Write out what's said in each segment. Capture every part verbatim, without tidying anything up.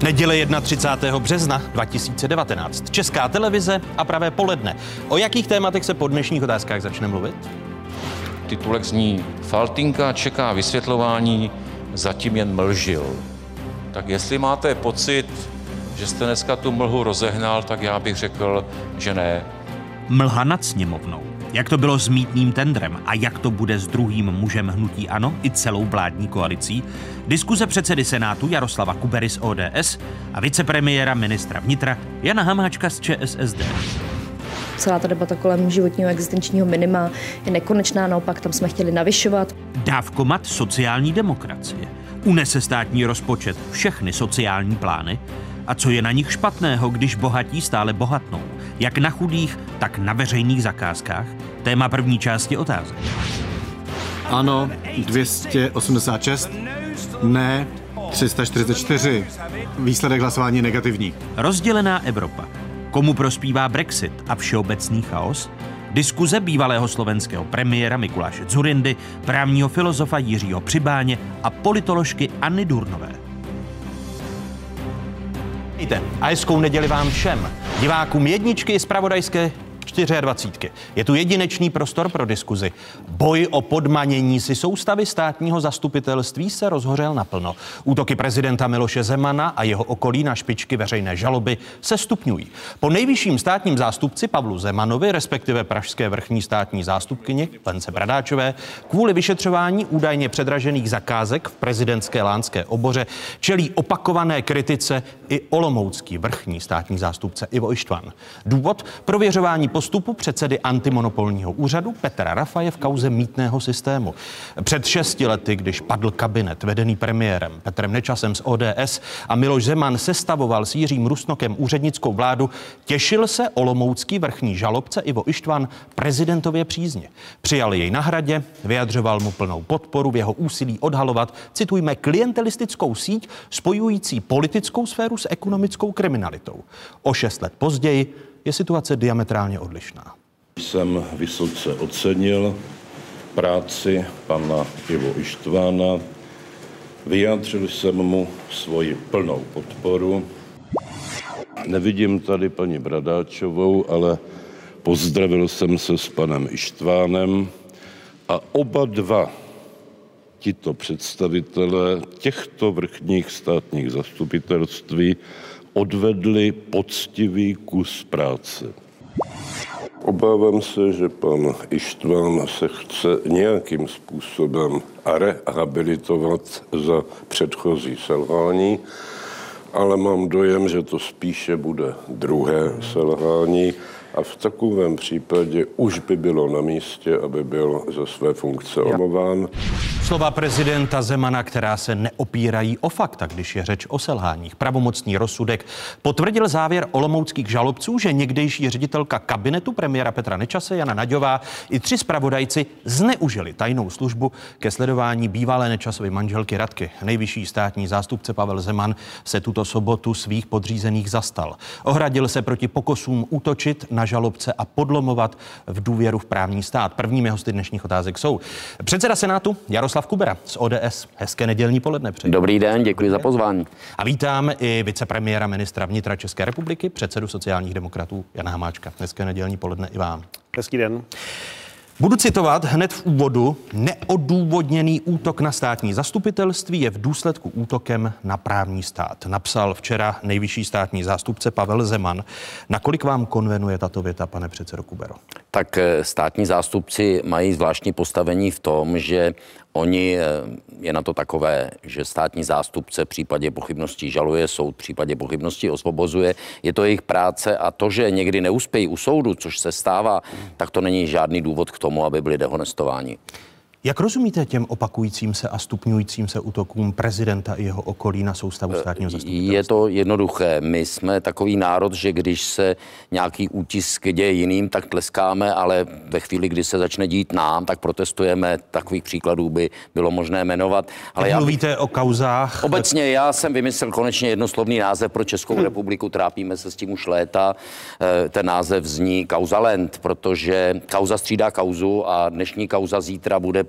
Neděle třicátého prvního března dva tisíce devatenáct. Česká televize a Pravé poledne. O jakých tématech se po dnešních otázkách začne mluvit? Titulek zní: Faltýnka čeká vysvětlování, zatím jen mlžil. Tak jestli máte pocit, že jste dneska tu mlhu rozehnal, tak já bych řekl, že ne. Mlha nad sněmovnou. Jak to bylo s mýtným tendrem a jak to bude s druhým mužem hnutí ANO i celou vládní koalicí? Diskuze předsedy Senátu Jaroslava Kubery z O D S a vicepremiéra ministra vnitra Jana Hamáčka z Č S S D. Celá ta debata kolem životního existenčního minima je nekonečná, naopak tam jsme chtěli navyšovat. Dávkomat sociální demokracie. Unese státní rozpočet všechny sociální plány? A co je na nich špatného, když bohatí stále bohatnou? Jak na chudých, tak na veřejných zakázkách? Téma první části otázek. Ano, dvě stě osmdesát šest. Ne, tři sta čtyřicet čtyři. Výsledek hlasování je negativní. Rozdělená Evropa. Komu prospívá Brexit a všeobecný chaos? Diskuze bývalého slovenského premiéra Mikuláše Dzurindy, právního filozofa Jiřího Přibáně a politoložky Anny Durnové. Víte, a hezkou neděli vám všem, divákům jedničky i zpravodajské dvacítky. Je tu jedinečný prostor pro diskuzi. Boj o podmanění si soustavy státního zastupitelství se rozhořel naplno. Útoky prezidenta Miloše Zemana a jeho okolí na špičky veřejné žaloby se stupňují. Po nejvyšším státním zástupci Pavlu Zemanovi, respektive pražské vrchní státní zástupkyni Lence Bradáčové, kvůli vyšetřování údajně předražených zakázek v prezidentské lánské oboře čelí opakované kritice i olomoucký vrchní státní zástupce Ivo Ištvan. Důvod: prověřování postupu předsedy antimonopolního úřadu Petra Rafaje v kauze mýtného systému. Před šesti lety, když padl kabinet vedený premiérem Petrem Nečasem z O D S a Miloš Zeman sestavoval s Jiřím Rusnokem úřednickou vládu, těšil se olomoucký vrchní žalobce Ivo Ištvan prezidentově přízně. Přijal jej na Hradě, vyjadřoval mu plnou podporu v jeho úsilí odhalovat, citujme, klientelistickou síť spojující politickou sféru s ekonomickou kriminalitou. O šest let později je situace diametrálně odlišná. Jsem vysoce ocenil práci pana Ivo Ištvána, vyjádřil jsem mu svoji plnou podporu. Nevidím tady paní Bradáčovou, ale pozdravil jsem se s panem Ištvánem a oba dva tito představitelé těchto vrchních státních zastupitelství odvedli poctivý kus práce. Obávám se, že pan Ištván se chce nějakým způsobem rehabilitovat za předchozí selhání, ale mám dojem, že to spíše bude druhé selhání a v takovém případě už by bylo na místě, aby byl ze své funkce omlouván. Slova prezidenta Zemana, která se neopírají o fakta, když je řeč o selháních. Pravomocný rozsudek potvrdil závěr olomouckých žalobců, že někdejší ředitelka kabinetu premiéra Petra Nečase Jana Naďová i tři zpravodajci zneužili tajnou službu ke sledování bývalé Nečasovy manželky Radky. Nejvyšší státní zástupce Pavel Zeman se tuto sobotu svých podřízených zastal. Ohradil se proti pokusům útočit na žalobce a podlomovat v důvěru v právní stát. Prvními hosty dnešních otázek jsou předseda Senátu Jaroslav Kubera z O D S. Hezké nedělní poledne přeji. Dobrý den, děkuji za pozvání. A vítám i vicepremiéra ministra vnitra České republiky, předsedu sociálních demokratů Jana Hamáčka. Hezké nedělní poledne i vám. Hezký den. Budu citovat hned v úvodu. Neodůvodněný útok na státní zastupitelství je v důsledku útokem na právní stát. Napsal včera nejvyšší státní zástupce Pavel Zeman. Nakolik vám konvenuje tato věta, pane předsedo Kubero? Tak státní zástupci mají zvláštní postavení v tom, že oni, je na to takové, že státní zástupce v případě pochybností žaluje, soud v případě pochybností osvobozuje. Je to jejich práce a to, že někdy neuspějí u soudu, což se stává, tak to není žádný důvod k tomu, aby byli dehonestováni. Jak rozumíte těm opakujícím se a stupňujícím se útokům prezidenta i jeho okolí na soustavu státního zastupitelství? Je to jednoduché. My jsme takový národ, že když se nějaký útisk děje jiným, tak tleskáme, ale ve chvíli, kdy se začne dít nám, tak protestujeme. Takových příkladů by bylo možné jmenovat. Ale já mluvíte bych... o kauzách? Obecně já jsem vymyslel konečně jednoslovný název pro Českou hmm. republiku. Trápíme se s tím už léta. Ten název zní Kauza Land, protože kauza střídá kauzu a dnešní kauza zítra bude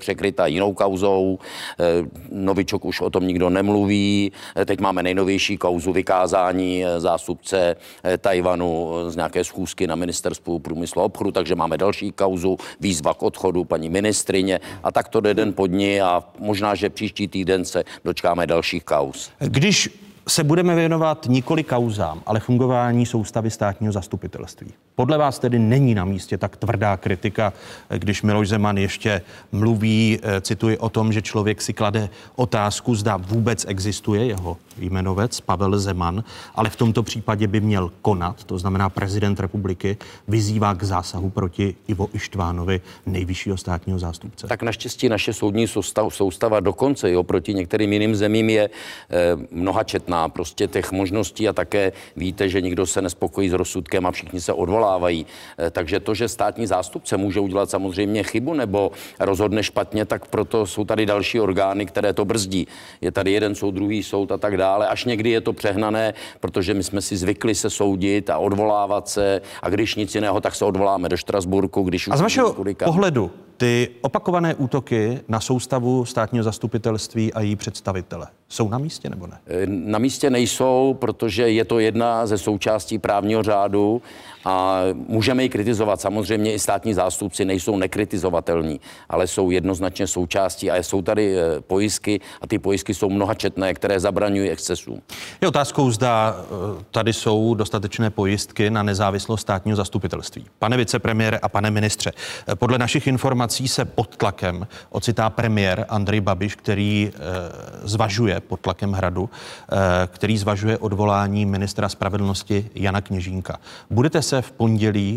překryta jinou kauzou. Novičok už o tom nikdo nemluví. Teď máme nejnovější kauzu vykázání zástupce Tajvanu z nějaké schůzky na ministerstvu průmyslu a obchodu, takže máme další kauzu, výzva k odchodu paní ministryně a tak to jde den po dni a možná, že příští týden se dočkáme dalších kauz. Když se budeme věnovat nikoli kauzám, ale fungování soustavy státního zastupitelství. Podle vás tedy není na místě tak tvrdá kritika, když Miloš Zeman ještě mluví, cituji, o tom, že člověk si klade otázku, zda vůbec existuje jeho jmenovec Pavel Zeman, ale v tomto případě by měl konat, to znamená prezident republiky vyzývá k zásahu proti Ivo Ištvánovi, nejvyššího státního zástupce. Tak naštěstí naše soudní soustava, soustava dokonce i oproti některým jiným zemím je eh, mnohačetná. Prostě těch možností a také víte, že nikdo se nespokojí s rozsudkem a všichni se odvolávají. Takže to, že státní zástupce může udělat samozřejmě chybu nebo rozhodne špatně, tak proto jsou tady další orgány, které to brzdí. Je tady jeden soud, druhý soud a tak dále. Až někdy je to přehnané, protože my jsme si zvykli se soudit a odvolávat se a když nic jiného, tak se odvoláme do Štrasburku. Když a z vašeho pohledu ty opakované útoky na soustavu státního zastupitelství a její představitele jsou na místě nebo ne? Na místě nejsou, protože je to jedna ze součástí právního řádu a můžeme ji kritizovat. Samozřejmě i státní zástupci nejsou nekritizovatelní, ale jsou jednoznačně součástí a jsou tady pojistky a ty pojistky jsou mnohačetné, které zabraňují excesům. Je otázkou, zda tady jsou dostatečné pojistky na nezávislost státního zastupitelství. Pane vicepremiére a pane ministře, podle našich informací se pod tlakem ocitá premiér Andrej Babiš, který zvažuje pod tlakem Hradu, který zvažuje odvolání ministra spravedlnosti Jana Kněžínka. Budete se v pondělí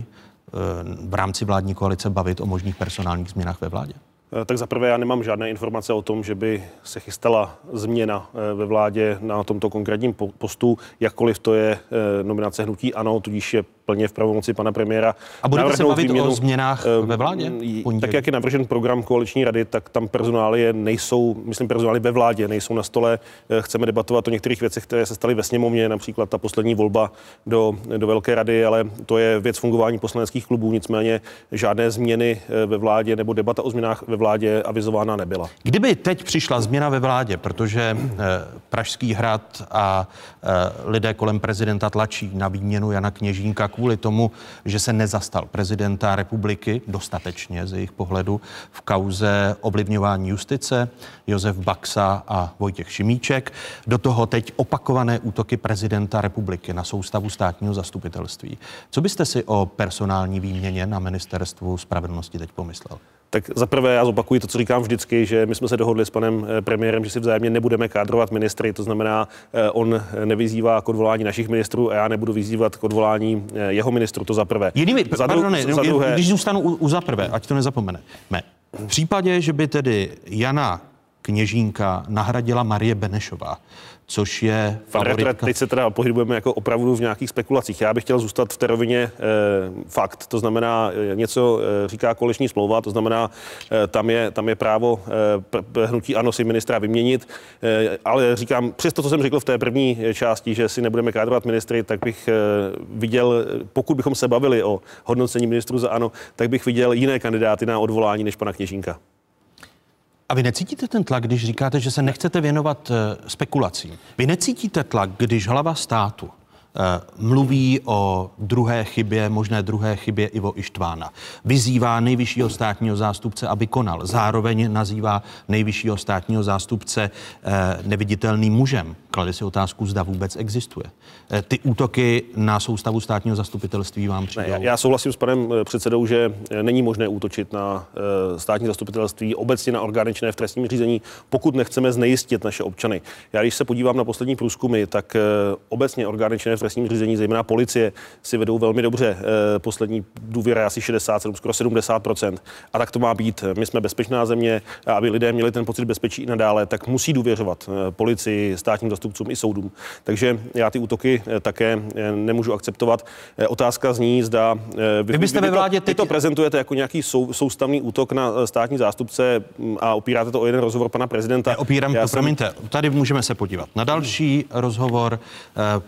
v rámci vládní koalice bavit o možných personálních změnách ve vládě? Tak zaprvé já nemám žádné informace o tom, že by se chystala změna ve vládě na tomto konkrétním postu, jakkoliv to je nominace hnutí ANO, tudíž je plně v pravomoci pana premiéra. A budete se bavit výměnu, o změnách ve vládě? Tak, jak je navržen program koaliční rady, tak tam personálie nejsou, myslím personálie ve vládě, nejsou na stole. Chceme debatovat o některých věcech, které se staly ve sněmovně, například ta poslední volba do, do Velké rady, ale to je věc fungování poslaneckých klubů, nicméně žádné změny ve vládě nebo debata o změnách ve vládě avizována nebyla. Kdyby teď přišla změna ve vládě, protože eh, Pražský hrad a eh, lidé kolem prezidenta tlačí na výměnu Jana Kněžínka kvůli tomu, že se nezastal prezidenta republiky dostatečně z jejich pohledu v kauze ovlivňování justice, Josef Baxa a Vojtěch Šimíček. Do toho teď opakované útoky prezidenta republiky na soustavu státního zastupitelství. Co byste si o personální výměně na ministerstvu spravedlnosti teď pomyslel? Tak zaprvé já zopakuji to, co říkám vždycky, že my jsme se dohodli s panem premiérem, že si vzájemně nebudeme kádrovat ministry, to znamená, on nevyzývá k odvolání našich ministrů a já nebudu vyzývat k odvolání jeho ministrů, to zaprvé. Jinými, za pardon, dru- za druhé, když zůstanu u, u zaprvé, ať to nezapomeneme. V případě, že by tedy Jana Kněžínka nahradila Marie Benešová, což je favoritka. Teď se teda pohybujeme jako opravdu v nějakých spekulacích. Já bych chtěl zůstat v té rovině e, fakt. To znamená, e, něco e, říká koaliční smlouva, to znamená, e, tam, je, tam je právo e, hnutí ANO si ministra vyměnit, e, ale říkám, přes to, co jsem řekl v té první části, že si nebudeme kádrovat ministry, tak bych e, viděl, pokud bychom se bavili o hodnocení ministrů za ANO, tak bych viděl jiné kandidáty na odvolání než pana Kněžínka. A vy necítíte ten tlak, když říkáte, že se nechcete věnovat uh, spekulacím? Vy necítíte tlak, když hlava státu uh, mluví o druhé chybě, možné druhé chybě Ivo Ištvána, vyzývá nejvyššího státního zástupce, aby konal, zároveň nazývá nejvyššího státního zástupce uh, neviditelným mužem. Klade si otázku, zda vůbec existuje. Uh, ty útoky na soustavu státního zastupitelství vám přijdou? Ne, já souhlasím s panem předsedou, že není možné útočit na uh, státní zastupitelství, obecně na orgány činné v trestním řízení, pokud nechceme znejistit naše občany. Já když se podívám na poslední průzkumy, tak uh, obecně orgány činné v trestním řízení, zejména policie, si vedou velmi dobře. Uh, poslední důvěra je asi šedesát sedm, skoro sedmdesát procent. A tak to má být. My jsme bezpečná země, a aby lidé měli ten pocit bezpečí i nadále, tak musí důvěřovat uh, policii, státním zastupcům i soudům. Takže já ty útoky uh, také uh, nemůžu akceptovat. Uh, otázka zní, zda uh, vy, vy byste vy, ve vládě to, teď... vy to prezentujete jako nějaký sou, soustavný útok na státní zástupce a opíráte to o jeden rozhovor pana prezidenta. Neopírám to, jsem... promiňte, tady můžeme se podívat na další rozhovor.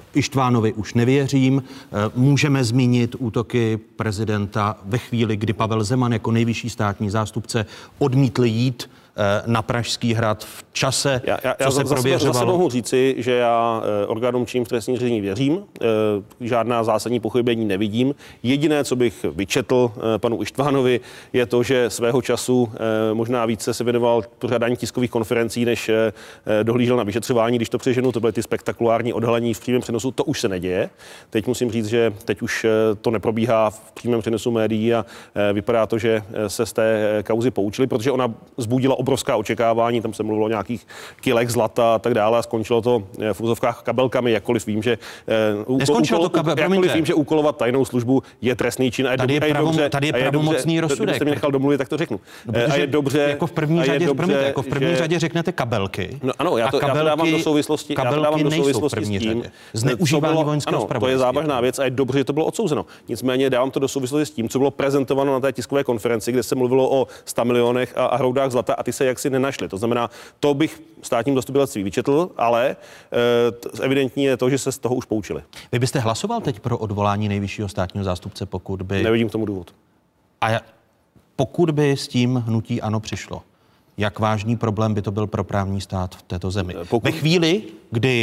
Ištvánovi už nevěřím. Můžeme zmínit útoky prezidenta ve chvíli, kdy Pavel Zeman jako nejvyšší státní zástupce odmítl jít na Pražský hrad v čase, já, já, co já se zase, prověřovalo. Zase mohu říci, že já orgánům činným v trestním řízení věřím, žádná zásadní pochybení nevidím. Jediné, co bych vyčetl panu Ištvánovi, je to, že svého času možná více se věnoval pořádání tiskových konferencí, než dohlížel na vyšetřování. Když to přeženu, to byly ty spektakulární odhalení v přímém přenosu, to už se neděje. Teď musím říct, že teď už to neprobíhá v přímém přenosu médií a vypadá to, že se z té kauzy poučili, protože ona vzbudila obrovská očekávání, tam se mluvilo o nějakých kilech zlata a tak dále a skončilo to v úzovkách kabelkami, jakkoliv vím, že Neskončilo to kabel, jakkoliv vím, že úkolovat tajnou službu je trestný čin a je, tady je, je pravom, dobře, tady je pravomocný rozsudek. Kdybyste mě nechal domluvit, tak to řeknu. No, a je dobře, jako v první řadě, dobře, promiňte, jako v první že... řadě řeknete kabelky. No ano, já to, kabelky, já to dávám do souvislosti, já to dávám do souvislosti s tím, zneužívání vojenského zpravodajství. To je závažná věc a je dobře, že to bylo odsouzeno. Nicméně dávám to do souvislosti s tím, co bylo prezentováno na té tiskové konferenci, kde se mluvilo o sto milionech a, a hroudách zlata a ty se jaksi nenašly. To znamená, to bych státním zastupitelství vyčetl, ale e, evidentní je to, že se z toho už poučili. Vy byste hlasoval teď pro odvolání nejvyššího státního zástupce, pokud by... Nevidím k tomu důvod. A pokud by s tím hnutí ANO přišlo, jak vážný problém by to byl pro právní stát v této zemi? Pokud... Ve chvíli, kdy...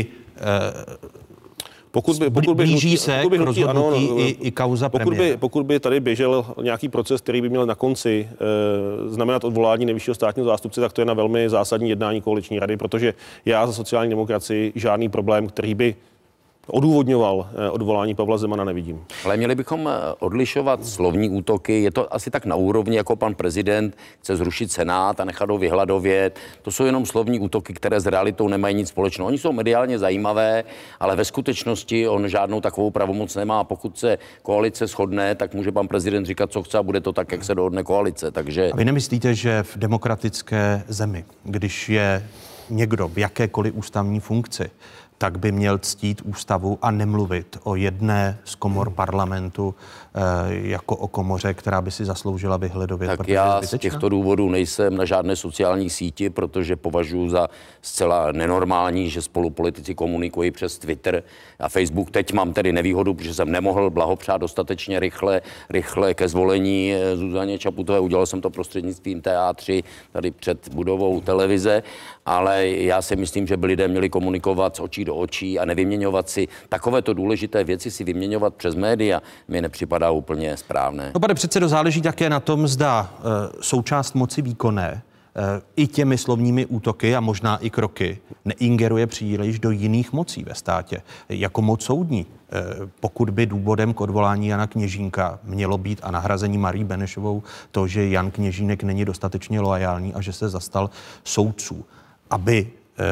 E, Pokud by, pokud by blíží hnutí, se pokud by k hnutí, rozhodnutí ano, i, i kauza pokud premiéra. by, pokud by tady běžel nějaký proces, který by měl na konci e, znamenat odvolání nejvyššího státního zástupce, tak to je na velmi zásadní jednání koaliční rady, protože já za sociální demokracii žádný problém, který by odůvodňoval odvolání Pavla Zemana, nevidím. Ale měli bychom odlišovat slovní útoky. Je to asi tak na úrovni, jako pan prezident chce zrušit Senát a nechat ho vyhladovět. To jsou jenom slovní útoky, které s realitou nemají nic společného. Oni jsou mediálně zajímavé, ale ve skutečnosti on žádnou takovou pravomoc nemá. Pokud se koalice shodne, tak může pan prezident říkat, co chce a bude to tak, jak se dohodne koalice. Takže... A vy nemyslíte, že v demokratické zemi, když je někdo v jakékoliv ústavní funkci, tak by měl ctít ústavu a nemluvit o jedné z komor parlamentu e, jako o komoře, která by si zasloužila vyhledovět. Tak já z těchto důvodů nejsem na žádné sociální síti, protože považuji za zcela nenormální, že spolu politici komunikují přes Twitter a Facebook. Teď mám tedy nevýhodu, protože jsem nemohl blahopřát dostatečně rychle, rychle ke zvolení Zuzaně Čaputové. Udělal jsem to prostřednictvím T A tři tady před budovou televize, ale já si myslím, že by lidé měli komunikovat z očí do očí a nevyměňovat si takovéto důležité věci si vyměňovat přes média mi nepřipadá úplně správné. No, pane předsedo, záleží také na tom, zda e, součást moci výkonné e, i těmi slovními útoky a možná i kroky neingeruje příliš do jiných mocí ve státě, jako moc soudní. E, pokud by důvodem k odvolání Jana Kněžínka mělo být a nahrazení Marii Benešovou to, že Jan Kněžínek není dostatečně loajální a že se zastal soudců, aby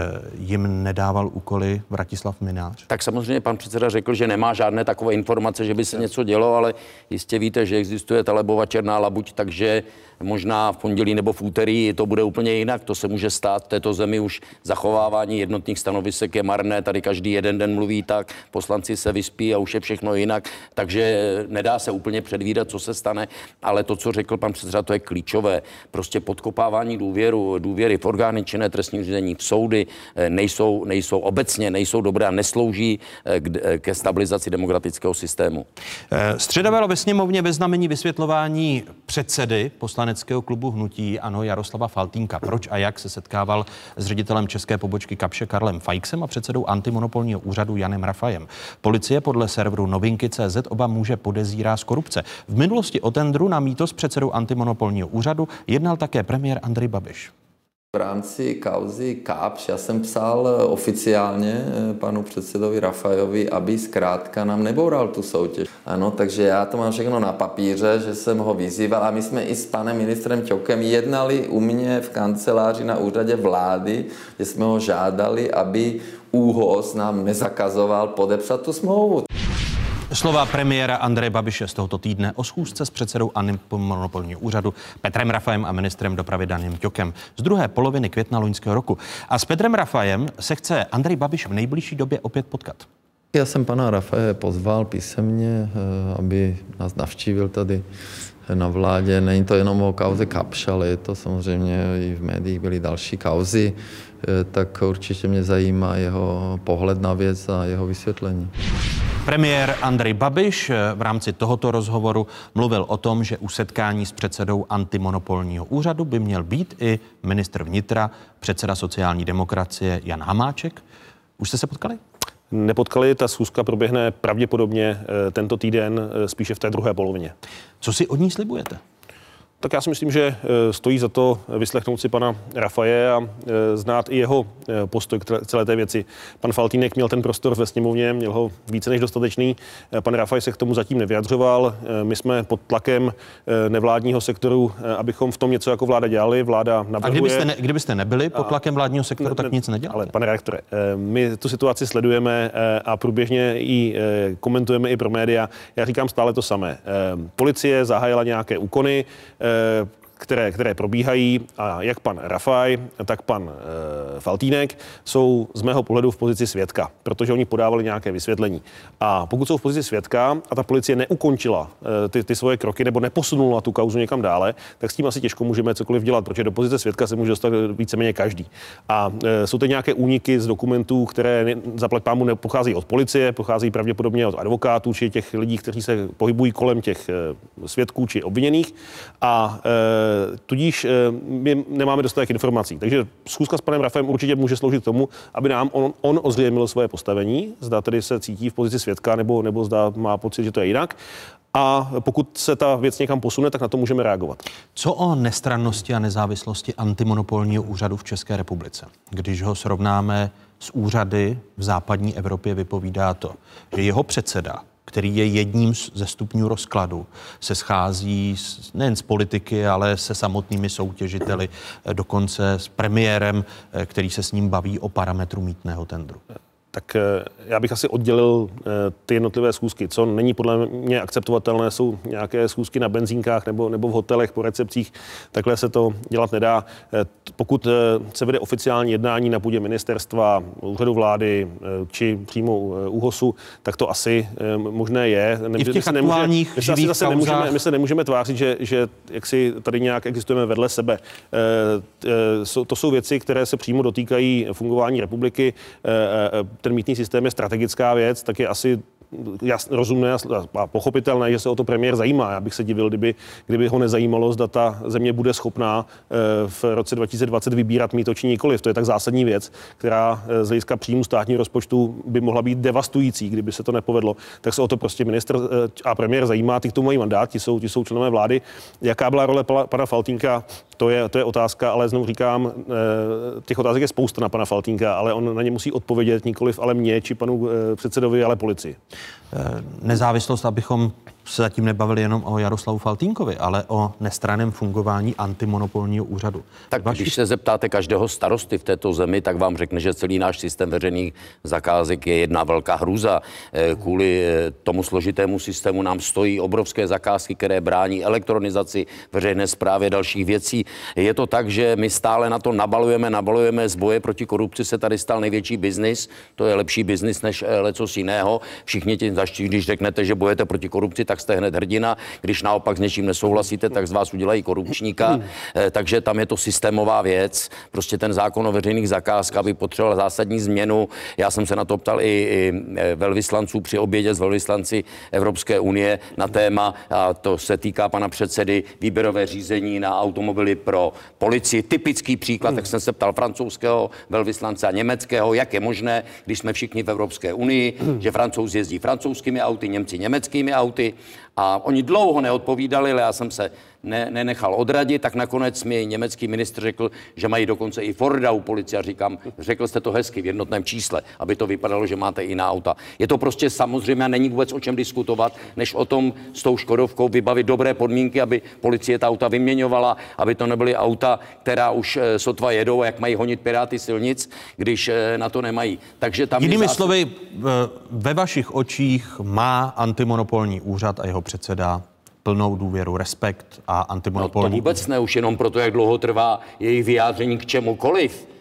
jim nedával úkoly Vratislav Mynář? Tak samozřejmě pan předseda řekl, že nemá žádné takové informace, že by se něco dělo, ale jistě víte, že existuje Talebova černá labuť, takže možná v pondělí nebo v úterý to bude úplně jinak. To se může stát v této zemi, už zachovávání jednotných stanovisek je marné, tady každý jeden den mluví tak, poslanci se vyspí a už je všechno jinak, takže nedá se úplně předvídat, co se stane, ale to, co řekl pan předseda, to je klíčové. Prostě podkopávání důvěru, důvěry v orgány činné trestní řízení, v soudy nejsou, nejsou obecně, nejsou dobré a neslouží k, ke stabilizaci demokratického systému. Středa bylo ve sněmovně ve znamení vysvětlování předsedy poslaneckého klubu hnutí ANO Jaroslava Faltýnka. Proč a jak se setkával s ředitelem české pobočky Kapsche Karlem Feixem a předsedou antimonopolního úřadu Janem Rafajem. Policie podle serveru novinky tečka cé zet oba muže podezírá z korupce. V minulosti o tendru na mýto s předsedou antimonopolního úřadu jednal také premiér Andrej Babiš. V rámci kauzy Kapsch já jsem psal oficiálně panu předsedovi Rafajovi, aby zkrátka nám neboural tu soutěž. Ano, takže já to mám všechno na papíře, že jsem ho vyzýval a my jsme i s panem ministrem Ťokem jednali u mě v kanceláři na úřadě vlády, kde jsme ho žádali, aby ÚOHS nám nezakazoval podepsat tu smlouvu. Slova premiéra Andreje Babiše z tohoto týdne o schůzce s předsedou antimonopolního úřadu Petrem Rafajem a ministrem dopravy Danem Ťokem z druhé poloviny května loňského roku. A s Petrem Rafajem se chce Andrej Babiš v nejbližší době opět potkat. Já jsem pana Rafaje pozval písemně, aby nás navštívil tady na vládě. Není to jenom o kauze Kapsch, ale je to samozřejmě i v médiích byly další kauzy, tak určitě mě zajímá jeho pohled na věc a jeho vysvětlení. Premiér Andrej Babiš v rámci tohoto rozhovoru mluvil o tom, že u setkání s předsedou antimonopolního úřadu by měl být i ministr vnitra, předseda sociální demokracie Jan Hamáček. Už jste se potkali? Nepotkali, ta schůzka proběhne pravděpodobně tento týden, spíše v té druhé polovině. Co si od ní slibujete? Tak já si myslím, že stojí za to vyslechnout si pana Rafaje a znát i jeho postoj k celé té věci. Pan Faltýnek měl ten prostor ve sněmovně, měl ho více než dostatečný. Pan Rafaj se k tomu zatím nevyjadřoval. My jsme pod tlakem nevládního sektoru, abychom v tom něco jako vláda dělali. Vláda navrhuje. A kdybyste, ne, kdybyste nebyli pod tlakem vládního sektoru, ne, tak nic neděláte? Ale pane redaktore, my tu situaci sledujeme a průběžně ji komentujeme i pro média. Já říkám stále to samé. Policie zahájila nějaké úkony, Které, které probíhají a jak pan Rafaj, tak pan e, Faltýnek jsou z mého pohledu v pozici svědka, protože oni podávali nějaké vysvětlení. A pokud jsou v pozici svědka a ta policie neukončila e, ty, ty svoje kroky nebo neposunula tu kauzu někam dále, tak s tím asi těžko můžeme cokoliv dělat, protože do pozice svědka se může dostat víceméně každý. A e, jsou to nějaké úniky z dokumentů, které zaplať pámu nepocházejí od policie, pocházejí pravděpodobně od advokátů či těch lidí, kteří se pohybují kolem těch e, svědků či obviněných. A e, Tudíž my nemáme dostatek informací. Takže schůzka s panem Rafajem určitě může sloužit k tomu, aby nám on, on ozřejmil svoje postavení, zda tedy se cítí v pozici svědka, nebo, nebo zda má pocit, že to je jinak. A pokud se ta věc někam posune, tak na to můžeme reagovat. Co o nestrannosti a nezávislosti antimonopolního úřadu v České republice? Když ho srovnáme s úřady v západní Evropě, vypovídá to, že jeho předseda, který je jedním ze stupňů rozkladu, se schází s, nejen s politiky, ale se samotnými soutěžiteli, dokonce s premiérem, který se s ním baví o parametru mýtného tendru. Tak já bych asi oddělil ty jednotlivé schůzky. Co není podle mě akceptovatelné, jsou nějaké schůzky na benzínkách nebo, nebo v hotelech, po recepcích. Takhle se to dělat nedá. Pokud se vede oficiální jednání na půdě ministerstva, úřadu vlády či přímo ÚHOSu, tak to asi možné je. I v těch aktuálních my se, zase nemůžeme, my se nemůžeme tvářit, že, že jaksi tady nějak existujeme vedle sebe. To jsou věci, které se přímo dotýkají fungování republiky. Ten mýtný systém je strategická věc, tak je asi jasné, rozumné a pochopitelné, že se o to premiér zajímá. Já bych se divil, kdyby, kdyby ho nezajímalo, zda ta země bude schopná v roce dva tisíce dvacet vybírat mýto či nikoliv. To je tak zásadní věc, která z hlediska příjmu státního rozpočtu by mohla být devastující, kdyby se to nepovedlo. Tak se o to prostě ministr a premiér zajímá, ty k tomu mají mandát, ti jsou, ti jsou členové vlády. Jaká byla role pana Faltýnka, to je, to je otázka, ale znovu říkám, těch otázek je spousta na pana Faltýnka, ale on na ně musí odpovědět nikoliv ale mě či panu předsedovi, ale policii. Nezávislost, abychom se zatím nebavili jenom o Jaroslavu Faltýnkovi, ale o nestranném fungování antimonopolního úřadu. Tak Vaši... když se zeptáte každého starosty v této zemi, tak vám řekne, že celý náš systém veřejných zakázek je jedna velká hrůza. Kvůli tomu složitému systému nám stojí obrovské zakázky, které brání elektronizaci veřejné správy a dalších věcí. Je to tak, že my stále na to nabalujeme, nabalujeme, z boje proti korupci se tady stal největší biznis. To je lepší biznis než lecos jiného. Všichni ti zaští, když řeknete, že bojujete proti korupci, tak jste hned hrdina. Když naopak s něčím nesouhlasíte, tak z vás udělají korupčníka. Takže tam je to systémová věc. Prostě ten zákon o veřejných zakázkách by potřeboval zásadní změnu. Já jsem se na to ptal i, i velvyslanců při obědě s velvyslanci Evropské unie na téma, a to se týká pana předsedy, výběrové řízení na automobily pro policii. Typický příklad, hmm. tak jsem se ptal francouzského velvyslance a německého, jak je možné, když jsme všichni v Evropské unii, hmm. že Francouzi jezdí francouzskými auty, Němci německými auty. A oni dlouho neodpovídali, ale já jsem se ne, nenechal odradit, tak nakonec mi německý ministr řekl, že mají dokonce i Forda u policie. A říkám, řekl jste to hezky v jednotném čísle, aby to vypadalo, že máte jiná auta. Je to prostě samozřejmě, není vůbec o čem diskutovat, než o tom s tou Škodovkou vybavit dobré podmínky, aby policie ta auta vyměňovala, aby to nebyly auta, která už sotva jedou, jak mají honit piráty silnic, když na to nemají. Takže tam Jinými zás... slovy, ve vašich očích má antimonopolní úřad a jeho předseda plnou důvěru, respekt a antimonopolní... No to vůbec ne, už jenom proto, jak dlouho trvá jejich vyjádření k čemukoliv.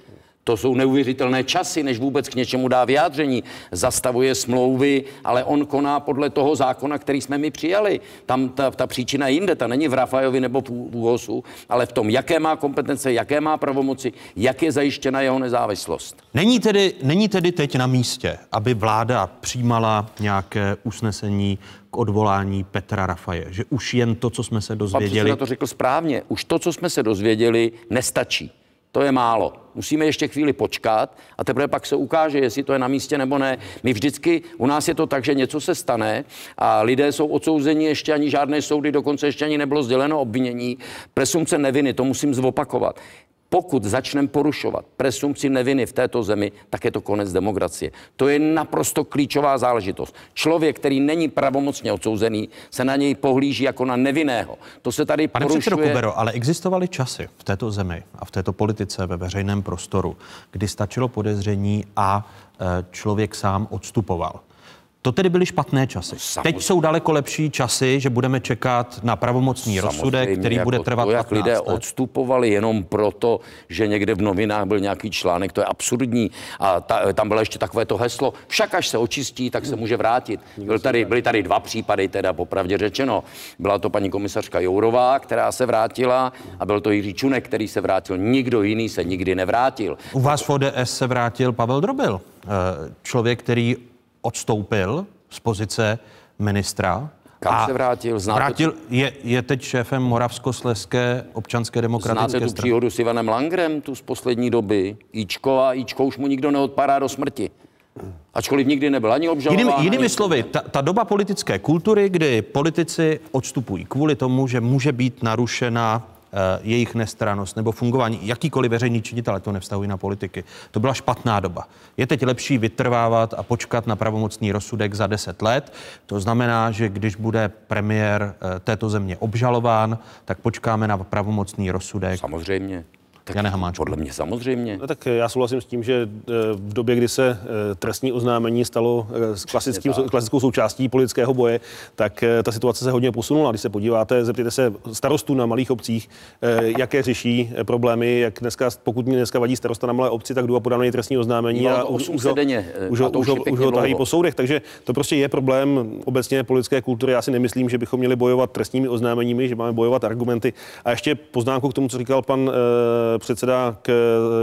To jsou neuvěřitelné časy, než vůbec k něčemu dá vyjádření. Zastavuje smlouvy, ale on koná podle toho zákona, který jsme my přijali. Tam ta, ta příčina je jinde, ta není v Rafajovi nebo v ÚOHSu, ale v tom, jaké má kompetence, jaké má pravomoci, jak je zajištěna jeho nezávislost. Není tedy, není tedy teď na místě, aby vláda přijímala nějaké usnesení k odvolání Petra Rafaje, že už jen to, co jsme se dozvěděli... Pan předseda to řekl správně, už to, co jsme se dozvěděli, nestačí. To je málo. Musíme ještě chvíli počkat a teprve pak se ukáže, jestli to je na místě nebo ne. My vždycky, u nás je to tak, že něco se stane a lidé jsou odsouzeni, ještě ani žádné soudy, dokonce ještě ani nebylo sděleno obvinění. Presumpce neviny, to musím zopakovat. Pokud začneme porušovat presumpci neviny v této zemi, tak je to konec demokracie. To je naprosto klíčová záležitost. Člověk, který není pravomocně odsouzený, se na něj pohlíží jako na nevinného. To se tady Pane porušuje. předsedo Kubero, ale existovaly časy v této zemi a v této politice ve veřejném prostoru, kdy stačilo podezření a e, člověk sám odstupoval. To tedy byly špatné časy. Samozřejmě. Teď jsou daleko lepší časy, že budeme čekat na pravomocný rozsudek, který jako bude trvat to, jak patnáct lidé let. odstupovali jenom proto, že někde v novinách byl nějaký článek, to je absurdní. A ta, tam bylo ještě takové to heslo, však až se očistí, tak se může vrátit. Byl tady, byly tady dva případy, teda popravdě řečeno. Byla to paní komisařka Jourová, která se vrátila, a byl to Jiří Čunek, který se vrátil. Nikdo jiný se nikdy nevrátil. U vás v O D S se vrátil Pavel Drobil, člověk, který odstoupil z pozice ministra. Kam a se vrátil? Znáte vrátil tu... je, je teď šéfem Moravskoslezské občanské demokratické strany. Znáte tu příhodu s Ivanem Langrem, tu z poslední doby? Ičko a Ičko už mu nikdo neodpadá do smrti. Ačkoliv nikdy nebyl ani obžalován. Jinými, jinými ani... slovy, ta, ta doba politické kultury, kdy politici odstupují kvůli tomu, že může být narušena jejich nestrannost nebo fungování, jakýkoliv veřejný činitel, to nevztahují na politiky. To byla špatná doba. Je teď lepší vytrvávat a počkat na pravomocný rozsudek za deset let. To znamená, že když bude premiér této země obžalován, tak počkáme na pravomocný rozsudek. Samozřejmě. Tak Jane Hamáčku. Podle mě samozřejmě. No, tak já souhlasím s tím, že v době, kdy se trestní oznámení stalo klasickým, klasickou součástí politického boje, tak ta situace se hodně posunula. Když se podíváte, zeptejte se starostů na malých obcích, jaké řeší problémy, jak dneska, pokud mě dneska vadí starosta na malé obci, tak jdu a podám na něj trestní oznámení a už, už, ho, denně, už, ho, už, ho, už ho tahají po soudech. Takže to prostě je problém obecně politické kultury. Já si nemyslím, že bychom měli bojovat trestními oznámeními, že máme bojovat argumenty. A ještě poznámku k tomu, co říkal pan předseda k,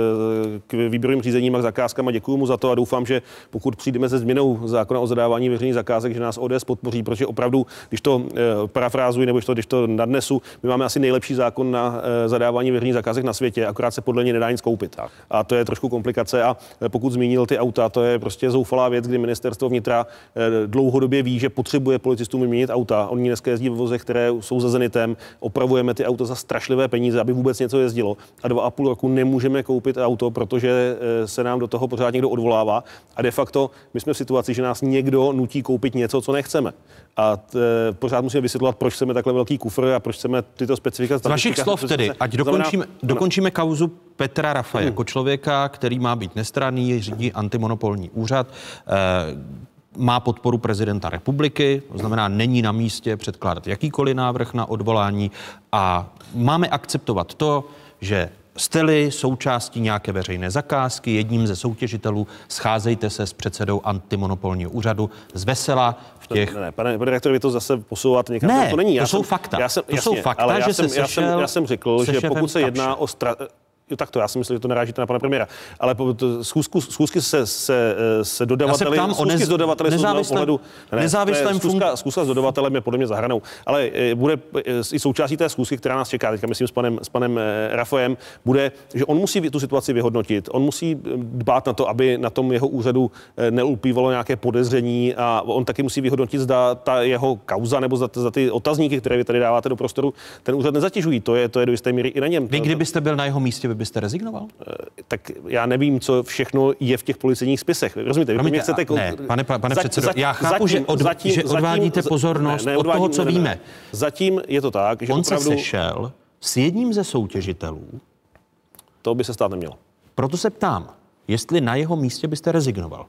k výběrovým řízením a zakázkám a děkuju mu za to a doufám, že pokud přijdeme se změnou zákona o zadávání veřejných zakázek, že nás O D S podpoří, protože opravdu, když to e, parafrázuji nebo když to, když to nadnesu, my máme asi nejlepší zákon na e, zadávání veřejných zakázek na světě, akorát se podle něj nedá nic koupit. A to je trošku komplikace a e, pokud zmínil ty auta, to je prostě zoufalá věc, kdy ministerstvo vnitra e, dlouhodobě ví, že potřebuje policistům vyměnit auta. Oni dneska jezdí v vozech, které jsou za Zenitem, opravujeme ty auta za strašlivé peníze, aby vůbec něco jezdilo. A dva a půl roku nemůžeme koupit auto, protože se nám do toho pořád někdo odvolává a de facto my jsme v situaci, že nás někdo nutí koupit něco, co nechceme. A t, pořád musíme vysvětlovat, proč chceme takhle velký kufr a proč chceme tyto specifika. Z vašich slov tedy, ať dokončíme, dokončíme kauzu Petra Rafaje jako člověka, který má být nestranný, řídí antimonopolní úřad, má podporu prezidenta republiky, to znamená, není na místě předkládat jakýkoliv návrh na odvolání a máme akceptovat to, že jste-li součástí nějaké veřejné zakázky, jedním ze soutěžitelů, scházejte se s předsedou antimonopolního úřadu z vesela v těch... Ne, ne, pane redaktor, vy to zase posouváte někam. Ne, to není. Já to jsem, jsou fakta. Já jsem, to jasně, jsou fakta, ale já že jsem, se já sešel jsem, já jsem řekl, že pokud se jedná Kapsche. o... Stra... Jo, tak to, já si myslím, že to narážíte na pana premiéra. Ale schůzku, schůzky se, se, se dodavateli, schůzky s dodavateli jsou z mého pohledu... Ne, nezávislém schůzka, schůzka s dodavatelem je podle mě za hranou. Ale bude i součástí té schůzky, která nás čeká, teďka myslím s panem, s panem Rafajem, bude, že on musí tu situaci vyhodnotit. On musí dbát na to, aby na tom jeho úřadu neulpívalo nějaké podezření a on taky musí vyhodnotit, zda ta jeho kauza nebo zda, zda ty otazníky, které vy tady dáváte do prostoru, ten úřad nezatěžují. To je, to je do jisté míry i na něm. Vy, kdybyste byl na jeho místě, vy byste rezignoval? Tak já nevím, co všechno je v těch policejních spisech. Rozumíte? Vy mě chcete... Ne, pane, pane za, předsedo, za, já chápu, zatím, že, od, zatím, že odvádíte zatím, pozornost ne, ne, od toho, co ne, ne, víme. Ne. Zatím je to tak, že on opravdu... se sešel s jedním ze soutěžitelů. To by se stát nemělo. Proto se ptám, jestli na jeho místě byste rezignoval.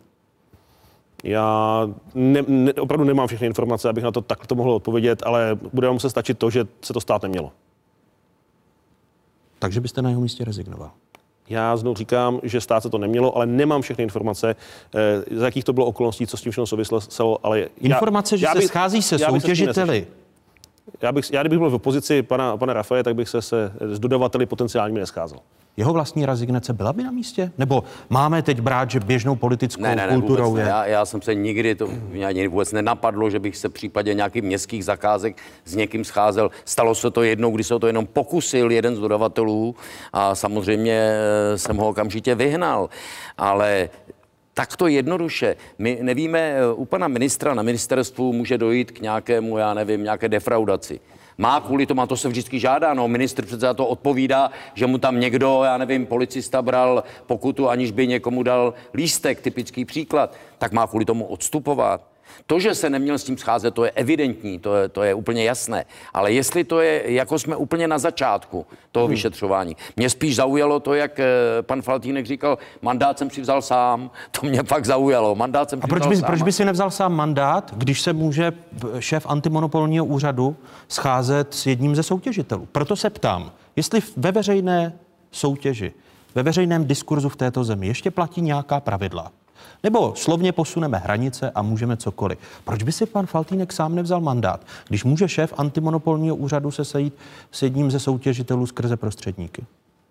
Já ne, ne, opravdu nemám všechny informace, abych na to takto mohl odpovědět, ale bude vám muset stačit to, že se to stát nemělo. Takže byste na jeho místě rezignoval. Já znovu říkám, že stát se to nemělo, ale nemám všechny informace, eh, za jakých to bylo okolností, co s tím všechno souviselo, ale... Informace, já, že já bych, se schází se soutěžiteli. Já bych, já kdybych byl v opozici pana, pana Rafaje, tak bych se, se s dodavateli potenciálními nescházel. Jeho vlastní rezignace byla by na místě? Nebo máme teď brát, že běžnou politickou ne, ne, ne, kulturou je? Ne. Já, já jsem se nikdy, to mě ani vůbec nenapadlo, že bych se v případě nějakých městských zakázek s někým scházel. Stalo se to jednou, když se to jenom pokusil jeden z dodavatelů a samozřejmě jsem ho okamžitě vyhnal. Ale takto jednoduše. My nevíme, u pana ministra na ministerstvu může dojít k nějakému, já nevím, nějaké defraudaci. Má kvůli tomu, a to se vždycky žádá, no ministr přece za to odpovídá, že mu tam někdo, já nevím, policista bral pokutu, aniž by někomu dal lístek, typický příklad, tak má kvůli tomu odstupovat. To, že se neměl s tím scházet, to je evidentní, to je, to je úplně jasné. Ale jestli to je, jako jsme úplně na začátku toho hmm. vyšetřování. Mě spíš zaujalo to, jak pan Faltýnek říkal, mandát jsem si vzal sám. To mě fakt zaujalo. Mandát jsem A si proč vzal by, sám. proč by si nevzal sám mandát, když se může šéf antimonopolního úřadu scházet s jedním ze soutěžitelů? Proto se ptám, jestli ve veřejné soutěži, ve veřejném diskurzu v této zemi ještě platí nějaká pravidla. Nebo slovně posuneme hranice a můžeme cokoliv. Proč by si pan Faltýnek sám nevzal mandát, když může šéf antimonopolního úřadu se sejít s jedním ze soutěžitelů skrze prostředníky?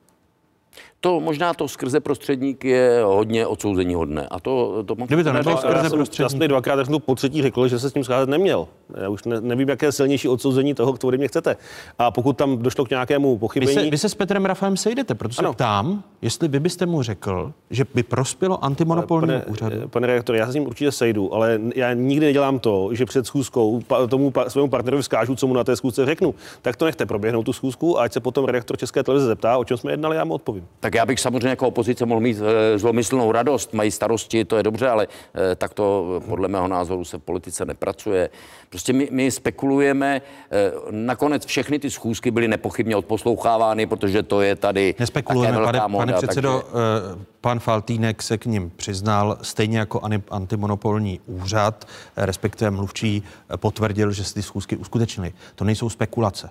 To možná to skrze prostředník je hodně odsouzeníhodné. A to, to Kdyby to nebylo skrze prostředník. Já jsem dvakrát řeknu po třetí řekl, že se s tím scházet neměl. Já už ne, nevím, jaké je silnější odsouzení toho, kdo ode mě chcete. A pokud tam došlo k nějakému pochybení... Vy se, vy se s Petrem Rafajem sejdete, protože se ptám, jestli vy byste mu řekl, že by prospělo antimonopolnímu pane, úřadu. Pane redaktor, já se s ním určitě sejdu, ale já nikdy nedělám to, že před schůzkou tomu svému partnerovi vzkážu, co mu na té schůzce řeknu. Tak to nechte proběhnout tu schůzku a ať se potom redaktor České televize zeptá, o čem jsme jednali, já mu odpovím. Tak já bych samozřejmě jako opozice mohl mít e, zlomyslnou radost, mají starosti, to je dobře, ale e, tak to podle mého názoru se v politice nepracuje. Prostě my, my spekulujeme, e, nakonec všechny ty schůzky byly nepochybně odposlouchávány, protože to je tady Nespekulujeme, také velká pane, móda, pane předsedo, takže... e, pan Faltýnek se k ním přiznal, stejně jako antimonopolní úřad, respektive mluvčí potvrdil, že se ty schůzky uskutečnily. To nejsou spekulace.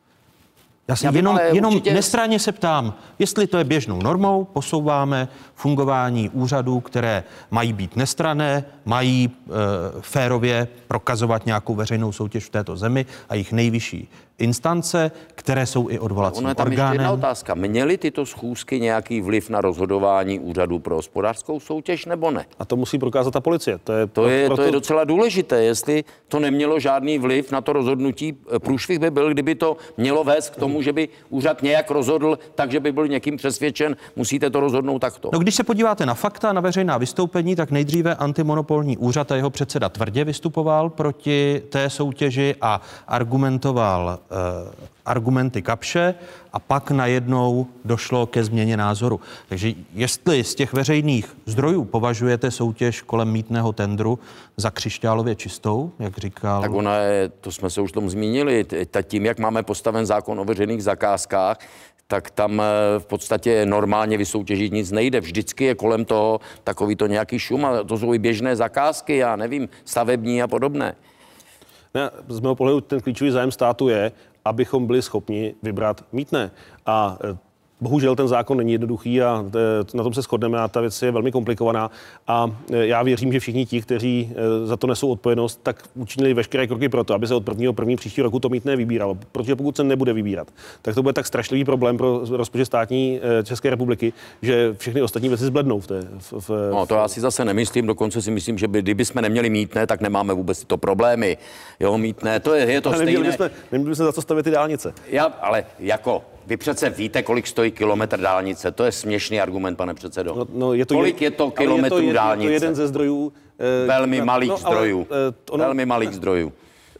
Já si jenom, jenom určitě... nestranně se ptám, jestli to je běžnou normou, posouváme fungování úřadů, které mají být nestranné, mají e, férově prokazovat nějakou veřejnou soutěž v této zemi a jejich nejvyšší instance, které jsou i odvolacím orgánem. Ono je tam ještě jedna otázka. Měly tyto schůzky nějaký vliv na rozhodování úřadu pro hospodářskou soutěž nebo ne? A to musí prokázat ta policie. To je, to je, proto... to je docela důležité. Jestli to nemělo žádný vliv na to rozhodnutí, průšvih by byl, kdyby to mělo vést k tomu, že by úřad nějak rozhodl, takže by byl někým přesvědčen, musíte to rozhodnout takto. No, když se podíváte na fakta, na veřejná vystoupení, tak nejdříve antimonopolní úřad a jeho předseda tvrdě vystupoval proti té soutěži a argumentoval uh, argumenty Kapsche a pak najednou došlo ke změně názoru. Takže jestli z těch veřejných zdrojů považujete soutěž kolem mýtného tendru za křišťálově čistou, jak říkal... Tak ona je, to jsme se už tom zmínili, tím, jak máme postaven zákon o veřejných zakázkách, tak tam v podstatě normálně vysoutěžit nic nejde. Vždycky je kolem toho takový to nějaký šum a to jsou i běžné zakázky, já nevím, stavební a podobné. Ne, z mého pohledu ten klíčový zájem státu je, abychom byli schopni vybrat mýtné. A bohužel ten zákon není jednoduchý a na tom se shodneme a ta věc je velmi komplikovaná. A já věřím, že všichni ti, kteří za to nesou odpovědnost, tak učinili veškeré kroky pro to, aby se od prvního prvního příští roku to mýtné vybíralo. Protože pokud se nebude vybírat, tak to bude tak strašlivý problém pro rozpočet státní České republiky, že všechny ostatní věci zblednou v té... V, v, no to já si zase nemyslím, dokonce si myslím, že by, kdyby jsme neměli mýtné, tak nemáme vůbec tyto problémy. Jo, mýtné, to je, je to stejné. Neměli bychom, neměli bychom za to stavět ty dálnice. Já, ale jako... Vy přece víte, kolik stojí kilometr dálnice. To je směšný argument, pane předsedo. No, no je to kolik je, je to kilometrů je to, dálnice? Je to jeden ze zdrojů. Eh, Velmi na, malých no, zdrojů. Ale, eh, ono, Velmi malých zdrojů.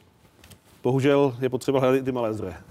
Bohužel je potřeba hledat ty malé zdroje.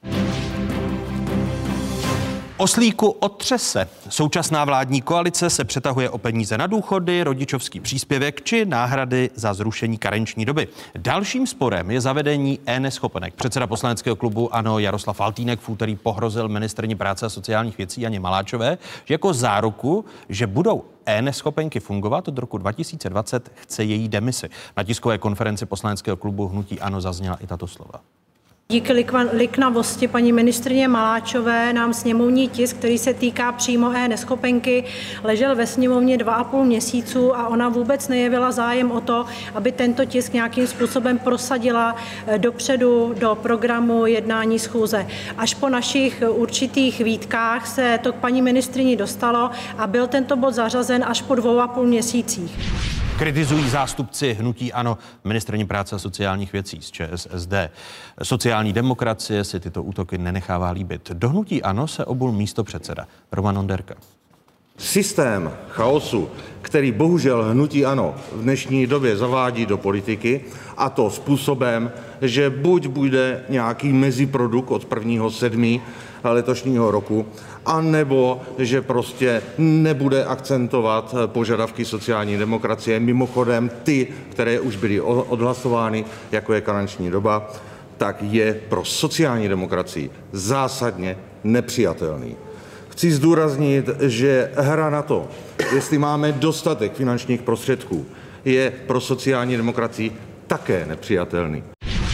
Oslíku otřese. Současná vládní koalice se přetahuje o peníze na důchody, rodičovský příspěvek či náhrady za zrušení karenční doby. Dalším sporem je zavedení eNeschopenek. Předseda poslaneckého klubu ANO Jaroslav Faltýnek v úterý pohrozil ministryni práce a sociálních věcí Janě Maláčové, že jako záruku, že budou eNeschopenky fungovat od roku dva tisíce dvacet, chce její demisi. Na tiskové konferenci poslaneckého klubu hnutí ANO zazněla i tato slova. Díky liknavosti paní ministryně Maláčové nám sněmovní tisk, který se týká přímo e-neschopenky, ležel ve sněmovně dva a půl měsíců a ona vůbec nejevila zájem o to, aby tento tisk nějakým způsobem prosadila dopředu do programu jednání schůze. Až po našich určitých výtkách se to k paní ministryni dostalo a byl tento bod zařazen až po dvou a půl měsících. Kritizují zástupci hnutí ANO ministryni práce a sociálních věcí z ČSSD. Sociální demokracie si tyto útoky nenechává líbit. Do hnutí ANO se obul místopředseda Roman Onderka. Systém chaosu, který bohužel hnutí ANO v dnešní době zavádí do politiky, a to způsobem, že buď bude nějaký meziprodukt od prvního sedmého letošního roku, a nebo že prostě nebude akcentovat požadavky sociální demokracie, mimochodem ty, které už byly odhlasovány, jako je karenční doba, tak je pro sociální demokracii zásadně nepřijatelný. Chci zdůraznit, že hra na to, jestli máme dostatek finančních prostředků, je pro sociální demokracii také nepřijatelný.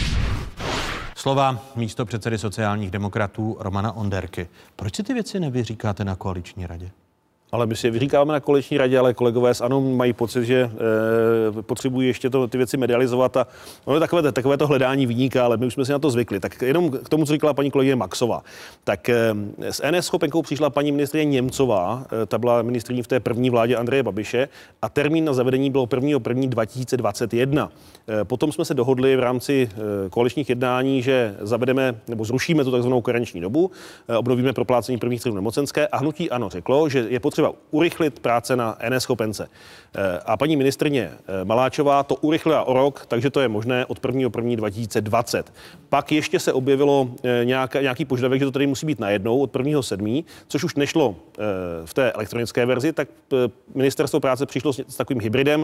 Slova místopředsedy sociálních demokratů Romana Onderky. Proč si ty věci nevyříkáte na koaliční radě? Ale my si je vyříkáváme na koaliční radě, ale kolegové z ANO mají pocit, že e, potřebují ještě to, ty věci medializovat a ono je takové, takové to hledání viníka, ale my už jsme si na to zvykli. Tak jenom k tomu, co říkala paní kolegyně Maxová. Tak e, s eNeschopenkou přišla paní ministryně Němcová, e, ta byla ministryní v té první vládě Andreje Babiše a termín na zavedení bylo prvního prvního dva tisíce dvacet jedna. E, potom jsme se dohodli v rámci e, koaličních jednání, že zavedeme nebo zrušíme tu takzvanou karenční dobu, e, obnovíme proplácení prvních třech nemocenské a hnutí ANO řeklo, že je potřeba třeba urychlit práce na eNeschopence. A paní ministryně Maláčová to urychlila o rok, takže to je možné od prvního prvního dva tisíce dvacet. Pak ještě se objevilo nějaká, nějaký požadavek, že to tady musí být najednou od prvního sedmého, což už nešlo v té elektronické verzi, tak ministerstvo práce přišlo s takovým hybridem,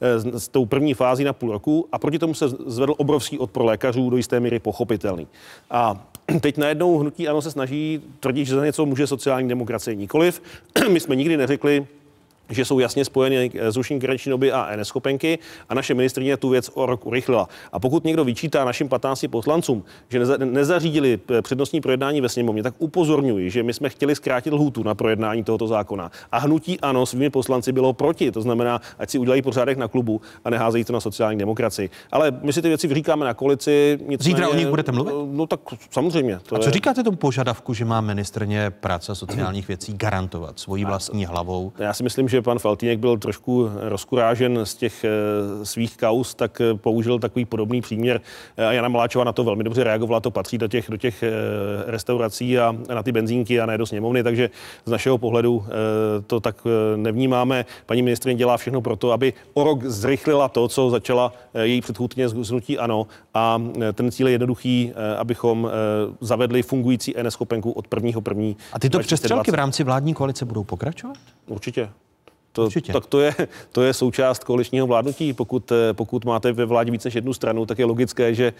s tou první fází na půl roku a proti tomu se zvedl obrovský odpor lékařů, do jisté míry pochopitelný. A teď najednou hnutí ANO se snaží tvrdit, že za něco může sociální demokracie nikoliv. My jsme nikdy neřekli, že jsou jasně spojeny zrušení karenční doby a eNeschopenky a naše ministryně tu věc o rok urychlila. A pokud někdo vyčítá našim patnácti poslancům, že neza, nezařídili přednostní projednání ve sněmovně, tak upozorňuji, že my jsme chtěli zkrátit lhůtu na projednání tohoto zákona. A hnutí ANO svými poslanci bylo proti. To znamená, ať si udělají pořádek na klubu a neházejí to na sociální demokracii. Ale my si ty věci vyříkáme na koalici. Zítra o nich budete mluvit? No tak samozřejmě. To a co je... říkáte tomu požadavku, že má ministryně práce a sociálních věcí garantovat svojí vlastní hlavou? Já si myslím, že pan Faltýnek byl trošku rozkurážen z těch svých kauz, tak použil takový podobný příměr. A Jana Maláčová na to velmi dobře reagovala, to patří do těch, do těch restaurací a na ty benzínky a ne do sněmovny, takže z našeho pohledu to tak nevnímáme. Paní ministryně dělá všechno pro to, aby o rok zrychlila to, co začala její předchůdkyně z hnutí ANO a ten cíl je jednoduchý, abychom zavedli fungující eNeschopenku od prvního prvního. A tyto přestřelky v rámci vládní koalice budou pokračovat? Určitě. To, tak to je, to je součást koaličního vládnutí. Pokud, pokud máte ve vládě více než jednu stranu, tak je logické, že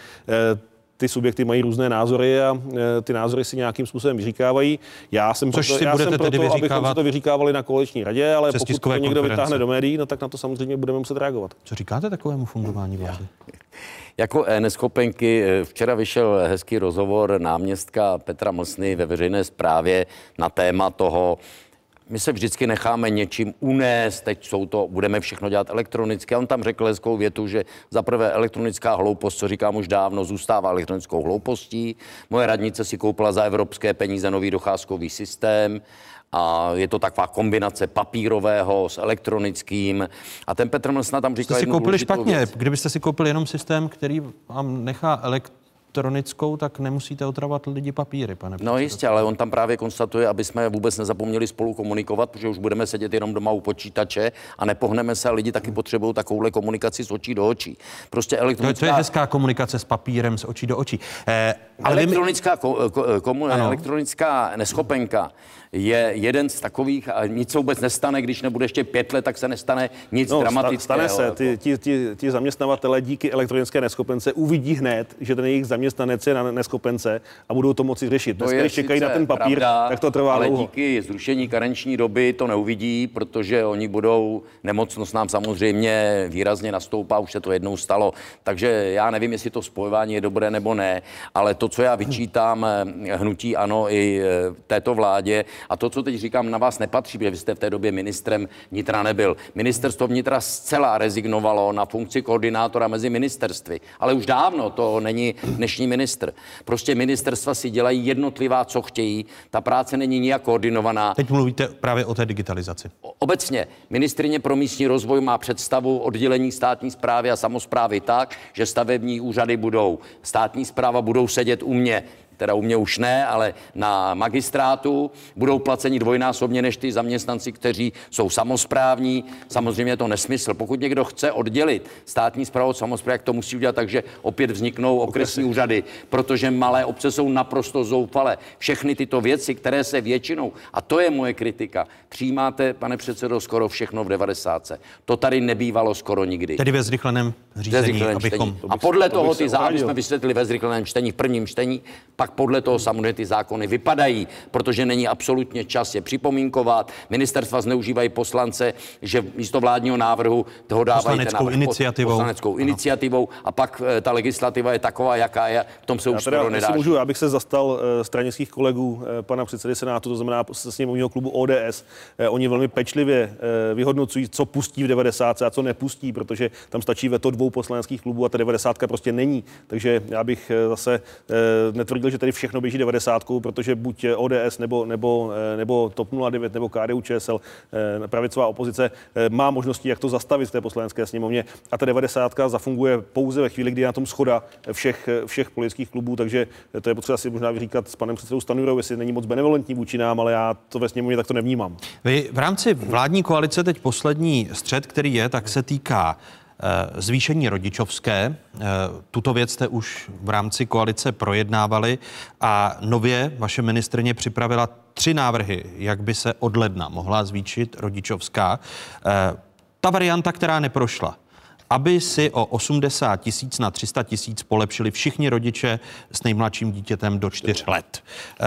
ty subjekty mají různé názory a ty názory si nějakým způsobem vyříkávají. Já jsem Což proto, si já budete jsem proto tedy abychom se to vyříkávali na koaliční radě, ale pokud to někdo vytáhne do médií, no tak na to samozřejmě budeme muset reagovat. Co říkáte takovému fungování vlády? Jako eNeschopenky včera vyšel hezký rozhovor náměstka Petra Mlsny ve veřejné správě na téma toho, my se vždycky necháme něčím unést, teď jsou to, budeme všechno dělat elektronicky. A on tam řekl hezkou větu, že za prvé elektronická hloupost, co říkám už dávno, zůstává elektronickou hloupostí. Moje radnice si koupila za evropské peníze nový docházkový systém a je to taková kombinace papírového s elektronickým. A ten Petr Mlsna tam říkal jednu důležitou věc. Jste si koupili špatně. Věc. Kdybyste si koupili jenom systém, který vám nechá elektronický, elektronickou, tak nemusíte otravovat lidi papíry, pane předsedo. No jistě, ale on tam právě konstatuje, aby jsme vůbec nezapomněli spolu komunikovat, protože už budeme sedět jenom doma u počítače a nepohneme se, a lidi taky potřebují takovouhle komunikaci z očí do očí. Prostě elektronická... To je, to je hezká komunikace s papírem z očí do očí. Eh, elektronická, ko, ko, komu, elektronická neschopenka je jeden z takových, a nic se vůbec nestane, když nebude ještě pět let, tak se nestane nic no, dramatického. Stane se, ty, ti, ti, ti zaměstnavatele díky elektronické neschopence uvidí hned, že ten jejich zaměstnanec je na neschopence a budou to moci řešit. Dneska, když čekají na ten papír, pravda, tak to trvá ale dlouho. Díky zrušení karenční doby to neuvidí, protože oni budou, nemocnost nám samozřejmě výrazně nastoupá, už se to jednou stalo. Takže já nevím, jestli to spojování je dobré nebo ne, ale to to, co já vyčítám hnutí ANO i této vládě, a to, co teď říkám, na vás nepatří, protože vy jste v té době ministrem vnitra nebyl. Ministerstvo vnitra zcela rezignovalo na funkci koordinátora mezi ministerstvy, ale už dávno to není dnešní ministr. Prostě ministerstva si dělají jednotlivá, co chtějí, ta práce není nijak koordinovaná. Teď mluvíte právě o té digitalizaci. Obecně ministryně pro místní rozvoj má představu oddělení státní správy a samosprávy tak, že stavební úřady budou, státní správa budou sedět u mě, teda u mě už ne, ale na magistrátu, budou placeni dvojnásobně než ty zaměstnanci, kteří jsou samosprávní. Samozřejmě je to nesmysl. Pokud někdo chce oddělit státní správu od samosprávy, to musí udělat tak, že opět vzniknou okresní úřady, protože malé obce jsou naprosto zoufalé. Všechny tyto věci, které se většinou, a to je moje kritika, přijímáte, pane předsedo, skoro všechno v devadesátce. To tady nebývalo skoro nikdy. Tedy ve zrychleném řízení, abychom... A podle toho ty zákony jsme vysvětlili ve zrychleném čtení, v prvním čtení, pak podle toho samozřejmě ty zákony vypadají, protože není absolutně čas je připomínkovat. Ministerstva zneužívají poslance, že místo vládního návrhu toho dávají poslaneckou návrh, iniciativou. Poslaneckou iniciativou a pak ta legislativa je taková, jaká je, v tom se už skoro nedá. Můžu, abych se zastal uh, stranických kolegů uh, pana předsedy Senátu, to znamená se sněmovního klubu O D S. Uh, oni velmi pečlivě uh, vyhodnocují, co pustí v devadesátce a co nepustí, protože tam stačí veto dvou poslaneckých klubů a ta devadesátka prostě není. Takže já bych uh, zase uh, netvrdil, že tady všechno běží devadesátkou, protože buď O D S nebo, nebo, nebo TOP nula devět nebo K D U Č S L, pravicová opozice, má možnosti, jak to zastavit v té poslanecké sněmovně. A ta devadesátka zafunguje pouze ve chvíli, kdy je na tom shoda všech, všech politických klubů, takže to je potřeba si možná vyříkat s panem předsedou Stanjurou, jestli není moc benevolentní vůči nám, ale já to ve sněmovně takto nevnímám. Vy v rámci vládní koalice teď poslední střet, který je, tak se týká zvýšení rodičovské. Tuto věc jste už v rámci koalice projednávali a nově vaše ministryně připravila tři návrhy, jak by se od ledna mohla zvýšit rodičovská. Ta varianta, která neprošla, aby si o osmdesát tisíc na tři sta tisíc polepšili všichni rodiče s nejmladším dítětem do čtyř let.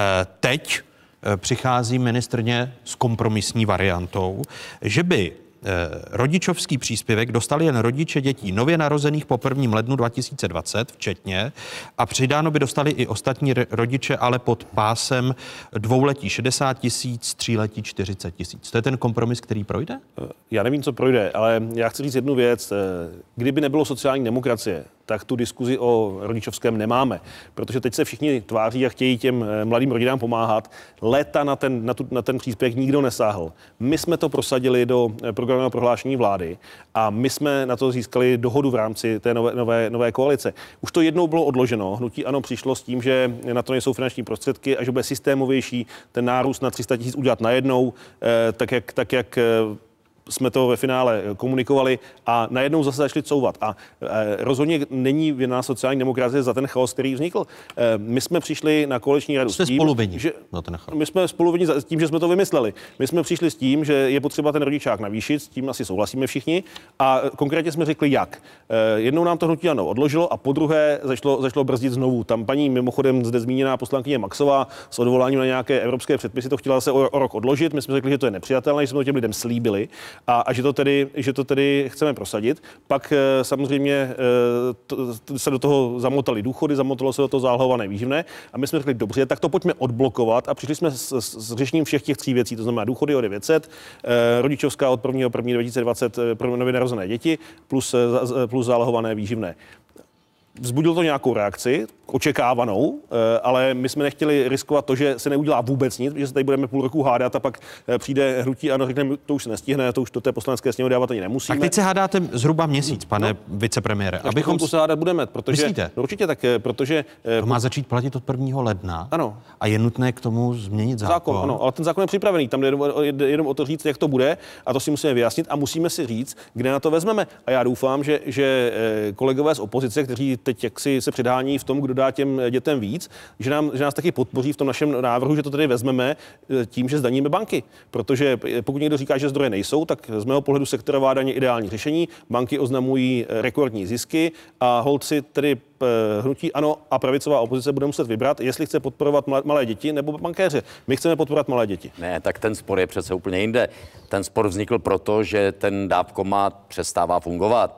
Teď přichází ministryně s kompromisní variantou, že by rodičovský příspěvek dostali jen rodiče dětí nově narozených po prvním lednu dva tisíce dvacet včetně a přidáno by dostali i ostatní rodiče, ale pod pásem dvouletí šedesát tisíc, tříletí čtyřicet tisíc. To je ten kompromis, který projde? Já nevím, co projde, ale já chci říct jednu věc. Kdyby nebylo sociální demokracie, tak tu diskuzi o rodičovském nemáme, protože teď se všichni tváří a chtějí těm mladým rodinám pomáhat. Léta na ten, na tu, na ten příspěvek nikdo nesáhl. My jsme to prosadili do programového prohlášení vlády a my jsme na to získali dohodu v rámci té nové, nové, nové koalice. Už to jednou bylo odloženo. Hnutí ANO přišlo s tím, že na to nejsou finanční prostředky a že bude systémovější ten nárůst na tři sta tisíc udělat najednou, tak jak, tak jak jsme to ve finále komunikovali a najednou zase začali couvat. A e, rozhodně není vina sociální demokracie za ten chaos, který vznikl. E, my jsme přišli na koaliční radu s tím, že my jsme spoluvinni s tím, že jsme to vymysleli. My jsme přišli s tím, že je potřeba ten rodičák navýšit, s tím asi souhlasíme všichni. A konkrétně jsme řekli, jak. E, jednou nám to hnutí ANO odložilo a po druhé začalo, začalo brzdit znovu. Tam paní mimochodem zde zmíněná poslankyně Maxová s odvoláním na nějaké evropské předpisy to chtěla se o, o rok odložit. My jsme řekli, že to je nepřijatelné, že jsme to těm lidem slíbili. A, a že, to tedy, že to tedy chceme prosadit. Pak e, samozřejmě e, to, to, se do toho zamotali důchody, zamotalo se do toho zálohované výživné a my jsme řekli, dobře, tak to pojďme odblokovat a přišli jsme s, s, s řešením všech těch tří věcí, to znamená důchody o devět set, e, rodičovská od prvního prvního dva tisíce dvacet pro nově narozené děti plus, e, plus zálohované výživné. Vzbudilo to nějakou reakci, očekávanou, ale my jsme nechtěli riskovat to, že se neudělá vůbec nic, že se tady budeme půl roku hádat a pak přijde hnutí a řekneme, to už se nestihne, to už do té poslanecké sněmovny dávat ani nemusíme. Tak teď se hádáte zhruba měsíc, pane no, vicepremiére. Abychom to se hádat budeme, protože myslíte? No, určitě tak, protože to má začít platit od prvního ledna. Ano. A je nutné k tomu změnit zákon. zákon ano, ale ten zákon je připravený, tam jde jenom o to říct, jak to bude a to si musíme vyjasnit a musíme si říct, kde na to vezmeme. A já doufám, že, že kolegové z opozice, kteří teď jaksi se předhání v tom, kdo dá těm dětem víc, že, nám, že nás taky podpoří v tom našem návrhu, že to tedy vezmeme tím, že zdaníme banky. Protože pokud někdo říká, že zdroje nejsou, tak z mého pohledu sektorová daň je ideální řešení. Banky oznamují rekordní zisky a holdci tedy hnutí ANO a pravicová opozice bude muset vybrat, jestli chce podporovat malé děti nebo bankéře. My chceme podporovat malé děti. Ne, tak ten spor je přece úplně jinde. Ten spor vznikl proto, že ten dávkomat přestává fungovat.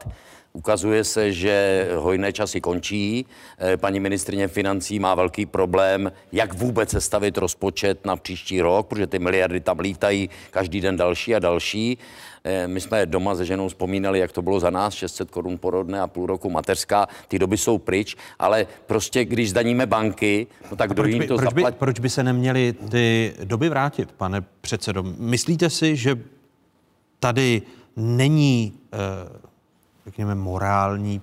Ukazuje se, že hojné časy končí. Paní ministryně financí má velký problém, jak vůbec sestavit rozpočet na příští rok, protože ty miliardy tam lítají každý den další a další. My jsme doma se ženou vzpomínali, jak to bylo za nás, šest set korun porodné a půl roku mateřská. Ty doby jsou pryč, ale prostě když zdaníme banky, no tak kdo jim to proč by, zaplatí? proč by se neměly ty doby vrátit, pane předsedo? Myslíte si, že tady není, řekněme, morální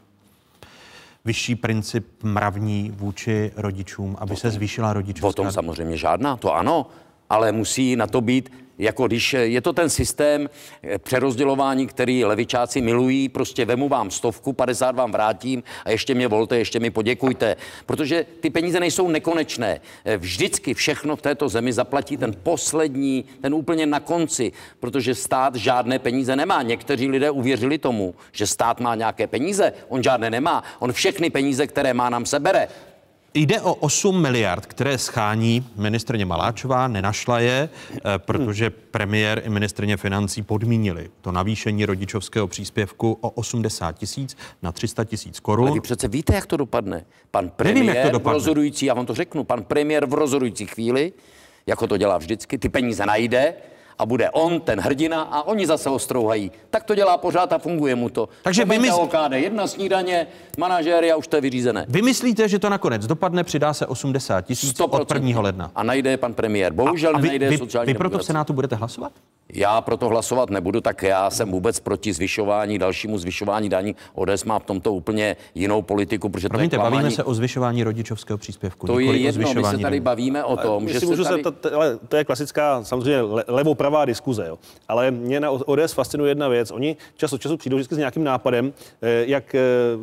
vyšší princip mravní vůči rodičům, aby se zvýšila rodičovská? Potom samozřejmě žádná, to ano, ale musí na to být, jako když je to ten systém přerozdělování, který levičáci milují, prostě vemu vám stovku, padesát vám vrátím a ještě mě volte, ještě mi poděkujte. Protože ty peníze nejsou nekonečné. Vždycky všechno v této zemi zaplatí ten poslední, ten úplně na konci, protože stát žádné peníze nemá. Někteří lidé uvěřili tomu, že stát má nějaké peníze, on žádné nemá. On všechny peníze, které má, nám sebere. Jde o osm miliard, které schání ministryně Maláčová, nenašla je, protože premiér i ministryně financí podmínili to navýšení rodičovského příspěvku o osmdesát tisíc na tři sta tisíc korun. Ale vy přece víte, jak to dopadne. Pan premiér Nevím, jak to dopadne. v rozhodující, já vám to řeknu, pan premiér v rozhodující chvíli, jako to dělá vždycky, ty peníze najde a bude on, ten hrdina, a oni zase ho strouhají. Tak to dělá pořád a funguje mu to. Takže vy mysl... O K D, jedna snídaně, manažéry a už to je vyřízené. Vy myslíte, že to nakonec dopadne, přidá se osmdesát tisíc od prvního ledna? A najde je pan premiér. Bohužel a, a vy, najde vy, sociální Vy proto demokracie. v Senátu budete hlasovat? Já proto hlasovat nebudu, tak já jsem vůbec proti zvyšování, dalšímu zvyšování daní. O D S má v tomto úplně jinou politiku, protože Promiňte, to je klamání. bavíme se o zvyšování rodičovského příspěvku. To je jedno, my se tady daní. bavíme o tom, že se můžu tady... se, to, ale to je klasická, samozřejmě le, levopravá diskuze, jo. Ale mě na O D S fascinuje jedna věc. Oni čas od času přijdou vždycky s nějakým nápadem, jak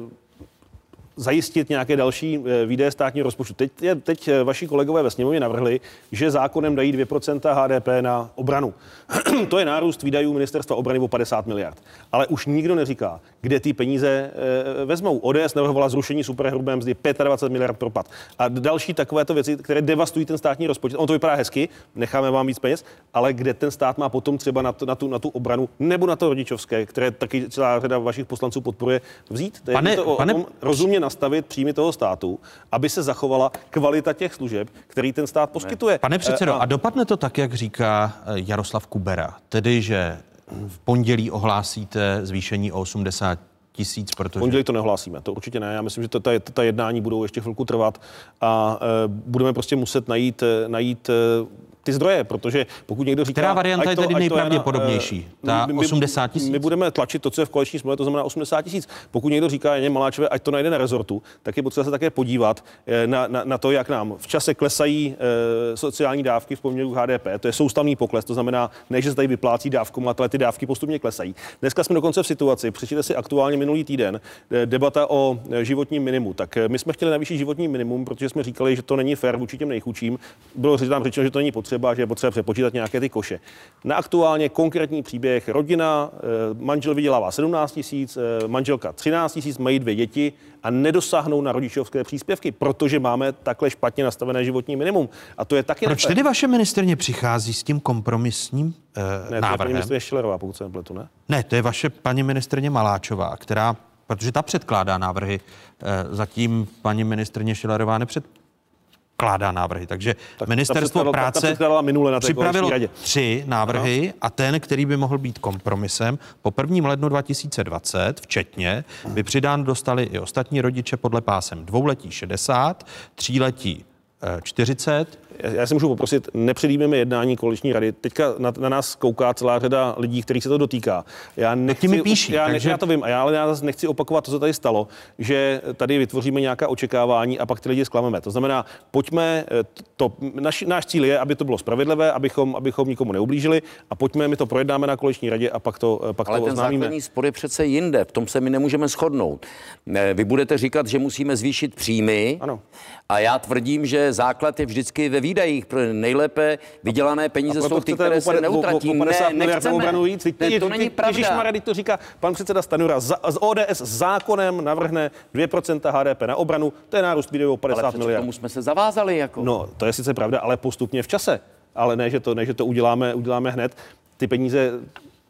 zajistit nějaké další výdaje státního rozpočtu. Teď, teď vaši kolegové ve sněmovně navrhli, že zákonem dají dvě procenta H D P na obranu. To je nárůst výdajů ministerstva obrany o padesát miliard. Ale už nikdo neříká, kde ty peníze e, vezmou. O D S navrhovala zrušení superhrubé mzdy, dvacet pět miliard propad. A další takovéto věci, které devastují ten státní rozpočet. On to vypadá hezky, necháme vám víc peněz, ale kde ten stát má potom třeba na, to, na, tu, na tu obranu nebo na to rodičovské, které taky celá řada vašich poslanců podporuje, vzít. To je pane, to o, pane... o tom rozumně nastavit příjmy toho státu, aby se zachovala kvalita těch služeb, který ten stát poskytuje. Pane předsedo, a dopadne to tak, jak říká Jaroslav Kubera, tedy, že v pondělí ohlásíte zvýšení o osmdesát tisíc, protože... Pondělí to nehlásíme, to určitě ne. Já myslím, že ta, ta jednání budou ještě chvilku trvat a e, budeme prostě muset najít, najít e, ty zdroje, protože pokud někdo říká... Která varianta je to, tedy to nejpravděpodobnější? Ta my, osmdesát tisíc? My budeme tlačit to, co je v koaliční smlouvě, to znamená osmdesát tisíc. Pokud někdo říká Janě Maláčové, ať to najde na rezortu, tak je potřeba se také podívat na, na, na to, jak nám v čase klesají e, sociální dávky v poměru k H D P. To je soustavný pokles, to znamená, ne, že se tady vyplácí dávkovat, ale ty dávky postupně klesají. Dneska jsme dokonce v situaci, přečtěte si aktuálně minulý týden, debata o životním minimu. Tak my jsme chtěli navýšit životní minimum, protože jsme říkali, že to není fér vůči těm nejchudším. Bylo nám řečeno, že to není potřeba, že je potřeba přepočítat nějaké ty koše. Na aktuálně konkrétní příběh: rodina, manžel vydělává sedmnáct tisíc, manželka třináct tisíc, mají dvě děti a nedosáhnou na rodičovské příspěvky, protože máme takhle špatně nastavené životní minimum. A to je taky Proč tedy vaše ministryně přichází s tím kompromisním eh, ne, návrhem? To je paní ministryně Schillerová, pokud se nepletu, ne? Ne, to je vaše paní ministryně Maláčová, která, protože ta předkládá návrhy, eh, zatím paní ministryně Schillerová nepředkládá návrhy, takže tak ministerstvo práce minule na připravilo tři návrhy, no. A ten, který by mohl být kompromisem, po prvním lednu dva tisíce dvacet včetně, by přidán dostali i ostatní rodiče podle pásem dvouletí šedesát, tříletí čtyřicet. Já si můžu poprosit, nepředjímeme jednání koaliční rady. Teďka na, na nás kouká celá řada lidí, kterých se to dotýká. Já nechci, mi píší, já, takže... já to vím, a já ale já nechci opakovat to, co tady stalo, že tady vytvoříme nějaká očekávání a pak ty lidi zklameme. To znamená, pojďme, to, naš, náš cíl je, aby to bylo spravedlivé, abychom, abychom nikomu neublížili, a pojďme, my to projednáme na koaliční radě a pak to, pak ale to ten oznámíme. základní spor je přece jinde, v tom se my nemůžeme shodnout. Vy budete říkat, že musíme zvýšit příjmy. Ano. A já tvrdím, že základ je vždycky ve výdajích. Nejlépe vydělané peníze jsou ty, které se neutratí. Ne, nechceme. Ne, to není pravda. Ježišmarja, to říká pan předseda Stanjura. Z O D S zákonem navrhne dvě procenta H D P na obranu, to je nárůst výdajů o padesát miliard. Tomu jsme se zavázali. Jako. No, to je sice pravda, ale postupně v čase. Ale ne, že to, ne, že to uděláme, uděláme hned. Ty peníze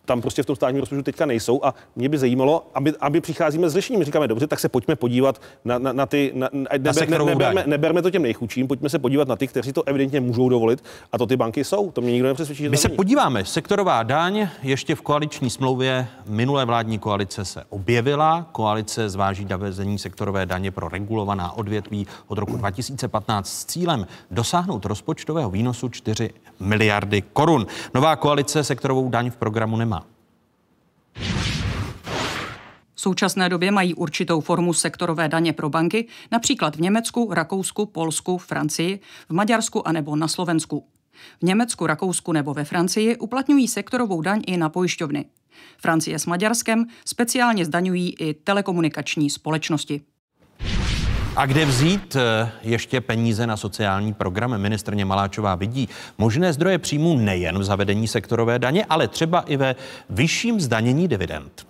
tam prostě v tom státním rozpočtu teďka nejsou a mě by zajímalo, aby, aby přicházíme s řešením. Říkáme, dobře, tak se pojďme podívat na, na, na ty, na, na, nebe, ne, neberme, neberme to těm nejchudším, pojďme se podívat na ty, kteří to evidentně můžou dovolit a to ty banky jsou. To mě nikdo nepřesvědčí. My se není. podíváme. Sektorová daň ještě v koaliční smlouvě minulé vládní koalice se objevila. Koalice zváží zavedení sektorové daně pro regulovaná odvětví od roku dva tisíce patnáct s cílem dosáhnout rozpočtového výnosu čtyři miliardy korun. Nová koalice sektorovou daň v programu nemá. V současné době mají určitou formu sektorové daně pro banky, například v Německu, Rakousku, Polsku, Francii, v Maďarsku a nebo na Slovensku. V Německu, Rakousku nebo ve Francii uplatňují sektorovou daň i na pojišťovny. Francie s Maďarskem speciálně zdaňují i telekomunikační společnosti. A kde vzít ještě peníze na sociální program? Ministryně Maláčová vidí možné zdroje příjmů nejen v zavedení sektorové daně, ale třeba i ve vyšším zdanění dividend.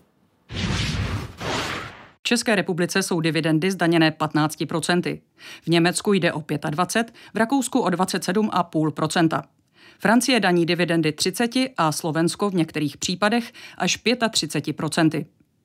V České republice jsou dividendy zdaněné patnáct procent. V Německu jde o dvacet pět, v Rakousku o dvacet sedm celá pět procenta. Francie daní dividendy třicet a Slovensko v některých případech až třicet pět procent.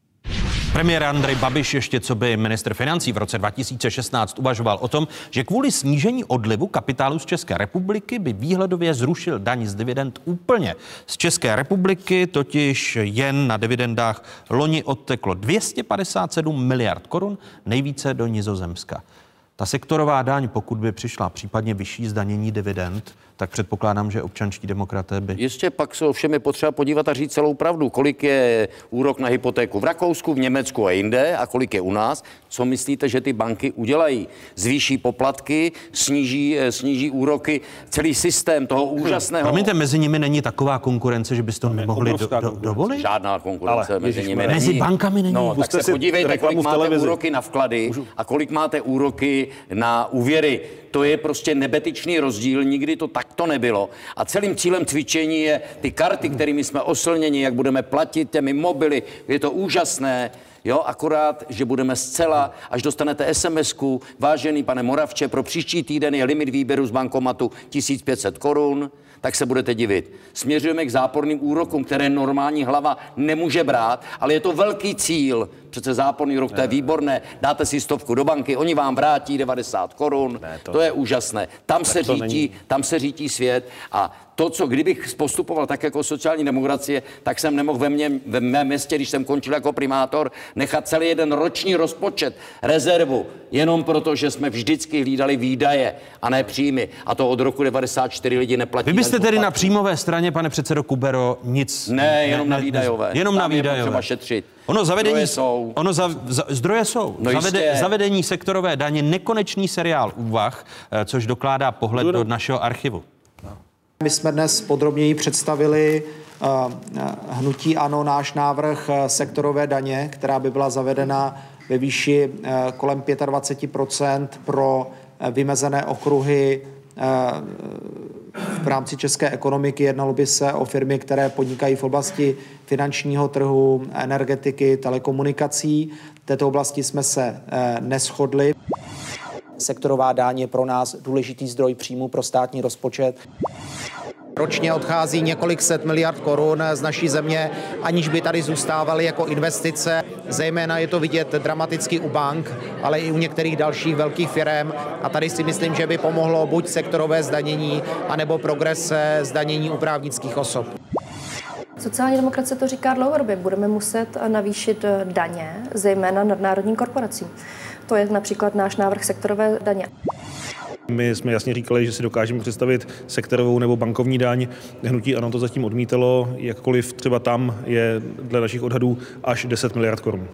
Premiér Andrej Babiš ještě co by ministr financí v roce dva tisíce šestnáct uvažoval o tom, že kvůli snížení odlivu kapitálu z České republiky by výhledově zrušil daň z dividend úplně. Z České republiky totiž jen na dividendách loni odteklo dvě stě padesát sedm miliard korun, nejvíce do Nizozemska. Ta sektorová daň, pokud by přišla, případně vyšší zdanění dividend, tak předpokládám, že občanští demokraté by... Jistě, pak se ovšem je potřeba podívat a říct celou pravdu. Kolik je úrok na hypotéku v Rakousku, v Německu a jinde a kolik je u nás. Co myslíte, že ty banky udělají? Zvýší poplatky, sníží, sníží úroky, celý systém toho úžasného... Promiňte, mezi nimi není taková konkurence, že byste to nemohli do, do, dovolit? Žádná konkurence Ale, mezi nimi není. Mezi bankami není. No, tak se podívejte, kolik máte úroky na vklady a kolik máte úroky na úvěry. To je prostě nebetyčný rozdíl, nikdy to takto nebylo. A celým cílem cvičení je ty karty, kterými jsme oslněni, jak budeme platit těmi mobily. Je to úžasné, jo, akorát, že budeme zcela, až dostanete es em esku, vážený pane Moravče, pro příští týden je limit výběru z bankomatu tisíc pět set korun, tak se budete divit. Směřujeme k záporným úrokům, které normální hlava nemůže brát, ale je to velký cíl. Přece záporný úrok, to je výborné. Dáte si stovku do banky, oni vám vrátí devadesát korun. Ne, to, to je úžasné. Tam se, řítí, tam se řítí svět a to, co kdybych postupoval tak jako sociální demokracie, tak jsem nemohl ve, mě, ve mém městě, když jsem končil jako primátor, nechat celý jeden roční rozpočet, rezervu, jenom proto, že jsme vždycky hlídali výdaje a ne příjmy. A to od roku devadesát čtyři lidi neplatí. Vy byste tedy na příjmové straně, pane předsedo Kubero, nic... Ne, jenom ne, na výdajové. Jenom tam na výdajové. Je třeba šetřit. Ono zavedení, zdroje jsou. Ono za, za, zdroje jsou. No Zavede, zavedení sektorové daně, nekonečný seriál úvah, což dokládá pohled do našeho archivu. My jsme dnes podrobněji představili uh, hnutí ANO náš návrh sektorové daně, která by byla zavedena ve výši uh, kolem dvacet pět procent pro uh, vymezené okruhy uh, v rámci české ekonomiky. Jednalo by se o firmy, které podnikají v oblasti finančního trhu, energetiky, telekomunikací. V této oblasti jsme se neshodli. Sektorová daň je pro nás důležitý zdroj příjmu pro státní rozpočet. Ročně odchází několik set miliard korun z naší země, aniž by tady zůstávaly jako investice. Zejména je to vidět dramaticky u bank, ale i u některých dalších velkých firm. A tady si myslím, že by pomohlo buď sektorové zdanění, anebo progrese zdanění u právnických osob. Sociální demokracie to říká dlouhodobě. Budeme muset navýšit daně, zejména nadnárodním korporacím. To je například náš návrh sektorové daně. My jsme jasně říkali, že si dokážeme představit sektorovou nebo bankovní daň. Hnutí ANO to zatím odmítalo, jakkoliv třeba tam je dle našich odhadů až deset miliard korun.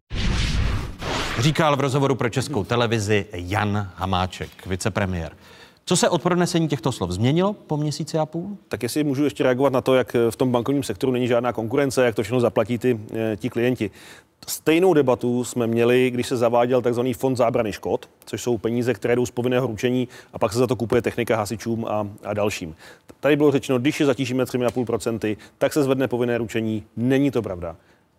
Říkal v rozhovoru pro Českou televizi Jan Hamáček, vicepremiér. Co se od pronesení těchto slov změnilo po měsíci a půl? Tak jestli můžu ještě reagovat na to, jak v tom bankovním sektoru není žádná konkurence, jak to všechno zaplatí ty, ti klienti. Stejnou debatu jsme měli, když se zaváděl takzvaný fond zábrany škod, což jsou peníze, které jdou z povinného ručení a pak se za to kupuje technika hasičům a, a dalším. Tady bylo řečeno, když je zatížíme tři a půl procenta, tak se zvedne povinné ručení. Není to pravda.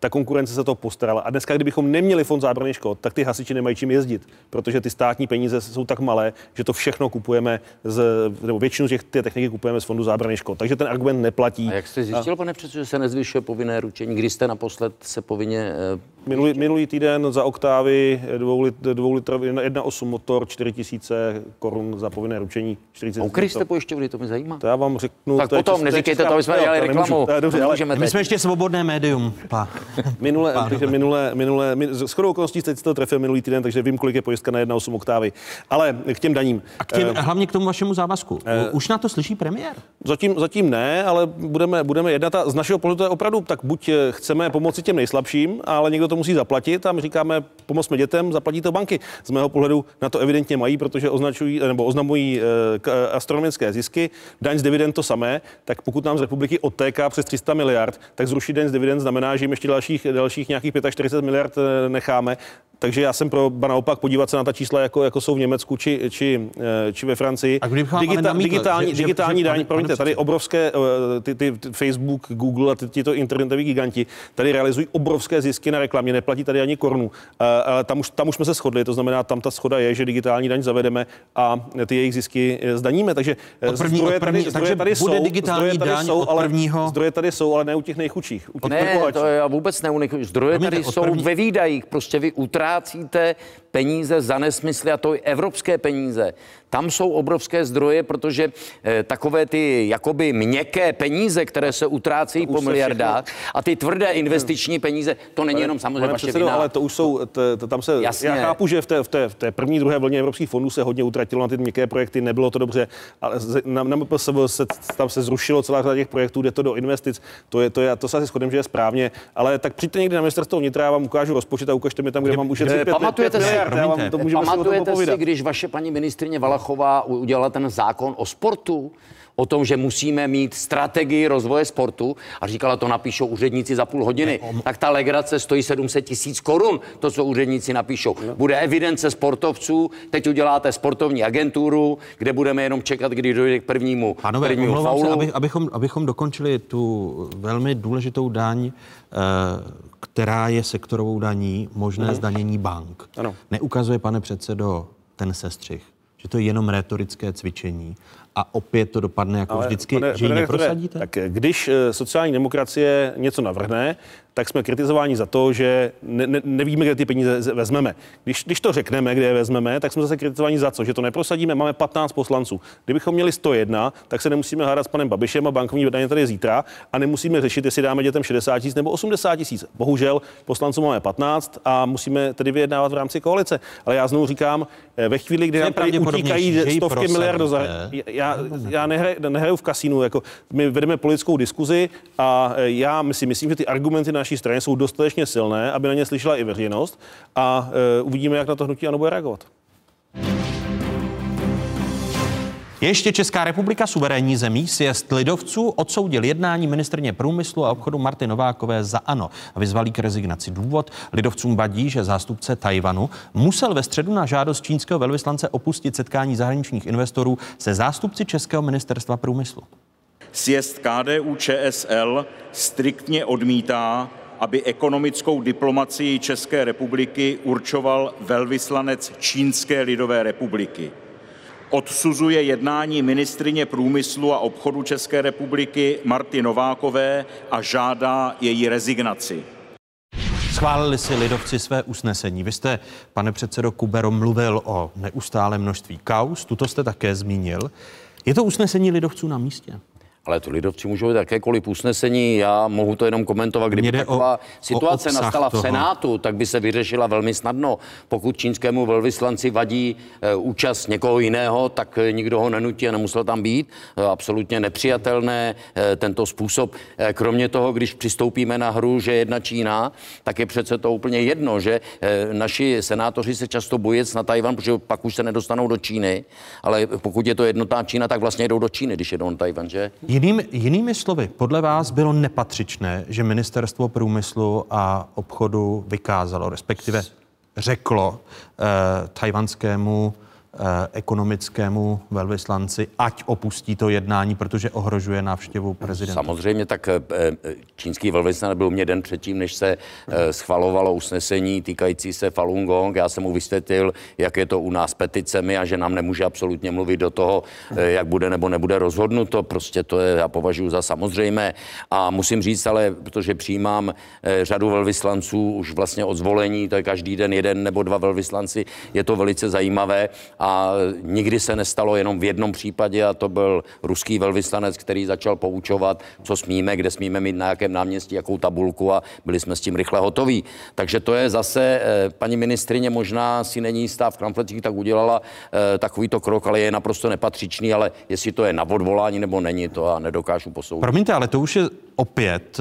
ta konkurence se to postarala. A dneska, kdybychom neměli fond zábrany škod, tak ty hasiči nemají čím jezdit, protože ty státní peníze jsou tak malé, že to všechno kupujeme, z, nebo většinu těch té techniky kupujeme z fondu zábrany škod. Takže ten argument neplatí. A jak jste zjistil, a... pane předsedo, že se nezvyšuje povinné ručení? Kdy jste naposled se povinně... Minulý, minulý týden za Oktávy dvou litrový jedna celá osm motor, čtyři tisíce korun za povinné ručení. A u kterých jste pojišťovny, to mě zajímá. To já vám řeknu. Tak to potom, čes, neříkejte to, aby jsme dělali reklamu. Dobře, ale my jsme ještě svobodné médium. Pá. Minule, takže minule, minule, s shodou okolností jste to trefil minulý týden, takže vím, kolik je pojistka na jedna celá osm Oktávy. Ale k těm daním. A k těm, uh, hlavně k tomu vašemu závazku. Uh, Už na to slyší premiér? Zatím, zatím ne, ale budeme, budeme jednat. A z našeho pohledu to je opravdu, tak buď chceme pomoci těm nejslabším, ale někdo to musí zaplatit a my říkáme, pomozme dětem, zaplatí to banky. Z mého pohledu na to evidentně mají, protože označují nebo oznamují astronomické zisky. Daň z dividend to samé, tak pokud nám z republiky odtéká přes tři sta miliard, tak zrušit daň z dividend znamená, že jim ještě dalších, dalších nějakých čtyřicet pět miliard necháme. Takže já jsem pro naopak podívat se na ta čísla, jako, jako jsou v Německu či, či, či ve Francii. Digita, namítl, digitální, že, digitální že, daň, že, promiňte, tady obrovské, ty, ty Facebook, Google a ty, tyto internetoví giganti tady realizují obrovské zisky na reklamě, neplatí tady ani korunu. Ale tam už, tam už jsme se shodli, to znamená, tam ta schoda je, že digitální daň zavedeme a ty jejich zisky zdaníme. Takže první, zdroje první, tady, zdroje tady jsou, zdroje tady jsou, ale, prvního... zdroje tady jsou, ale ne u těch nejchudších. U těch ne, to já vůbec ne u nejchudších. Zdroje tady jsou první... ve výdajích. Prostě vy utrácíte peníze za nesmysly, a to i evropské peníze. Tam jsou obrovské zdroje, protože eh, takové ty jakoby měkké peníze, které se utrácejí po miliardách, a ty tvrdé investiční peníze, to není jenom samozřejmě vaše vina. Ale to už jsou, t, t, tam se, Jasně. Já chápu, že v té, v, té, v té první, druhé vlně evropských fondů se hodně utratilo na ty měkké projekty, nebylo to dobře, ale na, na M P S V se, tam se zrušilo celá řada těch projektů, jde to do investic, to, je, to, je, to se asi shodím, že je správně, ale tak přijďte někdy na ministerstvo vnitra, já vám ukážu rozpočet a ukažte mi tam, kde mám ušetřit pět miliard. Pamatujete si, když vaše paní ministryně Valachová udělala ten zákon o sportu, o tom, že musíme mít strategii rozvoje sportu a říkala, to napíšou úředníci za půl hodiny, ne, om... tak ta legrace stojí sedm set tisíc korun, to, co úředníci napíšou. No. Bude evidence sportovců, teď uděláte sportovní agenturu, kde budeme jenom čekat, kdy dojde k prvnímu, Pánové, prvnímu faulu. Se, aby, abychom, abychom dokončili tu velmi důležitou daň, která je sektorovou daní, možné hmm. zdanění bank. Ano. Neukazuje, pane předsedo, ten sestřih, že to je jenom rétorické cvičení a opět to dopadne jako Ale vždycky, pane, že ji neprosadíte? Tak když sociální demokracie něco navrhne, tak jsme kritizováni za to, že ne, ne, nevíme, kde ty peníze vezmeme. Když, když to řekneme, kde je vezmeme, tak jsme zase kritizováni za co? Že to neprosadíme, máme patnáct poslanců. Kdybychom měli sto jedna, tak se nemusíme hádat s panem Babišem a bankovní daně tady zítra a nemusíme řešit, jestli dáme dětem šedesát tisíc nebo osmdesát tisíc. Bohužel poslanců máme patnáct a musíme tedy vyjednávat v rámci koalice. Ale já znovu říkám, ve chvíli, kdy nám tady utíkají stovky miliard do zahraničí, já, já nehraju, nehraju v kasínu, jako my vedeme politickou diskuzi a já si myslím, že ty argumenty na naší straně jsou dostatečně silné, aby na ně slyšela i veřejnost a e, uvidíme, jak na to hnutí ANO bude reagovat. Ještě Česká republika, suverénní zemí, sjezd lidovců odsoudil jednání ministryně průmyslu a obchodu Marty Novákové za ANO a vyzval k rezignaci. Důvod: lidovcům vadí, že zástupce Tchaj-wanu musel ve středu na žádost čínského velvyslance opustit setkání zahraničních investorů se zástupci Českého ministerstva průmyslu. Sjezd K D U Č S L striktně odmítá, aby ekonomickou diplomacii České republiky určoval velvyslanec Čínské lidové republiky. Odsuzuje jednání ministryně průmyslu a obchodu České republiky Marty Novákové a žádá její rezignaci. Schválili si lidovci své usnesení. Vy jste, pane předsedo Kubero, mluvil o neustálém množství kauz, tuto jste také zmínil. Je to usnesení lidovců na místě? Ale to lidovci můžou být jakékoliv usnesení, já mohu to jenom komentovat, kdyby taková o, situace o nastala v Senátu, toho. Tak by se vyřešila velmi snadno. Pokud čínskému velvyslanci vadí e, účast někoho jiného, tak e, nikdo ho nenutí a nemusel tam být. E, absolutně nepřijatelné e, tento způsob. E, kromě toho, když přistoupíme na hru, že jedna Čína, tak je přece to úplně jedno, že e, naši senátoři se často bojí na Tchaj-wan, protože pak už se nedostanou do Číny, ale pokud je to jednotná Čína, tak vlastně jdou do Číny, když jedou na Tchaj-wan, že? Jinými, jinými slovy, podle vás bylo nepatřičné, že ministerstvo průmyslu a obchodu vykázalo, respektive řeklo eh, tchajwanskému ekonomickému velvyslanci, ať opustí to jednání, protože ohrožuje návštěvu prezidenta? Samozřejmě, tak čínský velvyslanec byl mě den předtím, než se schvalovalo usnesení týkající se Falun Gong. Já jsem mu vysvětlil, jak je to u nás s peticemi a že nám nemůže absolutně mluvit do toho, jak bude nebo nebude rozhodnuto. Prostě to je, já považuji za samozřejmé. A musím říct, ale protože přijímám řadu velvyslanců už vlastně od zvolení, to je každý den jeden nebo dva velvyslanci, je to velice zajímavé a nikdy se nestalo jenom v jednom případě a to byl ruský velvyslanec, který začal poučovat, co smíme, kde smíme mít na jakém náměstí, jakou tabulku a byli jsme s tím rychle hotoví. Takže to je zase, paní ministryně možná si není jistá v kramflecích, tak udělala takovýto krok, ale je naprosto nepatřičný, ale jestli to je na odvolání nebo není, to já nedokážu posoudit. Promiňte, ale to už je opět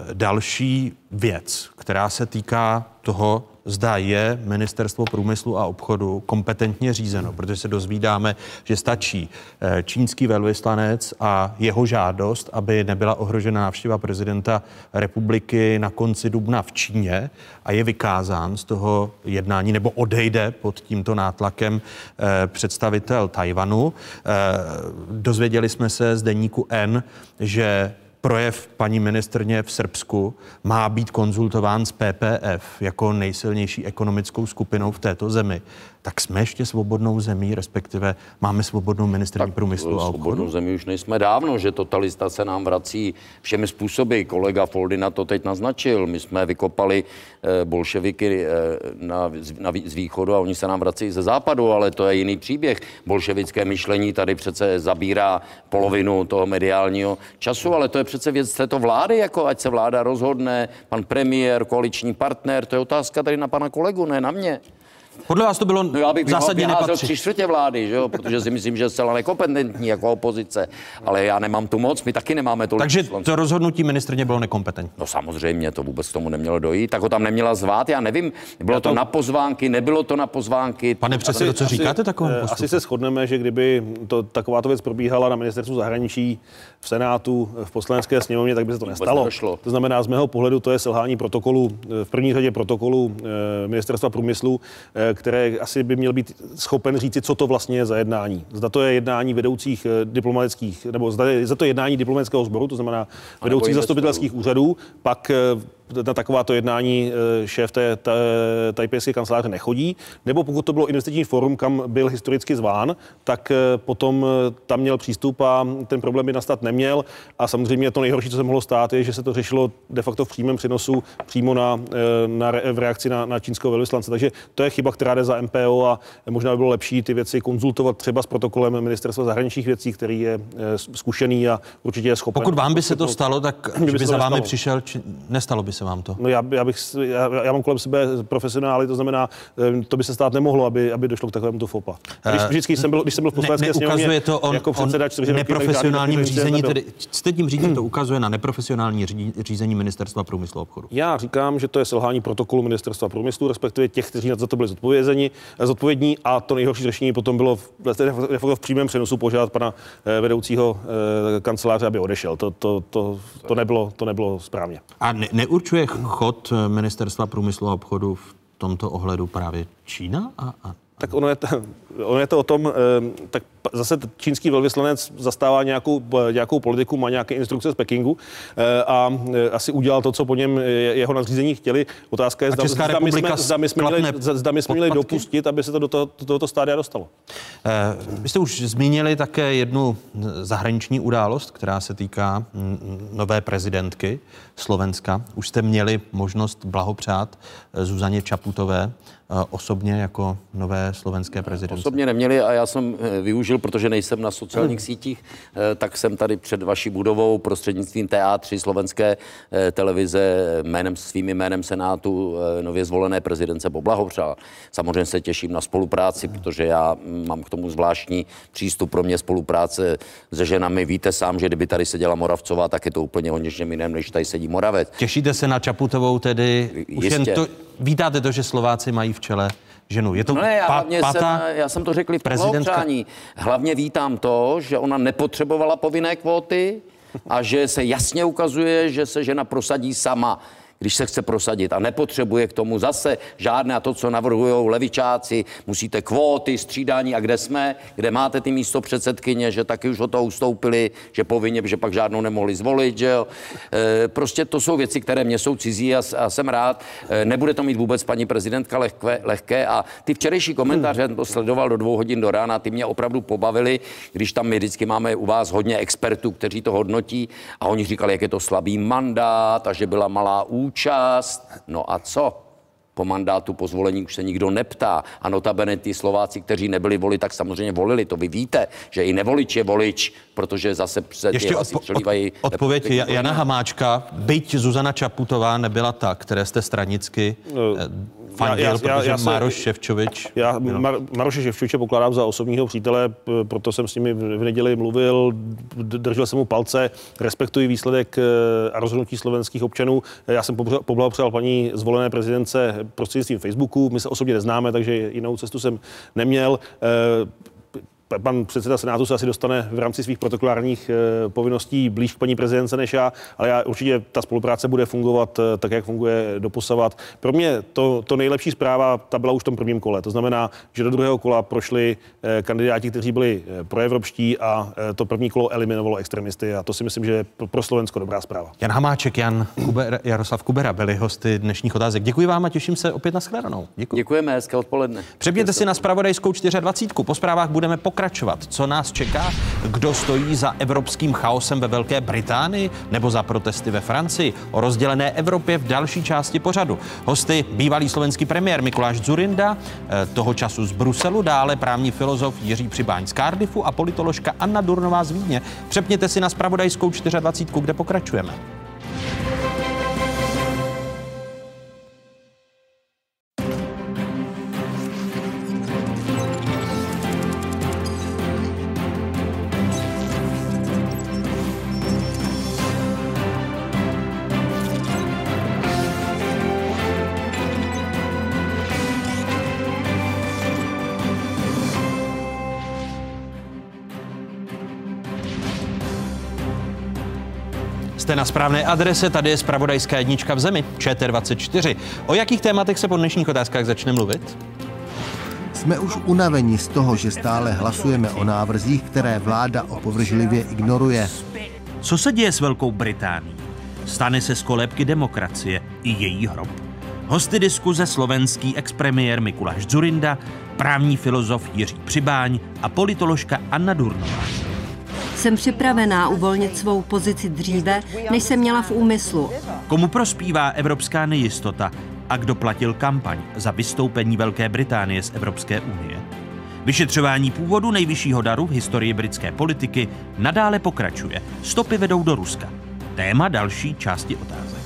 další věc, která se týká toho, zda je Ministerstvo průmyslu a obchodu kompetentně řízeno, protože se dozvídáme, že stačí čínský velvyslanec a jeho žádost, aby nebyla ohrožena návštěva prezidenta republiky na konci dubna v Číně a je vykázán z toho jednání nebo odejde pod tímto nátlakem představitel Tajvanu. Dozvěděli jsme se z deníku N, že projev paní ministrně v Srbsku má být konzultován s P P F jako nejsilnější ekonomickou skupinou v této zemi. Tak jsme ještě svobodnou zemí, respektive máme svobodnou ministryni průmyslu a obchodu? Svobodnou zemí už nejsme dávno, že totalista se nám vrací všemi způsoby. Kolega Foldina to teď naznačil. My jsme vykopali eh, bolševiky eh, na, na, z východu a oni se nám vrací ze západu, ale to je jiný příběh. Bolševické myšlení tady přece zabírá polovinu toho mediálního času, ale to je přece věc této vlády, jako ať se vláda rozhodne, pan premiér, koaliční partner, to je otázka tady na pana kolegu, ne na mě. Podle vás to bylo no, já bych zásadně nepatří. tři čtvrtě vlády, že jo? Protože si myslím, že je zcela nekompetentní jako opozice, ale já nemám tu moc, my taky nemáme tolik. Takže poslanců. To rozhodnutí ministryně bylo nekompetentní. No samozřejmě, to vůbec k tomu nemělo dojít, tak ho tam neměla zvát, já nevím, bylo to... to na pozvánky, nebylo to na pozvánky. Pane předsedo, co říkáte takovému postupu? Asi se shodneme, že kdyby to, takováto věc probíhala na ministerstvu zahraničí, v Senátu, v Poslanecké sněmovně, tak by se to nestalo. To znamená, z mého pohledu to je selhání protokolu, v první řadě protokolu ministerstva průmyslu, které asi by měl být schopen říci, co to vlastně je za jednání. Zda to je jednání vedoucích diplomatických, nebo zda, je, zda to je jednání diplomatického sboru, to znamená vedoucích zastupitelských úřadů, pak na takováto jednání šéf té tajpejské kanceláře nechodí, nebo pokud to bylo investiční fórum, kam byl historicky zván, tak potom tam měl přístup a ten problém by nastat neměl. A samozřejmě to nejhorší, co se mohlo stát, je, že se to řešilo de facto v přímém přenosu přímo na, na, v reakci na, na čínského velvyslance. Takže to je chyba, která jde za M P O a možná by bylo lepší ty věci konzultovat třeba s protokolem Ministerstva zahraničních věcí, který je zkušený a určitě je schopen. Pokud vám by se to stalo, tak by, by za vámi nestalo. přišel, či nestalo by se vám to? No já, já, bych, já, já mám kolem sebe profesionály, to znamená, to by se stát nemohlo, aby, aby došlo k takovému fopa. Když, vždycky jsem byl, když jsem byl v Poslanecké sněmovně to on, jako předseda on neprofesionálním řízení, tedy jste tím řízení to ukazuje na neprofesionální řízení Ministerstva průmyslu a obchodu. Já říkám, že to je selhání protokolu Ministerstva průmyslu, respektive těch, kteří za to byli zodpovězeni, zodpovědní, a to nejhorší řešení potom bylo v, v přímém přenosu požádat pana vedoucího kanceláře, aby odešel. To, to, to, to, nebylo, to nebylo správně. A ne, neurčuje chod Ministerstva průmyslu a obchodu v tomto ohledu právě Čína? A, a... Tak ono je, to, ono je to o tom, tak zase čínský velvyslanec zastává nějakou, nějakou politiku, má nějaké instrukce z Pekingu a asi udělal to, co po něm jeho nadřízení chtěli. Otázka je, zda, zda, my jsme, zda my jsme měli, zda my jsme měli dopustit, aby se to do, toho, do tohoto stádia dostalo. Vy jste už zmínili také jednu zahraniční událost, která se týká nové prezidentky Slovenska. Už jste měli možnost blahopřát Zuzaně Čaputové osobně jako nové slovenské prezidentce. Osobně neměli a já jsem využil, protože nejsem na sociálních hmm. sítích, tak jsem tady před vaší budovou prostřednictvím T A tři slovenské televize jménem, svým jménem Senátu nově zvolené prezidentce poblahopřál. Samozřejmě se těším na spolupráci, protože já mám k tomu zvláštní přístup. Pro mě spolupráce se ženami. Víte sám, že kdyby tady seděla Moravcová, tak je to úplně o něčem jiném, než tady sedí Moravec. Těšíte se na Čaputovou tedy? Už jen to, vítáte to, že Slováci mají v čele ženu. Je to no ne, já, pa, jsem, já jsem to řekl v blahopřání. Hlavně vítám to, že ona nepotřebovala povinné kvóty a že se jasně ukazuje, že se žena prosadí sama. když se chce prosadit a nepotřebuje k tomu zase žádné a to, co navrhují levičáci, musíte kvóty, střídání a kde jsme, kde máte ty místo předsedkyně, že taky už o toho ustoupili, že povinně, že pak žádnou nemohli zvolit, že jo. E, prostě to jsou věci, které mě jsou cizí a, a jsem rád. E, nebude to mít vůbec paní prezidentka lehké, lehké a ty včerejší komentáře, hmm. to sledoval do dvou hodin do rána, ty mě opravdu pobavily, když tam my vždycky máme u vás hodně expertů, kteří to hodnotí a oni říkali, jak je to slabý mandát a že byla malá účast. No a co? Po mandátu, po zvolení už se nikdo neptá. A notabene ty Slováci, kteří nebyli voli, tak samozřejmě volili. To vy víte, že i nevolič je volič, protože zase se ještě odpo- přelívají... Odpověď Jana Hamáčka, byť Zuzana Čaputová nebyla ta, které jste stranicky eh, fandil, já, já, protože já se, Maroš Šefčovič... Já Mar- Maroše Šefčoviče pokládám za osobního přítele, proto jsem s nimi v neděli mluvil, držel jsem mu palce, respektuji výsledek a rozhodnutí slovenských občanů. Já jsem poblahopřál paní zvolené prezidentce prostřednictvím Facebooku, my se osobně neznáme, takže jinou cestu jsem neměl. Pan předseda Senátu se asi dostane v rámci svých protokolárních povinností blíž k paní prezidentce než já, ale já určitě ta spolupráce bude fungovat tak, jak funguje doposavat. Pro mě to, to nejlepší zpráva, ta byla už v tom prvním kole. To znamená, že do druhého kola prošli kandidáti, kteří byli proevropští a to první kolo eliminovalo extremisty a to si myslím, že je pro Slovensko dobrá zpráva. Jan Hamáček, Jan Kuber, Jaroslav Kubera byli hosty dnešních otázek. Děkuji vám a těším se opět na shledanou. Děkuji. Děkujeme, hezké odpoledne. Přepněte si na zpravodajskou dvacet čtyři. Po zprávách budeme pokračovat. Co nás čeká? Kdo stojí za evropským chaosem ve Velké Británii nebo za protesty ve Francii? O rozdělené Evropě v další části pořadu. Hosty bývalý slovenský premiér Mikuláš Dzurinda, toho času z Bruselu, dále právní filozof Jiří Přibáň z Cardiffu a politoložka Anna Durnová z Vídně. Přepněte si na zpravodajskou dvacet čtyři, kde pokračujeme. Jste na správné adrese, tady je zpravodajská jednička v zemi, Č T dvacet čtyři. O jakých tématech se po dnešních otázkách začne mluvit? Jsme už unaveni z toho, že stále hlasujeme o návrzích, které vláda opovržlivě ignoruje. Co se děje s Velkou Británií? Stane se z kolébky demokracie i její hrob? Hosty diskuze slovenský expremiér Mikuláš Dzurinda, právní filozof Jiří Přibáň a politoložka Anna Durnová. Jsem připravená uvolnit svou pozici dříve, než jsem měla v úmyslu. Komu prospívá evropská nejistota a kdo platil kampaň za vystoupení Velké Británie z Evropské unie? Vyšetřování původu nejvyššího daru v historii britské politiky nadále pokračuje. Stopy vedou do Ruska. Téma další části otázek.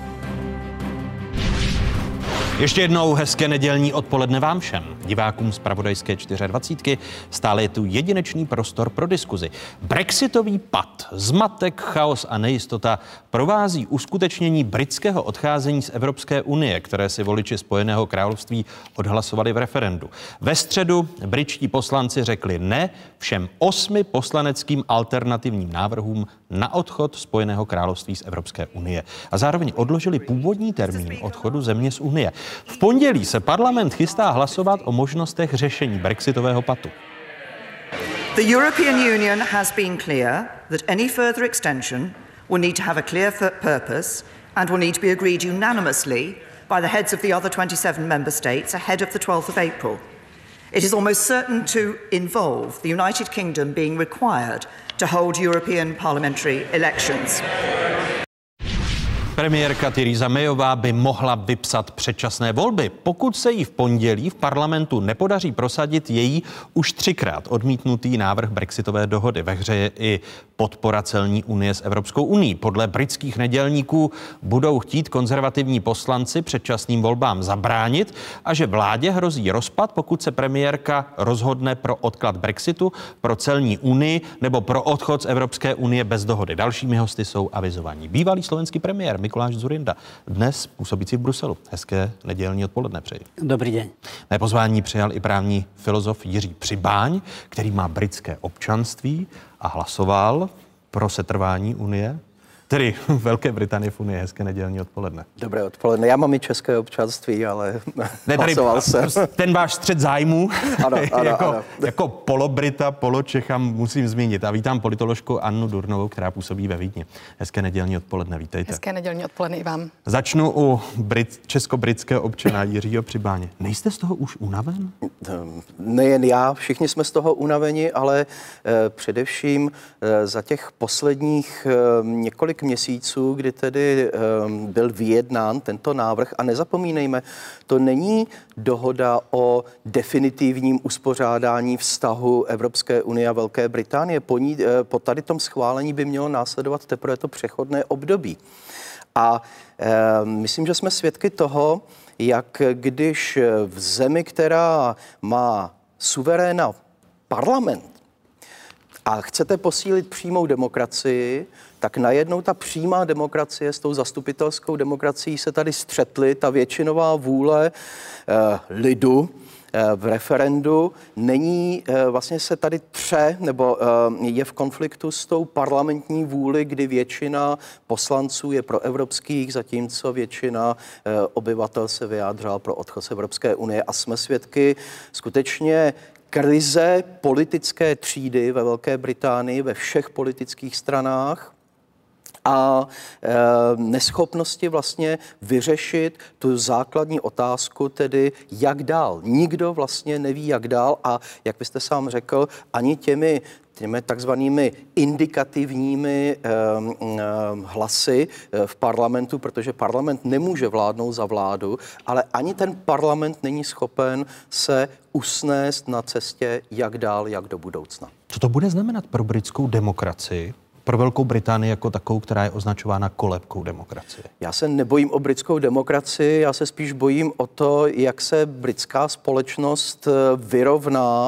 Ještě jednou hezké nedělní odpoledne vám všem. Divákům z zpravodajské dvacet čtyři stále je tu jedinečný prostor pro diskuzi. Brexitový pad, zmatek, chaos a nejistota provází uskutečnění britského odcházení z Evropské unie, které si voliči Spojeného království odhlasovali v referendu. Ve středu britští poslanci řekli ne všem osmi poslaneckým alternativním návrhům na odchod Spojeného království z Evropské unie a zároveň odložili původní termín odchodu země z unie. V pondělí se parlament chystá hlasovat o možnostech řešení brexitového patu. The European Union has been clear that any further extension will need to have a clear purpose and will need to be agreed unanimously by the heads of the other twenty-seven member states ahead of the twelfth of April. It is almost certain to involve the United Kingdom being required to hold European parliamentary elections. Premiérka Theresa Mayová by mohla vypsat předčasné volby, pokud se jí v pondělí v parlamentu nepodaří prosadit její už třikrát odmítnutý návrh brexitové dohody. Ve hře je i podpora celní unie s Evropskou unií. Podle britských nedělníků budou chtít konzervativní poslanci předčasným volbám zabránit a že vládě hrozí rozpad, pokud se premiérka rozhodne pro odklad Brexitu, pro celní unii nebo pro odchod z Evropské unie bez dohody. Dalšími hosty jsou avizovaní bývalý slovenský premiér Mikuláš Dzurinda, dnes působící v Bruselu. Hezké nedělní odpoledne přeji. Dobrý den. Mé pozvání přijal i právní filozof Jiří Přibáň, který má britské občanství a hlasoval pro setrvání unie. Tedy Velké Británie v Unii. Hezké nedělní odpoledne. Dobré odpoledne. Já mám i české občanství, ale ne, tady hlasoval jsem. Ten váš střed zájmů, ano, ano, jako, ano. jako polobrita, poločecha musím zmínit. A vítám politoložku Annu Durnovou, která působí ve Vídni. Hezké nedělní odpoledne, vítejte. Hezké nedělní odpoledne i vám. Začnu u Brit, česko-britského občana Jiřího Přibáně. Nejste z toho už unaven? Nejen já, všichni jsme z toho unaveni, ale eh, především eh, za těch posledních eh, několik měsíců, kdy tedy eh, byl vyjednán tento návrh. A nezapomínejme, to není dohoda o definitivním uspořádání vztahu Evropské unie a Velké Británie. Po, ní, eh, po tady tom schválení by mělo následovat teprve to přechodné období. A eh, myslím, že jsme svědky toho, jak když v zemi, která má suveréna parlament a chcete posílit přímou demokracii, tak najednou ta přímá demokracie s tou zastupitelskou demokracií se tady střetly, ta většinová vůle eh, lidu v referendu není, vlastně se tady tře, nebo je v konfliktu s tou parlamentní vůli, kdy většina poslanců je pro evropských, zatímco většina obyvatel se vyjádřila pro odchod z Evropské unie. A jsme svědky skutečně krize politické třídy ve Velké Británii, ve všech politických stranách, a e, neschopnosti vlastně vyřešit tu základní otázku, tedy jak dál. Nikdo vlastně neví, jak dál a jak byste sám řekl, ani těmi těmi takzvanými indikativními eh, eh, hlasy eh, v parlamentu, protože parlament nemůže vládnout za vládu, ale ani ten parlament není schopen se usnést na cestě, jak dál, jak do budoucna. Co to bude znamenat pro britskou demokracii? Pro Velkou Británii jako takovou, která je označována kolébkou demokracie? Já se nebojím o britskou demokracii, já se spíš bojím o to, jak se britská společnost vyrovná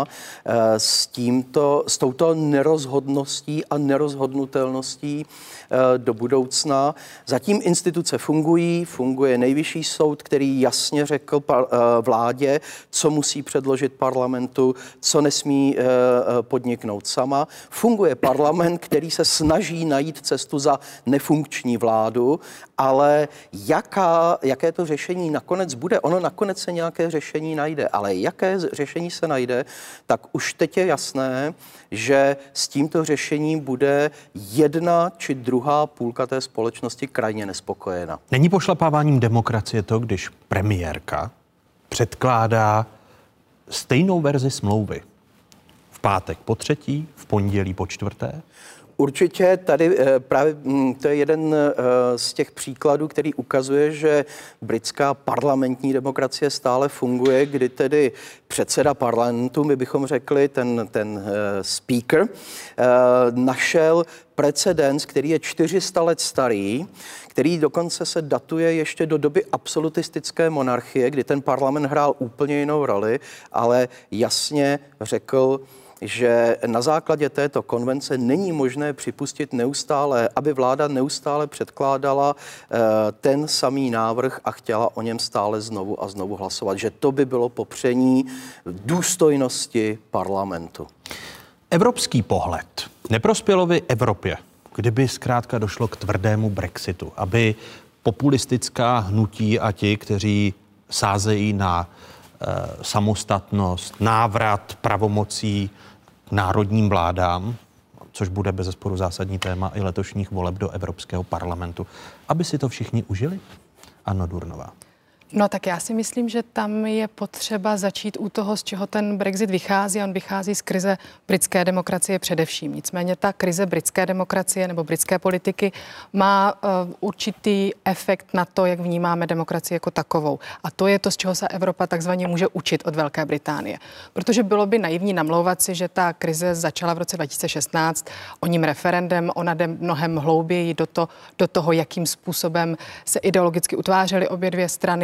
s tímto, s touto nerozhodností a nerozhodnutelností do budoucna. Zatím instituce fungují, funguje Nejvyšší soud, který jasně řekl vládě, co musí předložit parlamentu, co nesmí podniknout sama. Funguje parlament, který se snaží najít cestu za nefunkční vládu, ale jaká, jaké to řešení nakonec bude? Ono nakonec se nějaké řešení najde, ale jaké řešení se najde, tak už teď je jasné, že s tímto řešením bude jedna či druhá půlka té společnosti krajně nespokojena. Není pošlapáváním demokracie to, když premiérka předkládá stejnou verzi smlouvy v pátek po třetí, v pondělí po čtvrté? Určitě tady právě to je jeden z těch příkladů, který ukazuje, že britská parlamentní demokracie stále funguje, kdy tedy předseda parlamentu, my bychom řekli, ten, ten speaker, našel precedens, který je čtyři sta let starý, který dokonce se datuje ještě do doby absolutistické monarchie, kdy ten parlament hrál úplně jinou roli, ale jasně řekl, že na základě této konvence není možné připustit neustále, aby vláda neustále předkládala uh, ten samý návrh a chtěla o něm stále znovu a znovu hlasovat. Že to by bylo popření důstojnosti parlamentu. Evropský pohled neprospělo by Evropě, kdyby zkrátka došlo k tvrdému Brexitu, aby populistická hnutí a ti, kteří sázejí na uh, samostatnost, návrat pravomocí národním vládám, což bude bezesporu zásadní téma i letošních voleb do Evropského parlamentu, aby si to všichni užili? Anno Durnová. No tak já si myslím, že tam je potřeba začít u toho, z čeho ten Brexit vychází. On vychází z krize britské demokracie především. Nicméně ta krize britské demokracie nebo britské politiky má uh, určitý efekt na to, jak vnímáme demokracii jako takovou. A to je to, z čeho se Evropa takzvaně může učit od Velké Británie. Protože bylo by naivní namlouvat si, že ta krize začala v roce dva tisíce šestnáct oním referendem. Ona jde mnohem hlouběji do, to, do toho, jakým způsobem se ideologicky utvářely obě dvě strany,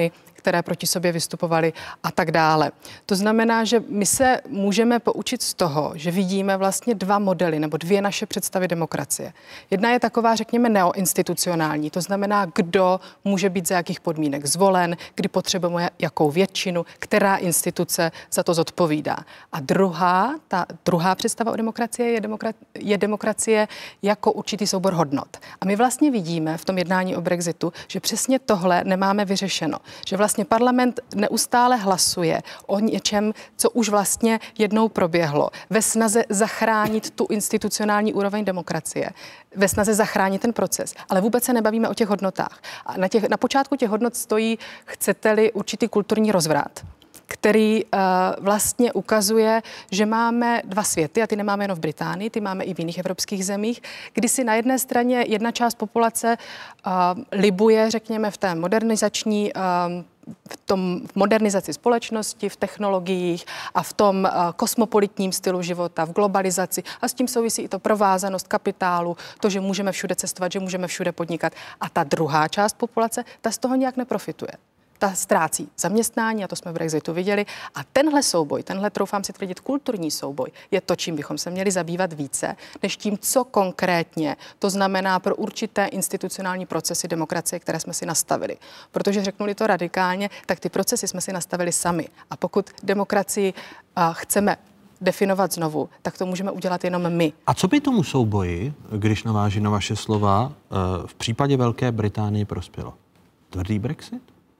které proti sobě vystupovaly a tak dále. To znamená, že my se můžeme poučit z toho, že vidíme vlastně dva modely nebo dvě naše představy demokracie. Jedna je taková, řekněme, neoinstitucionální, to znamená, kdo může být za jakých podmínek zvolen, kdy potřebujeme jakou většinu, která instituce za to zodpovídá. A druhá, ta druhá představa o demokracie je, demokra- je demokracie jako určitý soubor hodnot. A my vlastně vidíme v tom jednání o Brexitu, že přesně tohle nemáme vyřešeno. Že vlastně parlament neustále hlasuje o něčem, co už vlastně jednou proběhlo, ve snaze zachránit tu institucionální úroveň demokracie, ve snaze zachránit ten proces. Ale vůbec se nebavíme o těch hodnotách. A na, těch, na počátku těch hodnot stojí, chcete-li, určitý kulturní rozvrat, který uh, vlastně ukazuje, že máme dva světy, a ty nemáme jenom v Británii, ty máme i v jiných evropských zemích, kdy si na jedné straně jedna část populace uh, libuje, řekněme, v té modernizační uh, v tom v modernizaci společnosti, v technologiích a v tom uh, kosmopolitním stylu života, v globalizaci. A s tím souvisí i to provázanost kapitálu, to, že můžeme všude cestovat, že můžeme všude podnikat. A ta druhá část populace, ta z toho nějak neprofituje. Ta ztrácí zaměstnání, a to jsme v Brexitu viděli. A tenhle souboj, tenhle, troufám si tvrdit, kulturní souboj, je to, čím bychom se měli zabývat více, než tím, co konkrétně to znamená pro určité institucionální procesy demokracie, které jsme si nastavili. Protože řeknuli to radikálně, tak ty procesy jsme si nastavili sami. A pokud demokracii uh, chceme definovat znovu, tak to můžeme udělat jenom my. A co by tomu souboji, když naváží na vaše slova, uh, v případě Velké Británie prospělo? Tvrdý Brexit?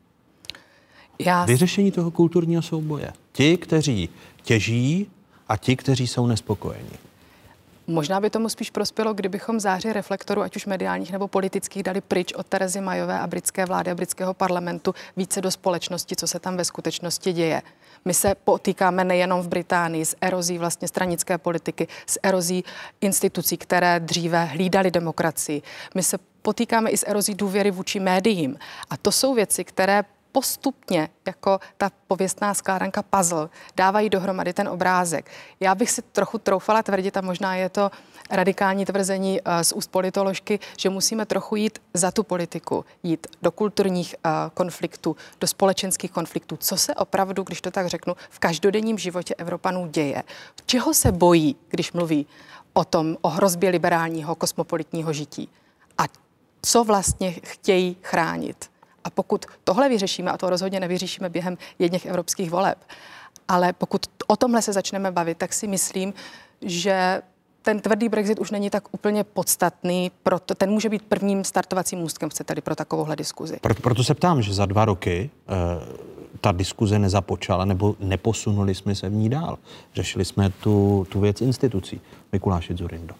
Já... Vyřešení toho kulturního souboje. Ti, kteří těží a ti, kteří jsou nespokojení. Možná by tomu spíš prospělo, kdybychom záři reflektorů, ať už mediálních nebo politických, dali pryč od Terezy Mayové a britské vlády a britského parlamentu více do společnosti, co se tam ve skutečnosti děje. My se potýkáme nejenom v Británii s erozí vlastně stranické politiky, s erozí institucí, které dříve hlídaly demokracii. My se potýkáme i s erozí důvěry vůči médiím. A to jsou věci, které postupně, jako ta pověstná skládanka puzzle, dávají dohromady ten obrázek. Já bych si trochu troufala tvrdit, a možná je to radikální tvrzení uh, z úst politoložky, že musíme trochu jít za tu politiku, jít do kulturních uh, konfliktů, do společenských konfliktů. Co se opravdu, když to tak řeknu, v každodenním životě Evropanů děje? Čeho se bojí, když mluví o tom, o hrozbě liberálního kosmopolitního žití? A co vlastně chtějí chránit? A pokud tohle vyřešíme, a to rozhodně nevyřešíme během jedněch evropských voleb, ale pokud o tomhle se začneme bavit, tak si myslím, že ten tvrdý Brexit už není tak úplně podstatný, proto ten může být prvním startovacím můstkem, chcete-li, pro takovouhle diskuzi. Proto, proto se ptám, že za dva roky e, ta diskuze nezapočala, nebo neposunuli jsme se v ní dál. Řešili jsme tu, tu věc institucí. Mikuláši Dzurindo.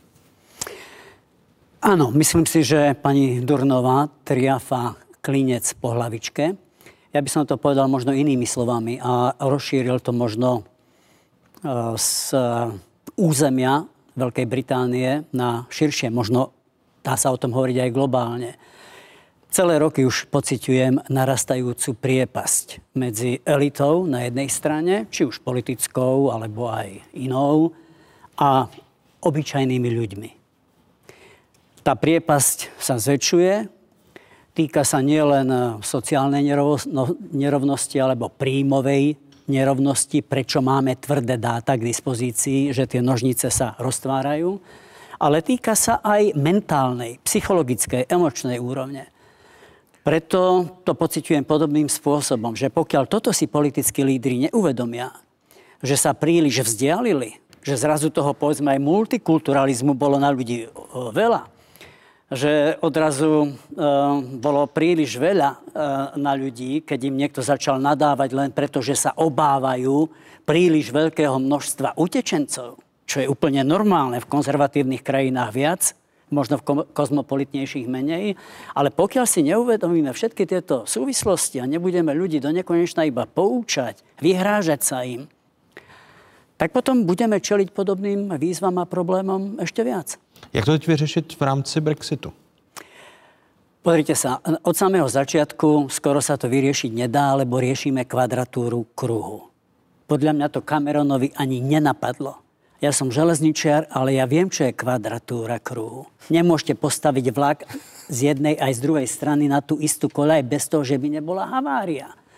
Áno, myslím si, že pani Durnová triafa klinec po hlavičke. Ja by som to povedal možno inými slovami a rozšíril to možno z územia Veľkej Británie na širšie. Možno dá sa o tom hovoriť aj globálne. Celé roky už pociťujem narastajúcu priepasť medzi elitou na jednej strane, či už politickou, alebo aj inou, a obyčajnými ľuďmi. Tá priepasť sa zväčšuje, týka sa nielen sociálnej nerovnosti alebo príjmovej nerovnosti, prečo máme tvrdé dáta k dispozícii, že tie nožnice sa roztvárajú, ale týka sa aj mentálnej, psychologickej, emočnej úrovne. Preto to pociťujem podobným spôsobom, že pokiaľ toto si politickí lídri neuvedomia, že sa príliš vzdialili, že zrazu toho, povedzme, aj multikulturalizmu bolo na ľudí veľa, že odrazu e, bolo príliš veľa e, na ľudí, keď im niekto začal nadávať len preto, že sa obávajú príliš veľkého množstva utečencov, čo je úplne normálne v konzervatívnych krajinách viac, možno v ko- kozmopolitnejších menej, ale pokiaľ si neuvedomíme všetky tieto súvislosti a nebudeme ľudí do nekonečna iba poučať, vyhrážať sa im, tak potom budeme čeliť podobným výzvam a problémom ešte viac. Jak to teď vyřešit v rámci Brexitu? Pozrite sa, od samého začiatku skoro sa to vyriešiť nedá, lebo riešime kvadratúru kruhu. Podľa mňa to Cameronovi ani nenapadlo. Ja som železničiar, ale ja viem, čo je kvadratúra kruhu. Nemôžete postaviť vlak z jednej aj z druhej strany na tú istú koľaj bez toho, že by nebola havária.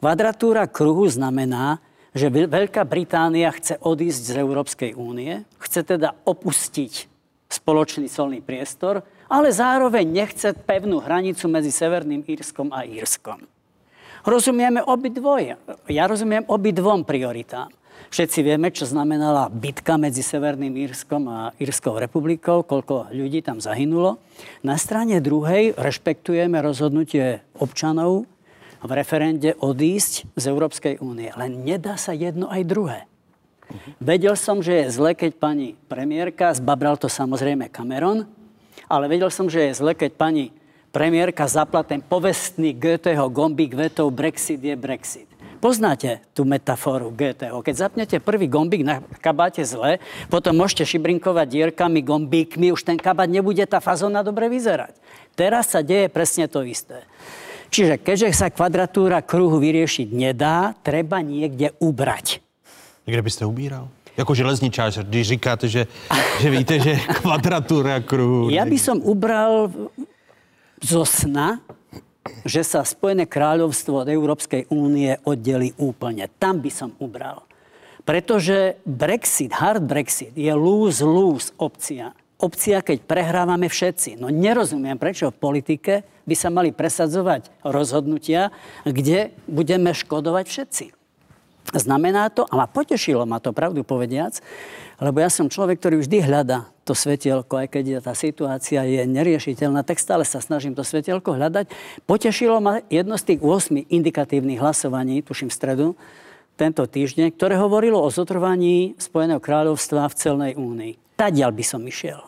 Kvadratúra kruhu znamená, že Veľká Británia chce odísť z Európskej únie, chce teda opustiť spoločný colný priestor, ale zároveň nechce pevnú hranicu medzi Severným Írskom a Írskom. Rozumieme obidvoje. Ja rozumiem obidvom prioritám. Všetci vieme, čo znamenala bitka medzi Severným Írskom a Írskou republikou, koľko ľudí tam zahynulo. Na strane druhej rešpektujeme rozhodnutie občanov v referende odísť z Európskej únie. Len nedá sa jedno aj druhé. Vedel som, že je zle, keď pani premiérka, zbabral to samozrejme Cameron, ale vedel som, že je zle, keď pani premiérka zapla ten povestný Goetheho gombík vetou Brexit je Brexit. Poznáte tú metaforu Goetheho. Keď zapnete prvý gombík na kabáte zle, potom môžete šibrinkovať dierkami, gombíkmi, už ten kabát nebude tá fazóna dobre vyzerať. Teraz sa deje presne to isté. Čiže keďže sa kvadratúra kruhu vyriešiť nedá, treba niekde ubrať. Kde byste ubíral? Jako železničář, když říkáte, že, že víte, že kvadratura kruhu... Ja by som ubral zo sna, že sa Spojené kráľovstvo od Európskej únie oddelí úplne. Tam by som ubral. Pretože Brexit, hard Brexit, je lose-lose opcia. Opcia, keď prehrávame všetci. No nerozumiem, prečo v politike by sa mali presadzovať rozhodnutia, kde budeme škodovať všetci. Znamená to, a ma potešilo ma to, pravdu povediac, lebo ja som človek, ktorý vždy hľadá to svetielko, aj keď tá situácia je neriešiteľná, tak stále sa snažím to svetielko hľadať. Potešilo ma jedno z tých osem indikatívnych hlasovaní, tuším v stredu, tento týždeň, ktoré hovorilo o zotrvaní Spojeného kráľovstva v celnej únii. Tadiaľ by som išiel.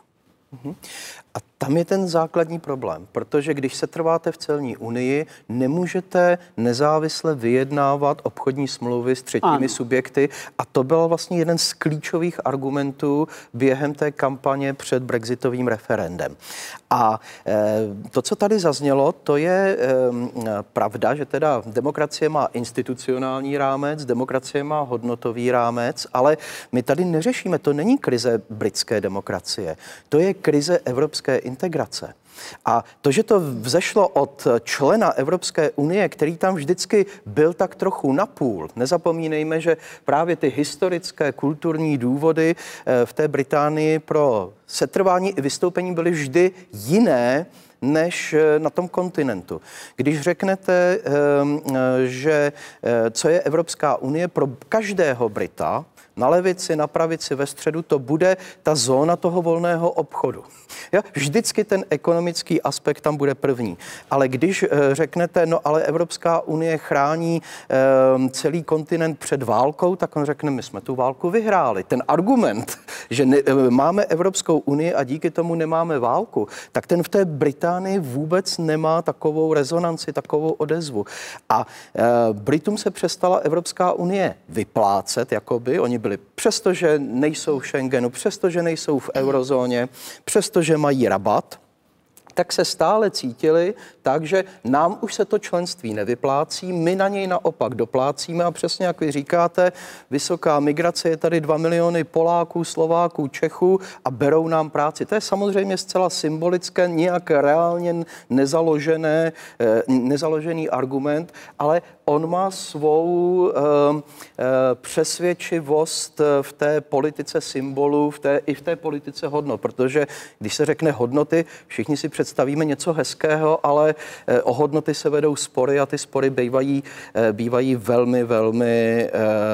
A tam je ten základní problém, protože když se trváte v celní unii, nemůžete nezávisle vyjednávat obchodní smlouvy s třetími ano. subjekty a to byl vlastně jeden z klíčových argumentů během té kampaně před brexitovým referendem. A e, to, co tady zaznělo, to je e, pravda, že teda demokracie má institucionální rámec, demokracie má hodnotový rámec, ale my tady neřešíme, to není krize britské demokracie, to je krize evropské integrace. A to, že to vzešlo od člena Evropské unie, který tam vždycky byl tak trochu napůl, nezapomínejme, že právě ty historické, kulturní důvody v té Británii pro setrvání i vystoupení byly vždy jiné než na tom kontinentu. Když řeknete, že co je Evropská unie pro každého Brita, na levici, na pravici, ve středu, to bude ta zóna toho volného obchodu. Ja? Vždycky ten ekonomický aspekt tam bude první. Ale když e, řeknete, no ale Evropská unie chrání e, celý kontinent před válkou, tak on řekne, my jsme tu válku vyhráli. Ten argument, že ne, e, máme Evropskou unii a díky tomu nemáme válku, tak ten v té Británii vůbec nemá takovou rezonanci, takovou odezvu. A e, Britům se přestala Evropská unie vyplácet, jakoby, oni byli, přestože nejsou v Schengenu, přestože nejsou v eurozóně, přestože mají rabat, tak se stále cítili tak, že nám už se to členství nevyplácí, my na něj naopak doplácíme a přesně jak vy říkáte, vysoká migrace, je tady dva miliony Poláků, Slováků, Čechů a berou nám práci. To je samozřejmě zcela symbolické, nijak reálně nezaložené, nezaložený argument, ale on má svou eh, eh, přesvědčivost v té politice symbolů, v té, i v té politice hodnot, protože když se řekne hodnoty, všichni si představíme něco hezkého, ale eh, o hodnoty se vedou spory a ty spory bývají, eh, bývají velmi, velmi eh,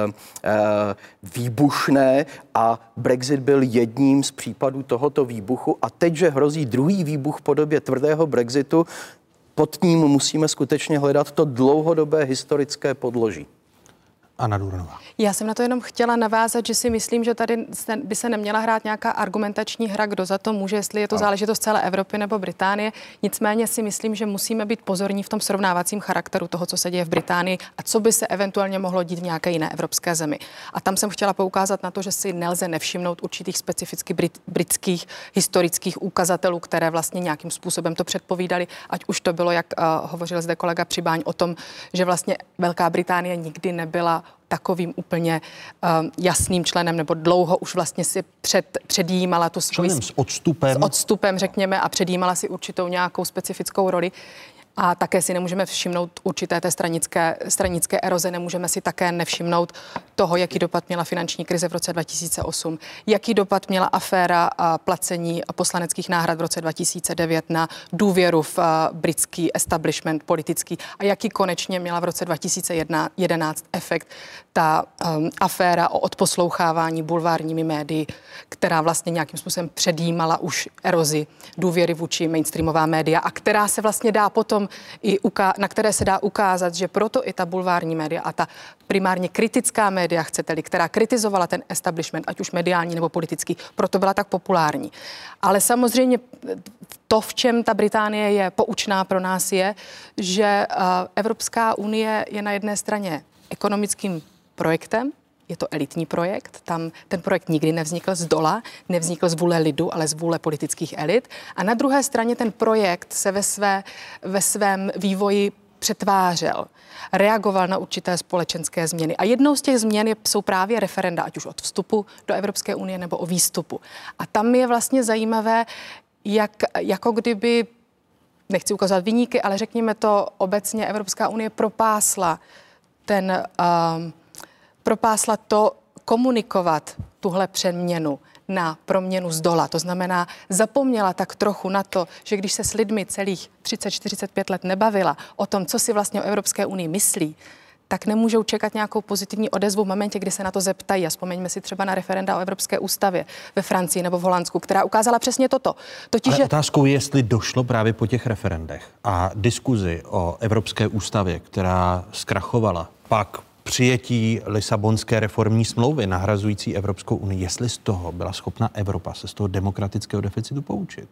eh, výbušné a Brexit byl jedním z případů tohoto výbuchu a teď, že hrozí druhý výbuch v podobě tvrdého Brexitu, pod ním musíme skutečně hledat to dlouhodobé historické podloží. Anna Durnová. Já jsem na to jenom chtěla navázat, že si myslím, že tady by se neměla hrát nějaká argumentační hra, kdo za to může, jestli je to záležitost celé Evropy nebo Británie. Nicméně si myslím, že musíme být pozorní v tom srovnávacím charakteru toho, co se děje v Británii a co by se eventuálně mohlo dít v nějaké jiné evropské zemi. A tam jsem chtěla poukázat na to, že si nelze nevšimnout určitých specificky brit, britských historických ukazatelů, které vlastně nějakým způsobem to předpovídali, ať už to bylo, jak uh, hovořil zde kolega Přibáň o tom, že vlastně Velká Británie nikdy nebyla takovým úplně um, jasným členem, nebo dlouho už vlastně si před, předjímala tu svůj... Členem s odstupem. S odstupem, řekněme, a předjímala si určitou nějakou specifickou roli. A také si nemůžeme všimnout určité té stranické, stranické eroze, nemůžeme si také nevšimnout toho, jaký dopad měla finanční krize v roce dva tisíce osm, jaký dopad měla aféra a placení poslaneckých náhrad v roce dva tisíce devět na důvěru v britský establishment politický a jaký konečně měla v roce dva tisíce jedenáct efekt ta um, aféra o odposlouchávání bulvárními médii, která vlastně nějakým způsobem předjímala už erozi důvěry vůči mainstreamová média a která se vlastně dá potom i uká- na které se dá ukázat, že proto i ta bulvární média a ta primárně kritická média, chcete-li, která kritizovala ten establishment, ať už mediální nebo politický, proto byla tak populární. Ale samozřejmě to, v čem ta Británie je poučná pro nás, je, že uh, Evropská unie je na jedné straně ekonomickým projektem, je to elitní projekt, tam ten projekt nikdy nevznikl z dola, nevznikl z vůle lidu, ale z vůle politických elit. A na druhé straně ten projekt se ve, své, ve svém vývoji přetvářel, reagoval na určité společenské změny. A jednou z těch změn je, jsou právě referenda, ať už od vstupu do Evropské unie nebo o výstupu. A tam je vlastně zajímavé, jak, jako kdyby, nechci ukazovat viníky, ale řekněme to obecně, Evropská unie propásla ten... Uh, propásla to komunikovat tuhle přeměnu na proměnu z dola. To znamená, zapomněla tak trochu na to, že když se s lidmi celých třicet čtyřicet pět let nebavila o tom, co si vlastně o Evropské unii myslí, tak nemůžou čekat nějakou pozitivní odezvu v momentě, kdy se na to zeptají. A vzpomeňme si třeba na referenda o Evropské ústavě ve Francii nebo v Holandsku, která ukázala přesně toto. Totiž, Ale že... otázkou je, jestli došlo právě po těch referendech a diskuzi o Evropské ústavě, která zkrachovala, pak přijetí Lisabonské reformní smlouvy nahrazující Evropskou unii, jestli z toho byla schopna Evropa se z toho demokratického deficitu poučit?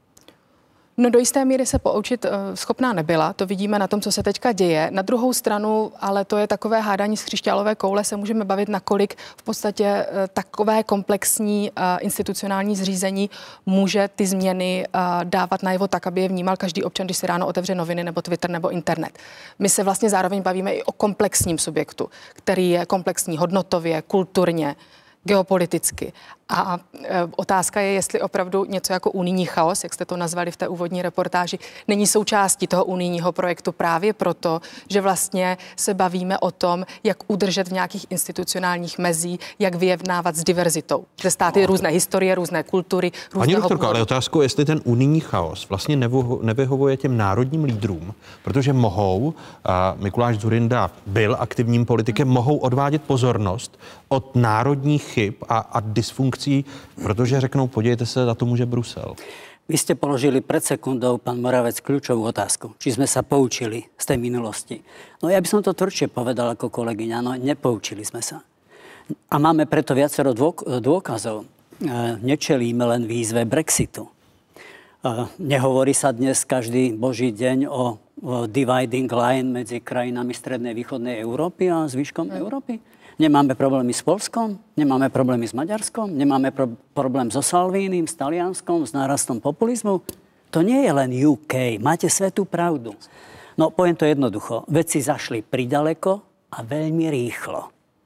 No do jisté míry se poučit uh, schopná nebyla, to vidíme na tom, co se teďka děje. Na druhou stranu, ale to je takové hádání z křišťálové koule, se můžeme bavit, nakolik v podstatě uh, takové komplexní uh, institucionální zřízení může ty změny uh, dávat najevo tak, aby je vnímal každý občan, když si ráno otevře noviny nebo Twitter nebo internet. My se vlastně zároveň bavíme i o komplexním subjektu, který je komplexní hodnotově, kulturně, geopoliticky. A e, otázka je, jestli opravdu něco jako unijní chaos, jak jste to nazvali v té úvodní reportáži, není součástí toho unijního projektu právě proto, že vlastně se bavíme o tom, jak udržet v nějakých institucionálních mezí, jak vyjednávat s diverzitou. Ze státy no. různé historie, různé kultury, různého Paní doktorka, původu. ale otázkou je, jestli ten unijní chaos vlastně nevyhovuje těm národním lídrům, protože mohou, a Mikuláš Dzurinda byl aktivním politikem, hmm. mohou odvádět pozornost od národních chyb a, a dysfunkcí, protože řeknou, podívejte se, za to může Brusel. Vy ste položili pred sekundou, pán Moravec, kľúčovú otázku. Či sme sa poučili z tej minulosti. No ja by som to tvrdšie povedal ako kolegyňa, no nepoučili sme sa. A máme preto viacero dôkazov. Nečelíme len výzve Brexitu. Nehovorí sa dnes každý boží deň o dividing line medzi krajinami strednej východnej Európy a zvyškom Európy. Nemáme problémy s Polskom, nemáme problémy s Maďarskom, nemáme pro- problém so Salvínim, s Talianskom, s nárastom populizmu. To nie je len ú ká. Máte svätú pravdu. No, poviem to jednoducho. Veci zašli pridaleko a veľmi rýchlo.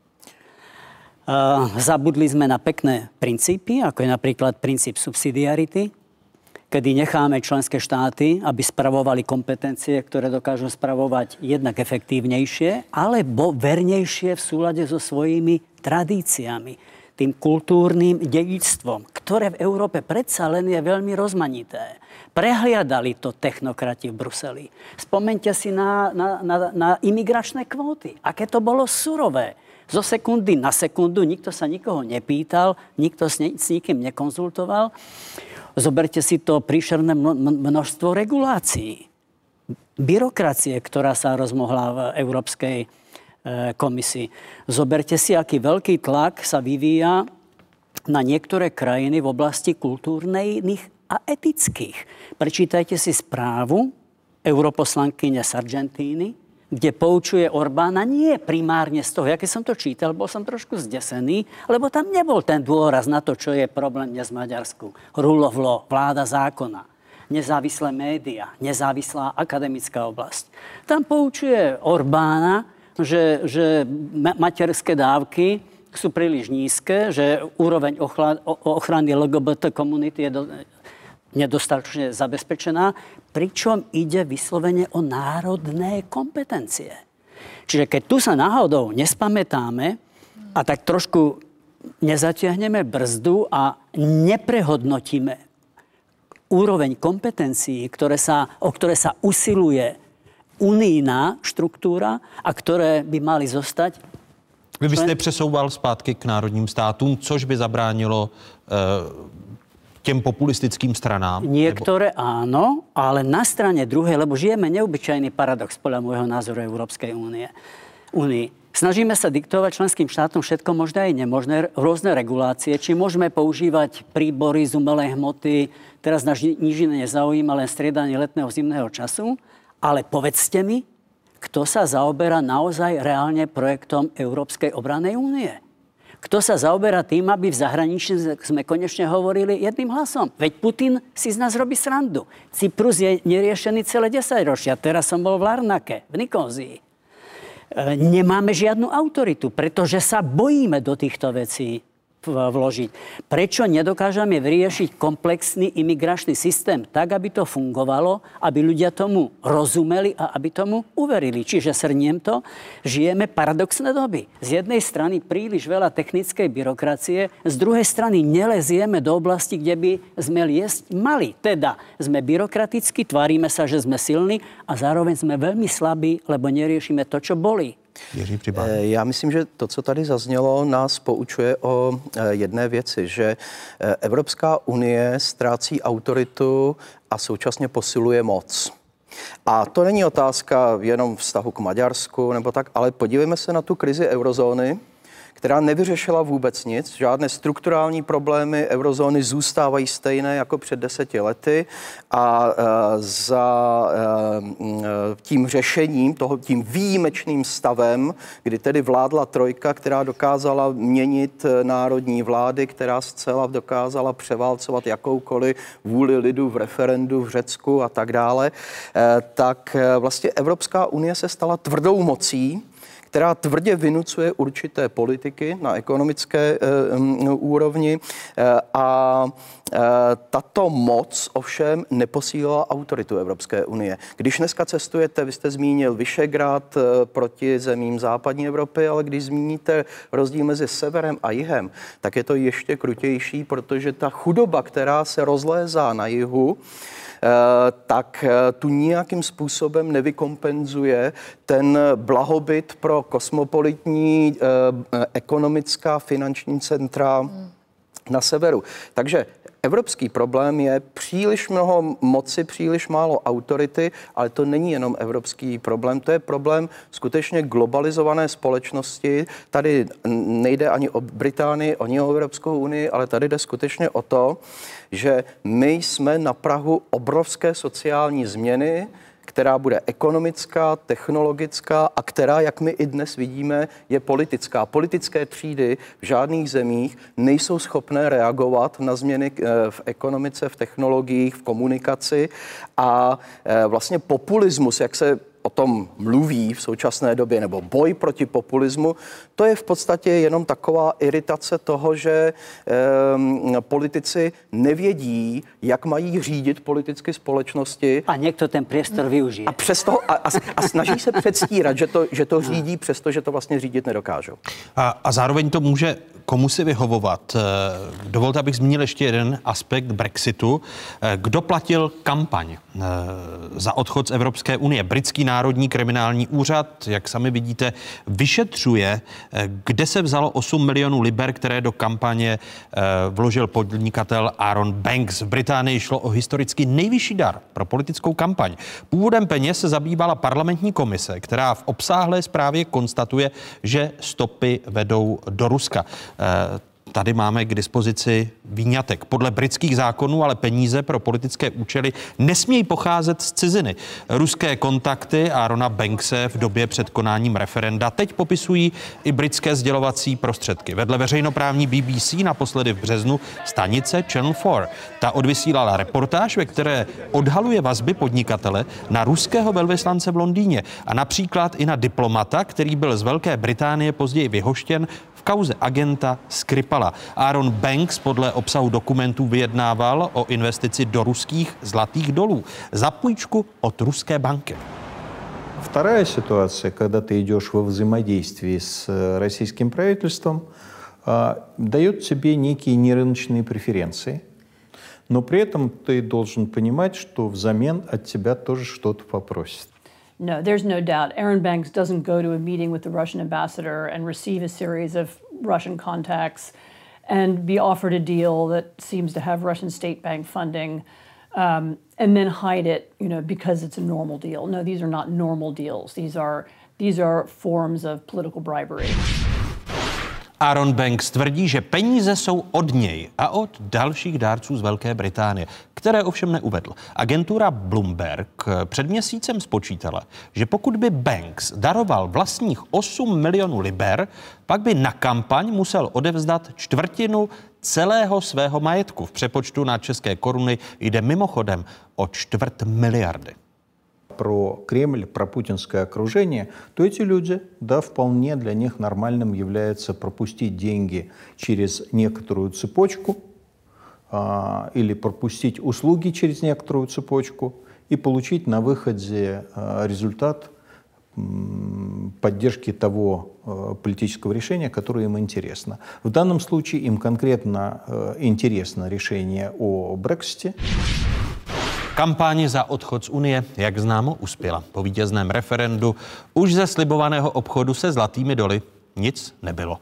Uh, zabudli sme na pekné princípy, ako je napríklad princíp subsidiarity, kedy necháme členské štáty, aby spravovali kompetencie, ktoré dokážu spravovať jednak efektívnejšie, alebo vernejšie v súlade so svojimi tradíciami, tým kultúrnym dedičstvom, ktoré v Európe predsa len je veľmi rozmanité. Prehliadali to technokrati v Bruseli. Spomeňte si na, na, na, na imigračné kvóty. Aké to bolo surové. Zo sekundy na sekundu nikto sa nikoho nepýtal, nikto s, ne, s nikým nekonzultoval. Zoberte si to príšerné množstvo regulácií. Byrokracie, ktorá sa rozmohla v Európskej e, komisii. Zoberte si, aký veľký tlak sa vyvíja na niektoré krajiny v oblasti kultúrnych a etických. Prečítajte si správu europoslankyne z Argentíny, kde poučuje Orbána nie primárne z toho, ja keď som to čítal, bol som trošku zdesený, lebo tam nebol ten dôraz na to, čo je problém dnes v Maďarsku. Rule of law, vláda zákona, nezávislé média, nezávislá akademická oblasť. Tam poučuje Orbána, že, že materské dávky sú príliš nízke, že úroveň ochrany el gé bé té komunity je do, nedostatočne zabezpečená, pričom ide vyslovene o národné kompetencie. Čiže keď tu sa náhodou nespamätáme a tak trošku nezatiahneme brzdu a neprehodnotíme úroveň kompetencií, ktoré sa, o ktoré sa usiluje unijná štruktúra a ktoré by mali zostať. Vy byste přesouval zpátky k národním státům, což by zabránilo e, těm populistickým stranám? Niektoré nebo... áno, ale na strane druhej, lebo žijeme neobyčajný paradox podľa môjho názoru Európskej únie. Únii. Snažíme sa diktovať členským štátom všetko možné aj nemožné, rôzne regulácie, či môžeme používať príbory z umelej hmoty, teraz nás nič iné nezaujíma, len striedanie letného zimného času, ale povedzte mi, kto sa zaoberá naozaj reálne projektom Európskej obrannej únie? Kto sa zaoberá tým, aby v zahraničí sme konečne hovorili jedným hlasom? Veď Putin si z nás robí srandu. Cyprus je neriešený celé desaťročia. Teraz som bol v Larnake, v Nikózii. Nemáme žiadnu autoritu, pretože sa bojíme do týchto vecí vložiť. Prečo nedokážeme vyriešiť komplexný imigračný systém tak, aby to fungovalo, aby ľudia tomu rozumeli a aby tomu uverili? Čiže shrniem to, žijeme paradoxné doby. Z jednej strany príliš veľa technickej byrokracie, z druhej strany nelezieme do oblasti, kde by sme liesť mali. Teda sme byrokraticky, tvárime sa, že sme silní a zároveň sme veľmi slabí, lebo neriešime to, čo bolí. Já myslím, že to, co tady zaznělo, nás poučuje o jedné věci, že Evropská unie ztrácí autoritu a současně posiluje moc. A to není otázka jenom vztahu k Maďarsku nebo tak, ale podívejme se na tu krizi eurozóny, která nevyřešila vůbec nic. Žádné strukturální problémy eurozóny zůstávají stejné jako před deseti lety a za tím řešením, toho, tím výjimečným stavem, kdy tedy vládla trojka, která dokázala měnit národní vlády, která zcela dokázala převálcovat jakoukoliv vůli lidu v referendu v Řecku a tak dále, tak vlastně Evropská unie se stala tvrdou mocí, která tvrdě vynucuje určité politiky na ekonomické e, úrovni e, a e, tato moc ovšem neposílila autoritu Evropské unie. Když dneska cestujete, vy jste zmínil Vyšegrad e, proti zemím západní Evropy, ale když zmíníte rozdíl mezi severem a jihem, tak je to ještě krutější, protože ta chudoba, která se rozlézá na jihu, tak tu nějakým způsobem nevykompenzuje ten blahobyt pro kosmopolitní ekonomická finanční centra na severu. Takže evropský problém je příliš mnoho moci, příliš málo autority, ale to není jenom evropský problém, to je problém skutečně globalizované společnosti. Tady nejde ani o Británii, ani o Evropskou unii, ale tady jde skutečně o to, že my jsme na prahu obrovské sociální změny, která bude ekonomická, technologická a která, jak my i dnes vidíme, je politická. Politické třídy v žádných zemích nejsou schopné reagovat na změny v ekonomice, v technologiích, v komunikaci a vlastně populismus, jak se o tom mluví v současné době, nebo boj proti populismu, to je v podstatě jenom taková iritace toho, že e, politici nevědí, jak mají řídit politické společnosti. A někdo ten priestor využije. A, přesto, a, a, a snaží se předstírat, že to, že to řídí, přesto, že to vlastně řídit nedokážou. A, a zároveň to může komu si vyhovovat. Dovolte, abych zmínil ještě jeden aspekt Brexitu. Kdo platil kampaň za odchod z Evropské unie? Britský národní kriminální úřad, jak sami vidíte, vyšetřuje, kde se vzalo osm milionů liber, které do kampaně vložil podnikatel Aaron Banks. V Británii šlo o historicky nejvyšší dar pro politickou kampaň. Původem peněz se zabývala parlamentní komise, která v obsáhlé zprávě konstatuje, že stopy vedou do Ruska. Tady máme k dispozici výňatek. Podle britských zákonů ale peníze pro politické účely nesmějí pocházet z ciziny. Ruské kontakty Aarona Bankse v době před konáním referenda teď popisují i britské sdělovací prostředky. Vedle veřejnoprávní B B C naposledy v březnu stanice Channel čtyři. Ta odvysílala reportáž, ve které odhaluje vazby podnikatele na ruského velvyslance v Londýně a například i na diplomata, který byl z Velké Británie později vyhoštěn v kauze agenta Skripala. Aaron Banks podle obsahu dokumentů vyjednával o investici do ruských zlatých dolů za půjčku od ruské banky. Вторая ситуация, когда ты идешь во взаимодействии с российским правительством, дает тебе некие нерыночные преференции, но при этом ты должен понимать, что взамен от тебя тоже что-то попросят. No, there's no doubt. Aaron Banks doesn't go to a meeting with the Russian ambassador and receive a series of Russian contacts and be offered a deal that seems to have Russian state bank funding um, and then hide it, you know, because it's a normal deal. No, these are not normal deals. These are these are forms of political bribery. Aaron Banks tvrdí, že peníze jsou od něj a od dalších dárců z Velké Británie, které ovšem neuvedl. Agentura Bloomberg před měsícem spočítala, že pokud by Banks daroval vlastních osm milionů liber, pak by na kampaň musel odevzdat čtvrtinu celého svého majetku. V přepočtu na české koruny jde mimochodem o čtvrt miliardy. Про Кремль, про путинское окружение, то эти люди, да, вполне для них нормальным является пропустить деньги через некоторую цепочку а, или пропустить услуги через некоторую цепочку и получить на выходе а, результат м, поддержки того а, политического решения, которое им интересно. В данном случае им конкретно а, интересно решение о Брексите. Kampaň za odchod z Unie, jak známo, uspěla. Po vítězném referendu už ze slibovaného obchodu se zlatými doly nic nebylo.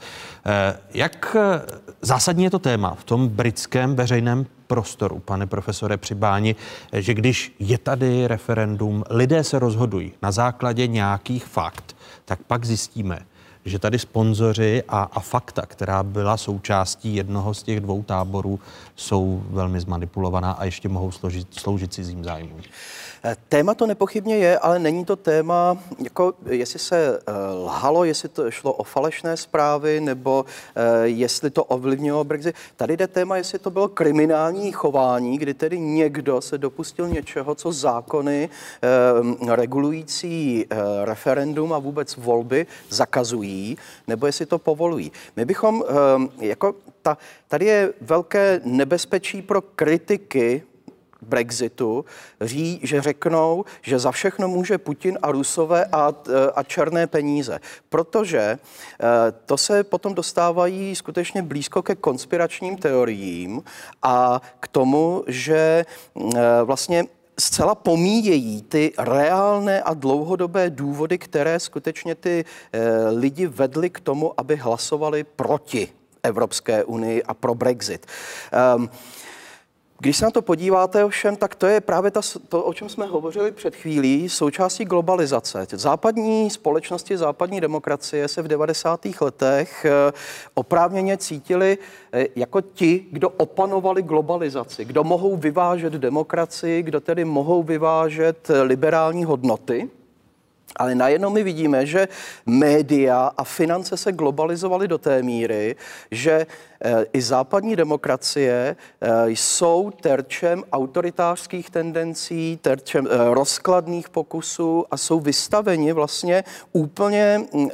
Jak zásadní je to téma v tom britském veřejném prostoru, pane profesore Přibáni, že když je tady referendum, lidé se rozhodují na základě nějakých fakt, tak pak zjistíme, že tady sponzoři a, a fakta, která byla součástí jednoho z těch dvou táborů, jsou velmi zmanipulovaná a ještě mohou složit, sloužit cizím zájmům. Téma to nepochybně je, ale není to téma, jako jestli se uh, lhalo, jestli to šlo o falešné zprávy, nebo uh, jestli to ovlivnilo Brexit. Tady jde téma, jestli to bylo kriminální chování, kdy tedy někdo se dopustil něčeho, co zákony uh, regulující uh, referendum a vůbec volby zakazují, nebo jestli to povolují. My bychom, uh, jako ta, tady je velké nebezpečí pro kritiky Brexitu, ří, že řeknou, že za všechno může Putin a Rusové a, a černé peníze. Protože to se potom dostávají skutečně blízko ke konspiračním teoriím a k tomu, že vlastně zcela pomíjejí ty reálné a dlouhodobé důvody, které skutečně ty lidi vedly k tomu, aby hlasovali proti Evropské unii a pro Brexit. Um, Když se na to podíváte ovšem, tak to je právě ta, to, o čem jsme hovořili před chvílí, součástí globalizace. Západní společnosti, západní demokracie se v devadesátých letech oprávněně cítili jako ti, kdo opanovali globalizaci, kdo mohou vyvážet demokracii, kdo tedy mohou vyvážet liberální hodnoty. Ale najednou my vidíme, že média a finance se globalizovaly do té míry, že e, i západní demokracie e, jsou terčem autoritářských tendencí, terčem e, rozkladných pokusů a jsou vystaveni vlastně úplně e,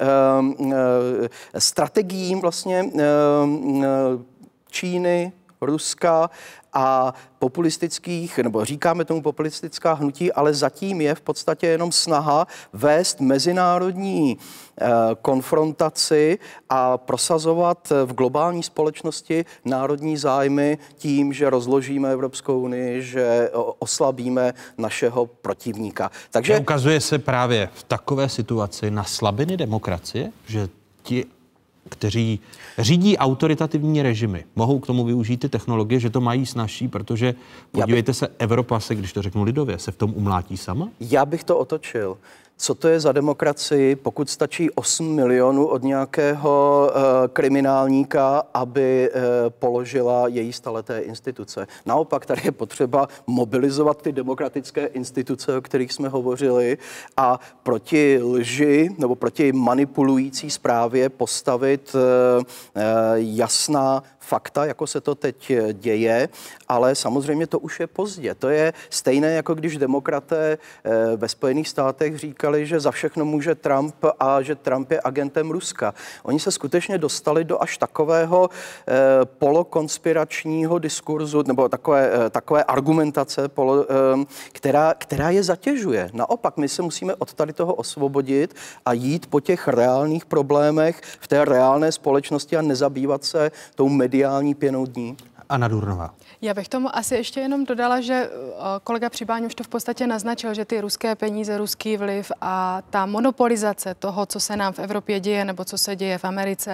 e, strategiím vlastně e, e, Číny, Ruska a populistických, nebo říkáme tomu populistická hnutí, ale zatím je v podstatě jenom snaha vést mezinárodní eh, konfrontaci a prosazovat v globální společnosti národní zájmy tím, že rozložíme Evropskou unii, že oslabíme našeho protivníka. Takže ukazuje se právě v takové situaci na slabiny demokracie, že ti, kteří řídí autoritativní režimy, mohou k tomu využít ty technologie, že to mají snazší, protože podívejte se, Evropa se, když to řeknu lidově, se v tom umlátí sama? Já bych to otočil. Co to je za demokracii, pokud stačí osm milionů od nějakého uh, kriminálníka, aby uh, položila její staleté instituce. Naopak tady je potřeba mobilizovat ty demokratické instituce, o kterých jsme hovořili, a proti lži nebo proti manipulující zprávě postavit uh, uh, jasná fakta, jako se to teď děje, ale samozřejmě to už je pozdě. To je stejné, jako když demokraté ve Spojených státech říkali, že za všechno může Trump a že Trump je agentem Ruska. Oni se skutečně dostali do až takového polokonspiračního diskurzu nebo takové, takové argumentace, polo, která, která je zatěžuje. Naopak, my se musíme od tady toho osvobodit a jít po těch reálných problémech v té reálné společnosti a nezabývat se tou mediální pěnou dní. Anna Durnová. Já bych tomu asi ještě jenom dodala, že kolega Přibáň už to v podstatě naznačil, že ty ruské peníze, ruský vliv a ta monopolizace toho, co se nám v Evropě děje nebo co se děje v Americe,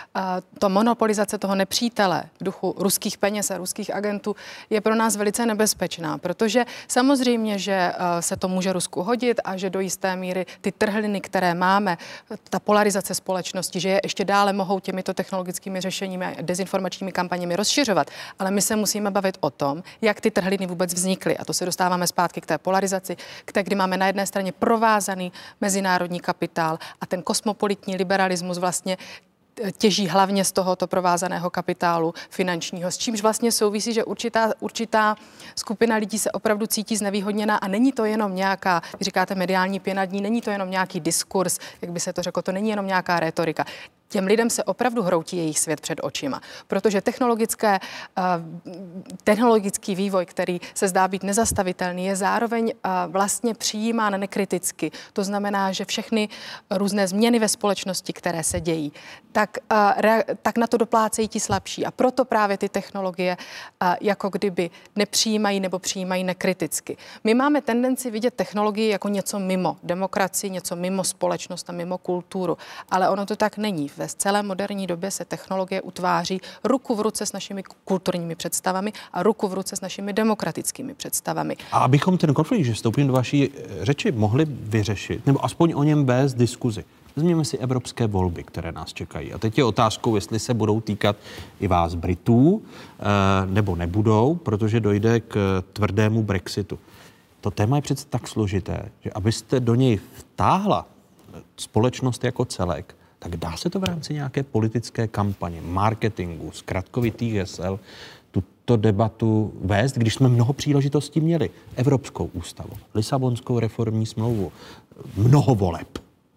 to monopolizace toho nepřítele v duchu ruských peněz a ruských agentů je pro nás velice nebezpečná, protože samozřejmě, že se to může Rusku hodit a že do jisté míry ty trhliny, které máme, ta polarizace společnosti, že je ještě dále mohou těmito technologickými řešeními a dezinformačními kampaněmi rozšiřovat. Ale my se musíme bavit o tom, jak ty trhliny vůbec vznikly. A to se dostáváme zpátky k té polarizaci, k té, kdy máme na jedné straně provázaný mezinárodní kapitál a ten kosmopolitní liberalismus vlastně těží hlavně z tohoto provázaného kapitálu finančního, s čímž vlastně souvisí, že určitá, určitá skupina lidí se opravdu cítí znevýhodněná a není to jenom nějaká, vy říkáte mediální pěna dní, není to jenom nějaký diskurs, jak by se to řeklo, to není jenom nějaká rétorika. Těm lidem se opravdu hroutí jejich svět před očima, protože technologické, uh, technologický vývoj, který se zdá být nezastavitelný, je zároveň uh, vlastně přijímán nekriticky. To znamená, že všechny různé změny ve společnosti, které se dějí, tak, uh, re, tak na to doplácejí ti slabší. A proto právě ty technologie uh, jako kdyby nepřijímají nebo přijímají nekriticky. My máme tendenci vidět technologii jako něco mimo demokracii, něco mimo společnost a mimo kulturu, ale ono to tak není. Ve celé moderní době se technologie utváří ruku v ruce s našimi kulturními představami a ruku v ruce s našimi demokratickými představami. A abychom ten konflikt, že vstoupím do vaší řeči, mohli vyřešit, nebo aspoň o něm vést diskuzi. Vezměme si evropské volby, které nás čekají. A teď je otázkou, jestli se budou týkat i vás Britů, nebo nebudou, protože dojde k tvrdému Brexitu. To téma je přece tak složité, že abyste do něj vtáhla společnost jako celek, tak dá se to v rámci nějaké politické kampaně, marketingu, zkratkovitých hesel, tuto debatu vést, když jsme mnoho příležitostí měli. Evropskou ústavu, Lisabonskou reformní smlouvu, mnoho voleb.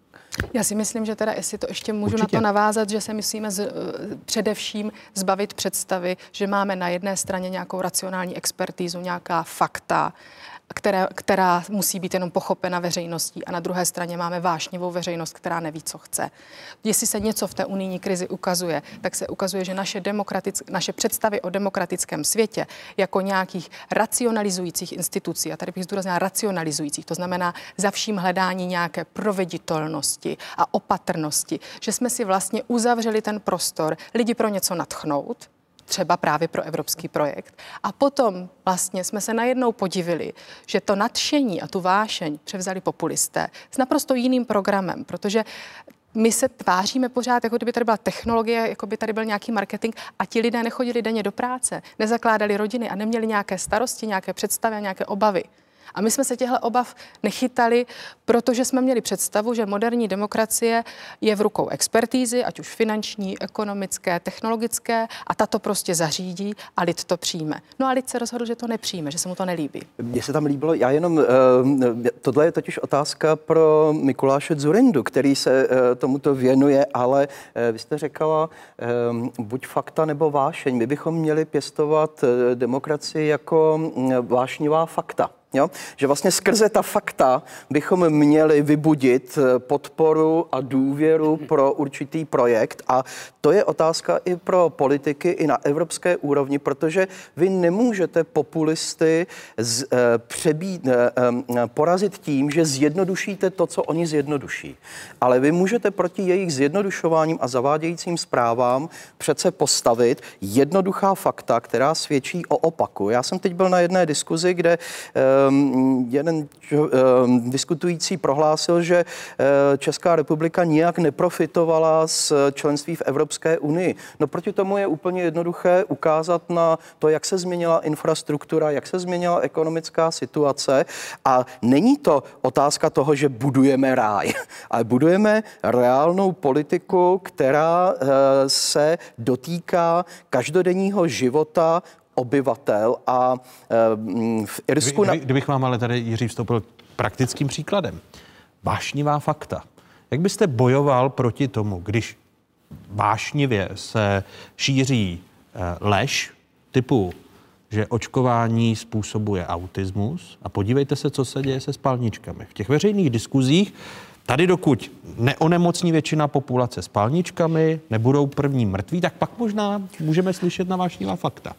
Já si myslím, že teda, jestli to ještě můžu Určitě. na to navázat, že se musíme z, především zbavit představy, že máme na jedné straně nějakou racionální expertízu, nějaká fakta, Která, která musí být jenom pochopena veřejností a na druhé straně máme vášnivou veřejnost, která neví, co chce. Jestli se něco v té unijní krizi ukazuje, tak se ukazuje, že naše, naše představy o demokratickém světě jako nějakých racionalizujících institucí, a tady bych zdůraznila racionalizujících, to znamená za vším hledání nějaké proveditelnosti a opatrnosti, že jsme si vlastně uzavřeli ten prostor lidi pro něco nadchnout, třeba právě pro evropský projekt. A potom vlastně jsme se najednou podivili, že to nadšení a tu vášeň převzali populisté s naprosto jiným programem, protože my se tváříme pořád, jako kdyby tady byla technologie, jako by tady byl nějaký marketing a ti lidé nechodili denně do práce, nezakládali rodiny a neměli nějaké starosti, nějaké představy a nějaké obavy. A my jsme se těchto obav nechytali, protože jsme měli představu, že moderní demokracie je v rukou expertízy, ať už finanční, ekonomické, technologické, a ta to prostě zařídí a lid to přijme. No a lid se rozhodl, že to nepřijme, že se mu to nelíbí. Mně se tam líbilo, já jenom, tohle je totiž otázka pro Mikuláše Dzurindu, který se tomuto věnuje, ale vy jste řekla, buď fakta nebo vášeň. My bychom měli pěstovat demokracii jako vášnivá fakta. Jo? Že vlastně skrze ta fakta bychom měli vybudit podporu a důvěru pro určitý projekt a to je otázka i pro politiky i na evropské úrovni, protože vy nemůžete populisty z, eh, přebít, eh, eh, porazit tím, že zjednodušíte to, co oni zjednoduší. Ale vy můžete proti jejich zjednodušováním a zavádějícím zprávám přece postavit jednoduchá fakta, která svědčí o opaku. Já jsem teď byl na jedné diskuzi, kde eh, jeden diskutující prohlásil, že Česká republika nijak neprofitovala z členství v Evropské unii. No proti tomu je úplně jednoduché ukázat na to, jak se změnila infrastruktura, jak se změnila ekonomická situace a není to otázka toho, že budujeme ráj, ale budujeme reálnou politiku, která se dotýká každodenního života obyvatel a v Irsku... Kdy, kdybych vám ale tady, Jiří, vstoupil praktickým příkladem. Vášnivá fakta. Jak byste bojoval proti tomu, když vášnivě se šíří lež typu, že očkování způsobuje autismus a podívejte se, co se děje se spalničkami. V těch veřejných diskuzích tady dokud neonemocní většina populace spalničkami, nebudou první mrtví, tak pak možná můžeme slyšet na vášnivá fakta.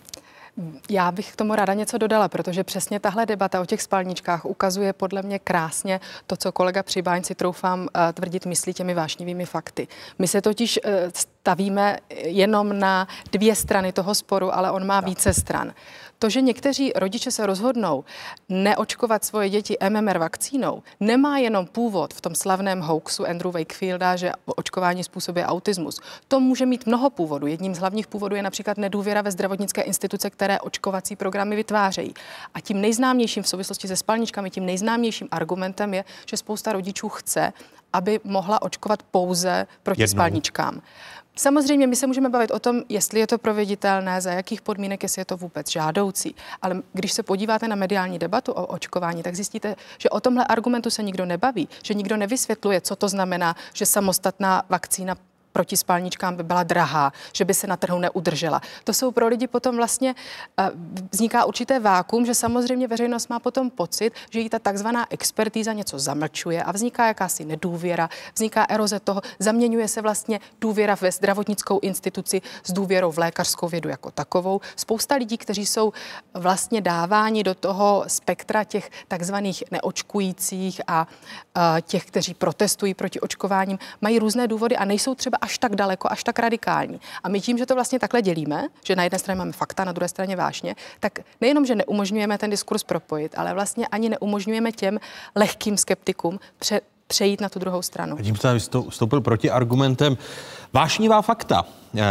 Já bych k tomu ráda něco dodala, protože přesně tahle debata o těch spalničkách ukazuje podle mě krásně to, co kolega Přibáň si troufám tvrdit myslí těmi vášnivými fakty. My se totiž stavíme jenom na dvě strany toho sporu, ale on má více stran. To, že někteří rodiče se rozhodnou neočkovat svoje děti M M R vakcínou, nemá jenom původ v tom slavném hoaxu Andrew Wakefielda, že očkování způsobuje autismus. To může mít mnoho původů. Jedním z hlavních původů je například nedůvěra ve zdravotnické instituce, které očkovací programy vytvářejí. A tím nejznámějším v souvislosti se spalničkami, tím nejznámějším argumentem je, že spousta rodičů chce, aby mohla očkovat pouze proti Jednou. spalničkám. Samozřejmě my se můžeme bavit o tom, jestli je to proveditelné, za jakých podmínek, jestli je to vůbec žádoucí. Ale když se podíváte na mediální debatu o očkování, tak zjistíte, že o tomhle argumentu se nikdo nebaví, že nikdo nevysvětluje, co to znamená, že samostatná vakcína proti spalničkám by byla drahá, že by se na trhu neudržela. To jsou pro lidi potom vlastně, vzniká určité vákuum, že samozřejmě veřejnost má potom pocit, že jí ta takzvaná expertíza něco zamlčuje a vzniká jakási nedůvěra, vzniká eroze toho, zaměňuje se vlastně důvěra ve zdravotnickou instituci s důvěrou v lékařskou vědu jako takovou. Spousta lidí, kteří jsou vlastně dáváni do toho spektra těch takzvaných neočkujících a těch, kteří protestují proti očkováním, mají různé důvody a nejsou třeba až tak daleko, až tak radikální. A my tím, že to vlastně takhle dělíme, že na jedné straně máme fakta, na druhé straně vášně, tak nejenom, že neumožňujeme ten diskurs propojit, ale vlastně ani neumožňujeme těm lehkým skeptikům pře- přejít na tu druhou stranu. A tím jste vstoupil proti argumentem. Vášnivá fakta.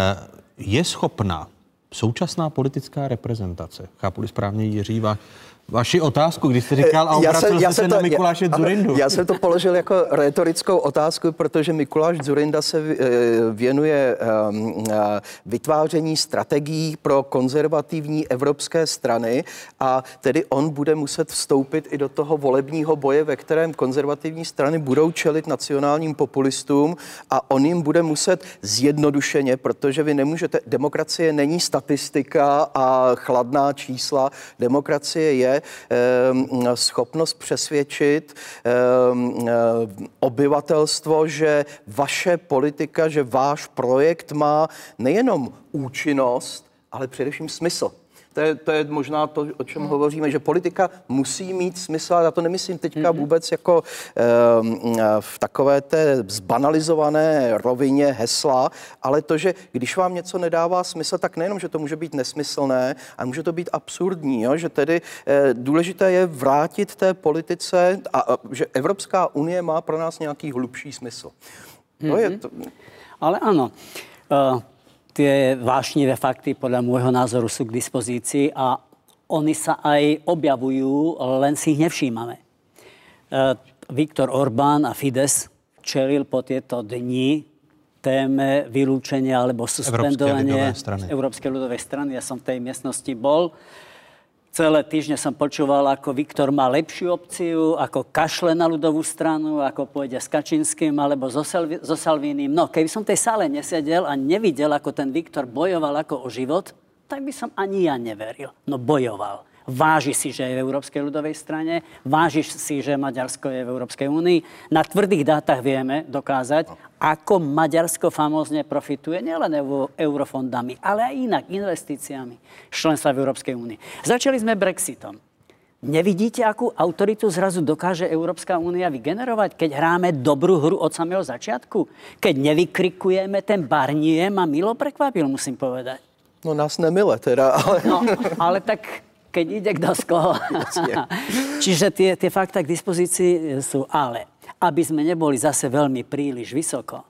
Je schopná současná politická reprezentace, chápu-li správně Jiří, va, vaši otázku, když jste říkal a obracel jste se na Mikuláše Dzurindu. Já jsem to položil jako retorickou otázku, protože Mikuláš Dzurinda se věnuje vytváření strategií pro konzervativní evropské strany a tedy on bude muset vstoupit i do toho volebního boje, ve kterém konzervativní strany budou čelit nacionálním populistům a on jim bude muset zjednodušeně, protože vy nemůžete, demokracie není statistika a chladná čísla, demokracie je schopnost přesvědčit obyvatelstvo, že vaše politika, že váš projekt má nejenom účinnost, ale především smysl. To je, to je možná to, o čem hmm. hovoříme, že politika musí mít smysl, a já to nemyslím teďka hmm. vůbec jako e, v takové té zbanalizované rovině hesla, ale to, že když vám něco nedává smysl, tak nejenom, že to může být nesmyslné, ale může to být absurdní, jo? Že tedy e, důležité je vrátit té politice a, a že Evropská unie má pro nás nějaký hlubší smysl. Hmm. To je to... Ale ano, uh... tie vášnivé fakty podľa môjho názoru sú k dispozícii a oni sa aj objavujú, len si ich nevšímame. Viktor Orbán a Fides čelil po tieto dni téme vylúčenia alebo suspendovanie Európskej ľudovej strany. Ja som v tej miestnosti bol. Celé týždne som počúval, ako Viktor má lepšiu opciu, ako kašle na ľudovú stranu, ako pôjde s Kačinským alebo so, Salvi- so Salvínim. No, keby som v tej sále nesedel a nevidel, ako ten Viktor bojoval ako o život, tak by som ani ja neveril. No bojoval. Váži si, že je v Európskej ľudovej strane, váži si, že Maďarsko je v Európskej únii. Na tvrdých dátach vieme dokázať, ako Maďarsko famózne profituje nielen eurofondami, ale aj inak investíciami členstva v Európskej únii. Začali sme Brexitom. Nevidíte, akú autoritu zrazu dokáže Európska únia vygenerovať, keď hráme dobrú hru od samého začiatku? Keď nevykrikujeme, ten Barnier ma milo prekvapil, musím povedať. No nás nemile teda, ale... No, ale tak keď ide kto z koho. Čiže tie, tie fakta k dispozícii sú, ale aby sme neboli zase veľmi príliš vysoko.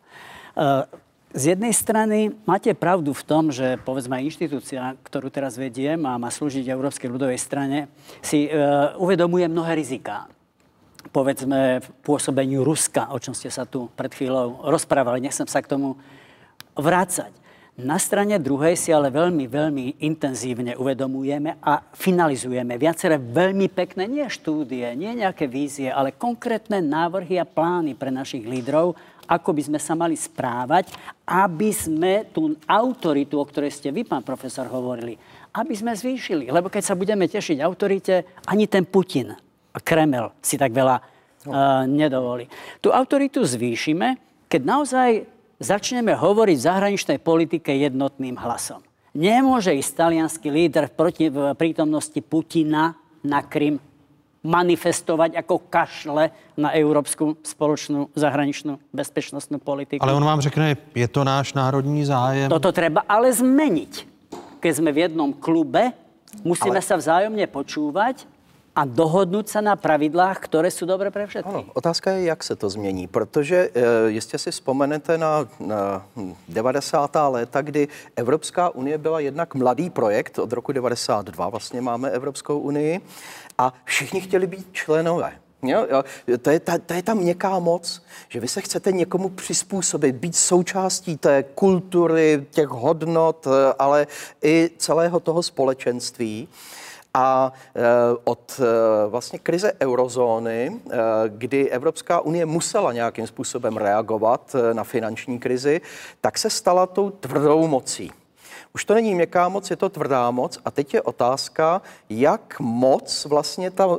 Z jednej strany máte pravdu v tom, že povedzme inštitúcia, ktorú teraz vediem a má slúžiť Európskej ľudovej strane, si uvedomuje mnohé riziká. Povedzme v pôsobeniu Ruska, o čom ste sa tu pred chvíľou rozprávali. Nechcem sa k tomu vrácať. Na strane druhej si ale veľmi, veľmi intenzívne uvedomujeme a finalizujeme viaceré veľmi pekné, nie štúdie, nie nejaké vízie, ale konkrétne návrhy a plány pre našich lídrov, ako by sme sa mali správať, aby sme tú autoritu, o ktorej ste vy, pán profesor, hovorili, aby sme zvýšili. Lebo keď sa budeme tešiť autorite, ani ten Putin a Kreml si tak veľa uh, nedovolí. Tú autoritu zvýšime, keď naozaj začneme hovoriť v zahraničnej politike jednotným hlasom. Nemôže ísť taliansky líder proti, v prítomnosti Putina na Krym manifestovať ako kašle na európsku spoločnú zahraničnú bezpečnostnú politiku. Ale on vám řekne, je to náš národní zájem. Toto treba ale zmeniť. Keď sme v jednom klube, musíme ale... sa vzájomne počúvať a dohodnout se na pravidlách, které jsou dobré pro všechny. Ano, otázka je, jak se to změní, protože e, jistě si vzpomenete na, na devadesátá léta, kdy Evropská unie byla jednak mladý projekt, od roku devadesát dva vlastně máme Evropskou unii a všichni chtěli být členové. Jo, jo, to, je ta, to je ta měkká moc, že vy se chcete někomu přizpůsobit, být součástí té kultury, těch hodnot, ale i celého toho společenství. A e, od e, vlastně krize eurozóny, e, kdy Evropská unie musela nějakým způsobem reagovat e, na finanční krizi, tak se stala tou tvrdou mocí. Už to není měkká moc, je to tvrdá moc a teď je otázka, jak moc vlastně ta,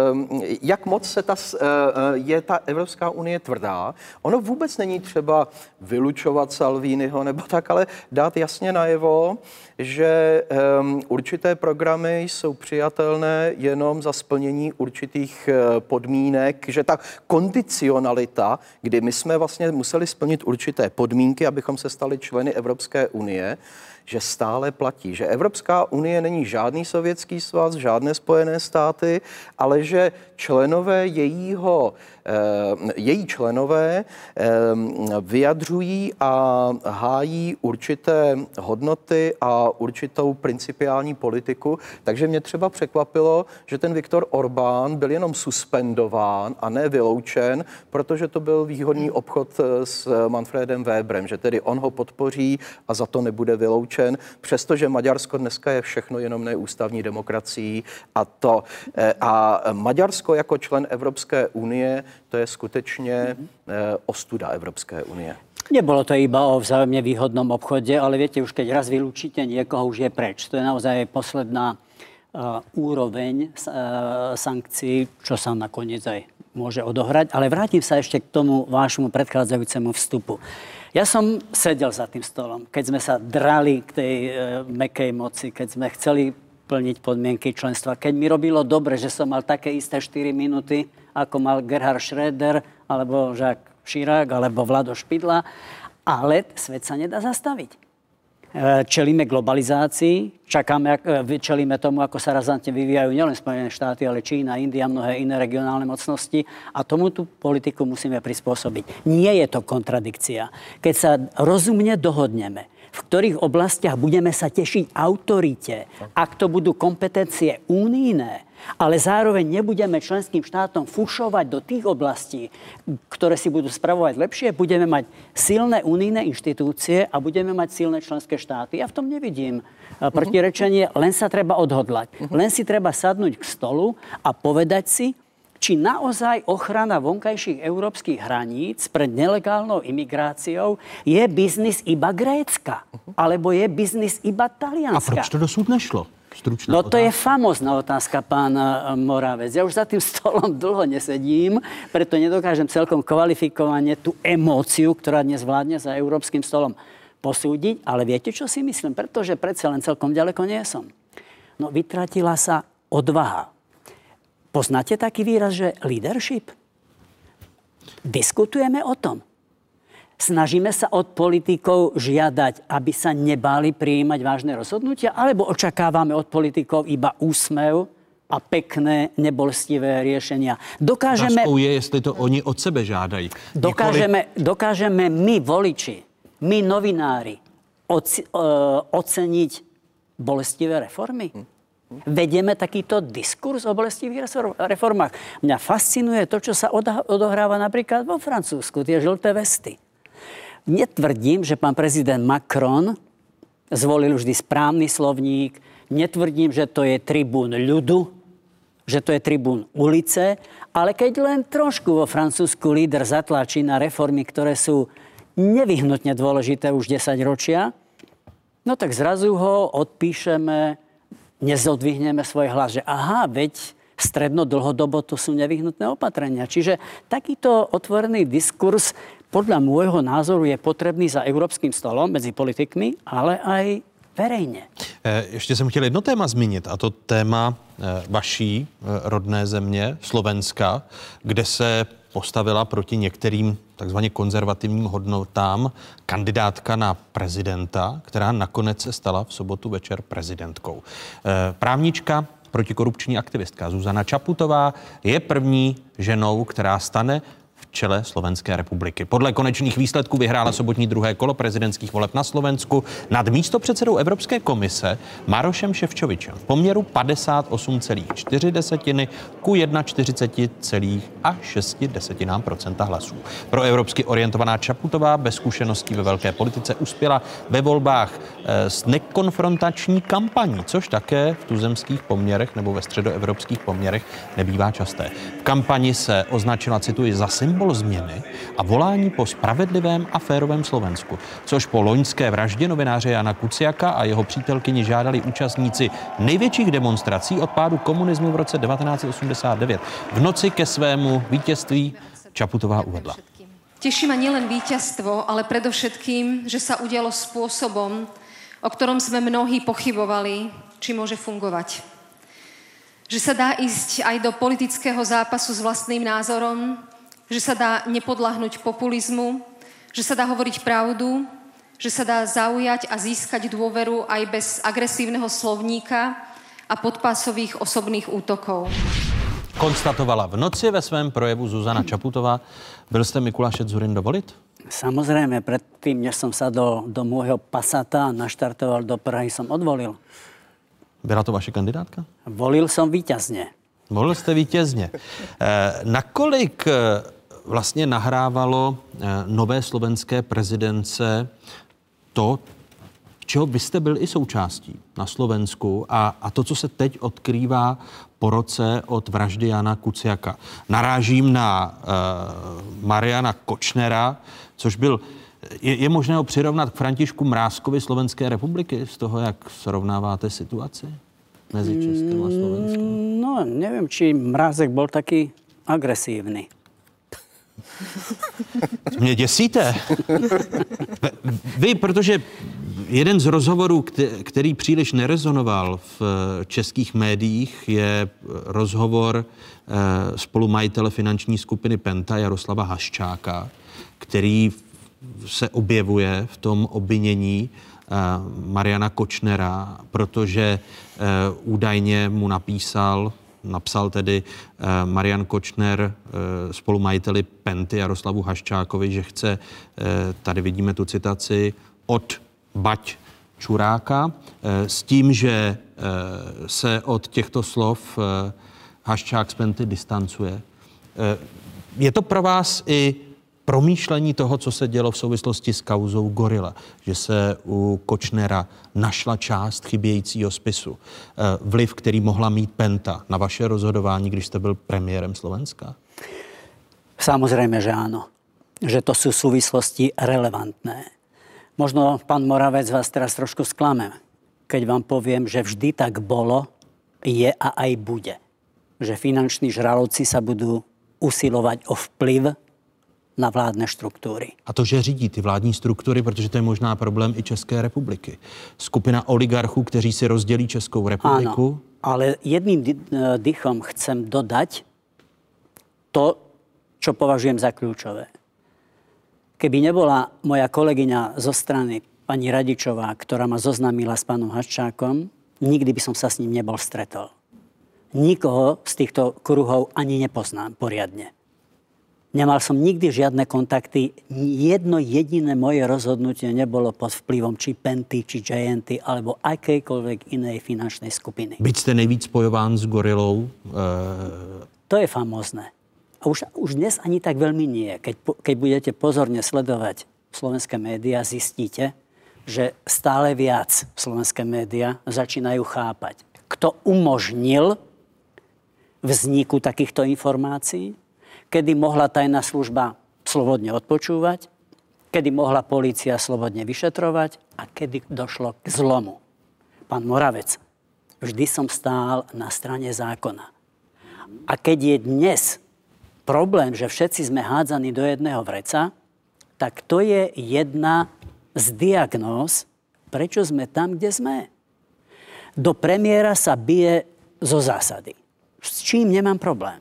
jak moc se ta, je ta Evropská unie tvrdá. Ono vůbec není třeba vylučovat Salviniho nebo tak, ale dát jasně najevo, že určité programy jsou přijatelné jenom za splnění určitých podmínek, že ta kondicionalita, kdy my jsme vlastně museli splnit určité podmínky, abychom se stali členy Evropské unie, že stále platí, že Evropská unie není žádný sovětský svaz, žádné Spojené státy, ale že členové jejího, její členové vyjadřují a hájí určité hodnoty a určitou principiální politiku. Takže mě třeba překvapilo, že ten Viktor Orbán byl jenom suspendován a ne vyloučen, protože to byl výhodný obchod s Manfredem Weberem, že tedy on ho podpoří a za to nebude vyloučen, přestože Maďarsko dneska je všechno jenom neústavní demokracií a to a Maďarsko jako člen Evropské unie, to je skutečně ostuda Evropské unie. Nebolo to iba o vzájomne výhodnom obchode, ale viete, už keď raz vylúčite niekoho, už je preč. To je naozaj posledná uh, úroveň uh, sankcií, čo sa nakoniec aj môže odohrať. Ale vrátim sa ešte k tomu vášmu predchádzajúcemu vstupu. Ja som sedel za tým stolom, keď sme sa drali k tej uh, mäkkej moci, keď sme chceli plniť podmienky členstva, keď mi robilo dobre, že som mal také isté štyri minúty, ako mal Gerhard Schröder, alebo Jacques Chirac, alebo Vlado Špidla, ale svet sa nedá zastaviť. Čelíme globalizácii, čakáme, čelíme tomu, ako sa razantne vyvíjajú nielen Spojené štáty, ale Čína, India, mnohé iné regionálne mocnosti a tomu tú politiku musíme prispôsobiť. Nie je to kontradikcia. Keď sa rozumne dohodneme, v ktorých oblastiach budeme sa tešiť autorite, ak to budú kompetencie únijné, ale zároveň nebudeme členským štátom fušovať do tých oblastí, ktoré si budú spravovať lepšie, budeme mať silné unijné inštitúcie a budeme mať silné členské štáty. Ja v tom nevidím protirečenie, len sa treba odhodlať. Len si treba sadnúť k stolu a povedať si, či naozaj ochrana vonkajších európskych hraníc pred nelegálnou imigráciou je biznis iba Grécka, alebo je biznis iba Talianska. A proč to dosud nešlo? Stručná no to otázka. Je famózna otázka, pán Moravec. Ja už za tým stolom dlho nesedím, preto nedokážem celkom kvalifikovane tú emóciu, ktorá dnes vládne za európskym stolom, posúdiť. Ale viete, čo si myslím? Pretože predsa len celkom ďaleko nie som. No vytratila sa odvaha. Poznáte taký výraz, že leadership? Diskutujeme o tom. Snažíme sa od politikov žiadať, aby sa nebáli prijímať vážne rozhodnutia, alebo očakávame od politikov iba úsmev a pekné, nebolestivé riešenia. Dokážeme... Otázkou je, jestli to oni od sebe žádají. Dokážeme, Nikoli... dokážeme my, voliči, my, novinári, oci, uh, oceniť bolestivé reformy? Vedieme takýto diskurs o bolestivých reformách. Mňa fascinuje to, čo sa odohráva napríklad vo Francúzsku, tie žlté vesty. Netvrdím, že pán prezident Macron zvolil vždy správny slovník, netvrdím, že to je tribún ľudu, že to je tribún ulice, ale keď len trošku vo Francúzsku líder zatlačí na reformy, ktoré sú nevyhnutne dôležité už desať ročia, no tak zrazu ho odpíšeme, nezodvihneme svoj hlas, že aha, veď stredno dlhodobo to sú nevyhnutné opatrenia. Čiže takýto otvorený diskurs podľa môjho názoru je potrebný za európskym stolom medzi politikmi, ale aj verejně. Ještě jsem chtěl jedno téma zmínit, a to téma vaší rodné země, Slovenska, kde se postavila proti některým takzvaně konzervativním hodnotám kandidátka na prezidenta, která nakonec se stala v sobotu večer prezidentkou. Právnička, protikorupční aktivistka Zuzana Čaputová je první ženou, která stane v čele Slovenské republiky. Podle konečných výsledků vyhrála sobotní druhé kolo prezidentských voleb na Slovensku nad místopředsedou Evropské komise Marošem Šefčovičem v poměru padesát osm celá čtyři ku čtyřicet jedna celá šest procenta hlasů. Pro evropsky orientovaná Čaputová bez zkušeností ve velké politice uspěla ve volbách s nekonfrontační kampaní, což také v tuzemských poměrech nebo ve středoevropských poměrech nebývá časté. V kampani se označila, cituji, za symbol změny a volání po spravedlivém a férovém Slovensku, což po loňské vraždě novináře Jana Kuciaka a jeho přítelkyni žádali účastníci největších demonstrací od pádu komunismu v roce devatenáct set osmdesát devět. V noci ke svému vítězství Čaputová uvedla. Teší ma nielen víťazstvo, ale predovšetkým, že sa udialo spôsobom, o ktorom sme mnohí pochybovali, či môže fungovať. Že sa dá ísť aj do politického zápasu s vlastným názorom, že sa dá nepodľahnúť populizmu, že sa dá hovoriť pravdu, že sa dá zaujať a získať dôveru aj bez agresívneho slovníka a podpásových osobných útokov. Konstatovala v noci ve svém projevu Zuzana Čaputová. Byl jste Mikuláše Dzurin dovolit? Samozrejme, predtým, než som sa do, do môjho Passata naštartoval do Prahy, som odvolil. Byla to vaše kandidátka? Volil som víťazne. Volil jste vítězně. Eh, nakolik eh, vlastně nahrávalo eh, nové slovenské prezidence to, čeho vy jste byl i součástí na Slovensku a, a to, co se teď odkrývá po roce od vraždy Jana Kuciaka. Narážím na eh, Mariana Kočnera, což byl, je, je možné ho přirovnat k Františku Mrázkovi Slovenské republiky z toho, jak srovnáváte situaci mezi Českým a Slovenskem? No, neviem, či Mrázek bol taký agresívny. Mě děsíte. Vy, protože jeden z rozhovorů, který příliš nerezonoval v českých médiích, je rozhovor spolumajitele finanční skupiny Penta Jaroslava Haščáka, který se objevuje v tom obvinění Mariana Kočnera, protože údajně mu napísal, napsal tedy Marian Kočner spolumajiteli Penty Jaroslavu Haščákovi, že chce, tady vidíme tu citaci, od Bať Čuráka, s tím, že se od těchto slov Haščák z Penty distancuje. Je to pro vás i promýšlení toho, co se dělo v souvislosti s kauzou Gorila, že se u Kočnera našla část chybějícího spisu. Vliv, který mohla mít Penta na vaše rozhodování, když jste byl premiérem Slovenska? Samozrejme, že áno. Že to sú súvislosti relevantné. Možno, pán Moravec, vás teraz trošku sklamem, keď vám poviem, že vždy tak bolo, je a aj bude. Že finanční žraloci sa budú usilovať o vplyv na vládne štruktúry. A to, že řídí ty vládní struktury, protože to je možná problém i České republiky. Skupina oligarchů, kteří si rozdělí Českou republiku. Áno, ale jedným dychom chcem dodať to, čo považujem za kľúčové. Keby nebola moja kolegyňa zo strany pani Radičová, ktorá ma zoznámila s pánom Haščákom, nikdy by som sa s ním nebol stretol. Nikoho z týchto kruhov ani nepoznám poriadne. Nemal som nikdy žiadne kontakty. Jedno jediné moje rozhodnutie nebolo pod vplyvom či Penty, či J N T, alebo akejkoľvek inej finančnej skupiny. Byť ste nejvíc spojován s gorilou? E... To je famózne. A už, už dnes ani tak veľmi nie. Keď, keď budete pozorne sledovať slovenské médiá, zistíte, že stále viac slovenské médiá začínajú chápať, kto umožnil vzniku takýchto informácií, kedy mohla tajná služba slobodne odpočúvať, kedy mohla polícia slobodne vyšetrovať a kedy došlo k zlomu. Pán Moravec, vždy som stál na strane zákona. A keď je dnes problém, že všetci sme hádzaní do jedného vreca, tak to je jedna z diagnóz, prečo sme tam, kde sme. Do premiéra sa bije zo zásady. S čím nemám problém.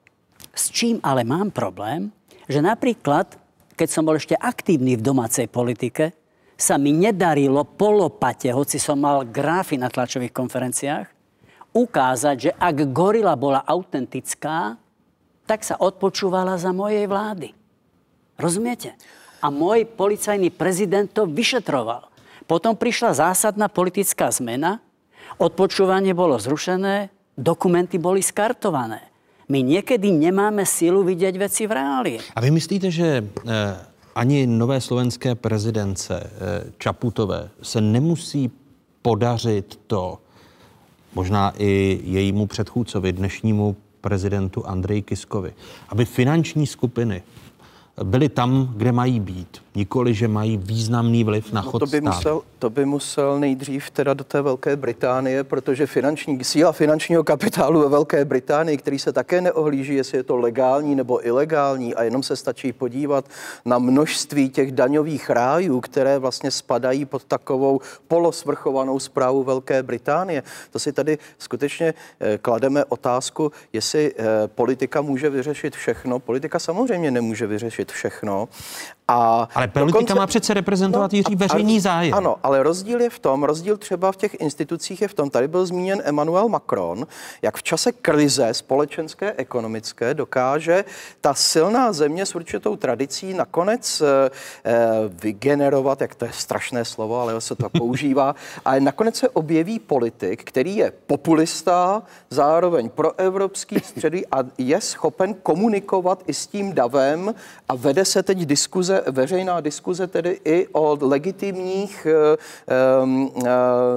S čím ale mám problém, že napríklad, keď som bol ešte aktívny v domácej politike, sa mi nedarilo po lopate, hoci som mal grafy na tlačových konferenciách, ukázať, že ak gorila bola autentická, tak sa odpočúvala za mojej vlády. Rozumiete? A môj policajný prezident to vyšetroval. Potom prišla zásadná politická zmena, odpočúvanie bolo zrušené, dokumenty boli skartované. My niekedy nemáme sílu vidět věci v reálii. A vy myslíte, že eh, ani nové slovenské prezidence eh, Čaputové se nemusí podařit to, možná i jejímu předchůdcovi, dnešnímu prezidentu Andreji Kiskovi, aby finanční skupiny byly tam, kde mají být. Nikoli, že mají významný vliv na chod no to by státu. Musel, to by musel nejdřív teda do té Velké Británie, protože finanční, síla finančního kapitálu ve Velké Británii, který se také neohlíží, jestli je to legální nebo ilegální a jenom se stačí podívat na množství těch daňových rájů, které vlastně spadají pod takovou polosvrchovanou správu Velké Británie. To si tady skutečně eh, klademe otázku, jestli eh, politika může vyřešit všechno. Politika samozřejmě nemůže vyřešit všechno. A ale politika dokonce má přece reprezentovat no, Jiří veřejný zájem. Ano, ale rozdíl je v tom, rozdíl třeba v těch institucích je v tom, tady byl zmíněn Emmanuel Macron, jak v čase krize společenské, ekonomické dokáže ta silná země s určitou tradicí nakonec eh, vygenerovat, jak to je strašné slovo, ale se to používá, ale nakonec se objeví politik, který je populista, zároveň proevropský středí a je schopen komunikovat i s tím davem a vede se teď diskuze, veřejná diskuze tedy i o legitimních e, e,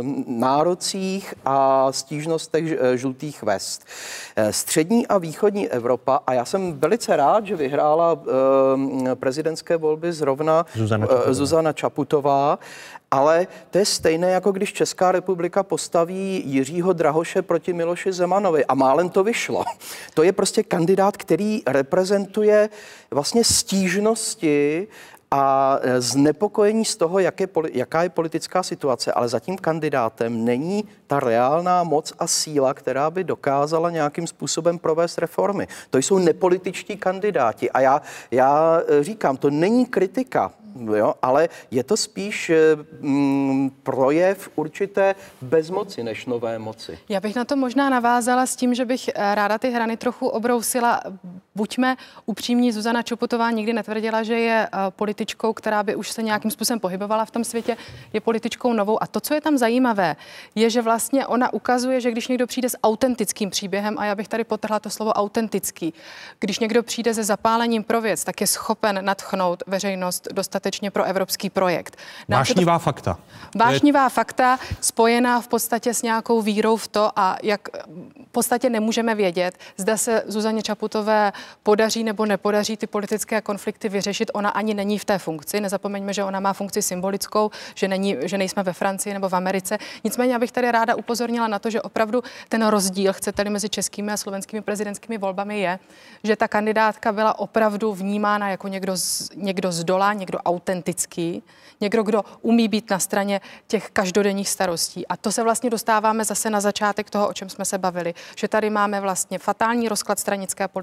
nárocích a stížnostech žlutých vest. Střední a východní Evropa, a já jsem velice rád, že vyhrála e, prezidentské volby zrovna Zuzana Čaputová. Zuzana Čaputová, ale to je stejné, jako když Česká republika postaví Jiřího Drahoše proti Miloši Zemanovi a málem to vyšlo. To je prostě kandidát, který reprezentuje vlastně stížnosti a znepokojení z toho, jak je, jaká je politická situace, ale za tím kandidátem není ta reálná moc a síla, která by dokázala nějakým způsobem provést reformy. To jsou nepolitičtí kandidáti a já, já říkám, to není kritika, jo, ale je to spíš mm, projev určité bezmoci než nové moci. Já bych na to možná navázala s tím, že bych ráda ty hrany trochu obrousila. Buďme upřímní, Zuzana Čaputová nikdy netvrdila, že je političkou, která by už se nějakým způsobem pohybovala v tom světě, je političkou novou. A to, co je tam zajímavé, je, že vlastně ona ukazuje, že když někdo přijde s autentickým příběhem, a já bych tady podtrhla to slovo autentický, když někdo přijde se zapálením pro věc, tak je schopen nadchnout veřejnost dostatečně pro evropský projekt. Vášnivá to... fakta. Vášnivá je... fakta spojená v podstatě s nějakou vírou v to a jak v podstatě nemůžeme vědět, zda se Zuzaně Čaputové podaří nebo nepodaří ty politické konflikty vyřešit. Ona ani není v té funkci. Nezapomeňme, že ona má funkci symbolickou, že, není, že nejsme ve Francii nebo v Americe. Nicméně, abych tady ráda upozornila na to, že opravdu ten rozdíl, chcete-li mezi českými a slovenskými prezidentskými volbami, je, že ta kandidátka byla opravdu vnímána jako někdo z, někdo z dola, někdo autentický, někdo, kdo umí být na straně těch každodenních starostí. A to se vlastně dostáváme zase na začátek toho, o čem jsme se bavili, že tady máme vlastně fatální rozklad stranické politiky,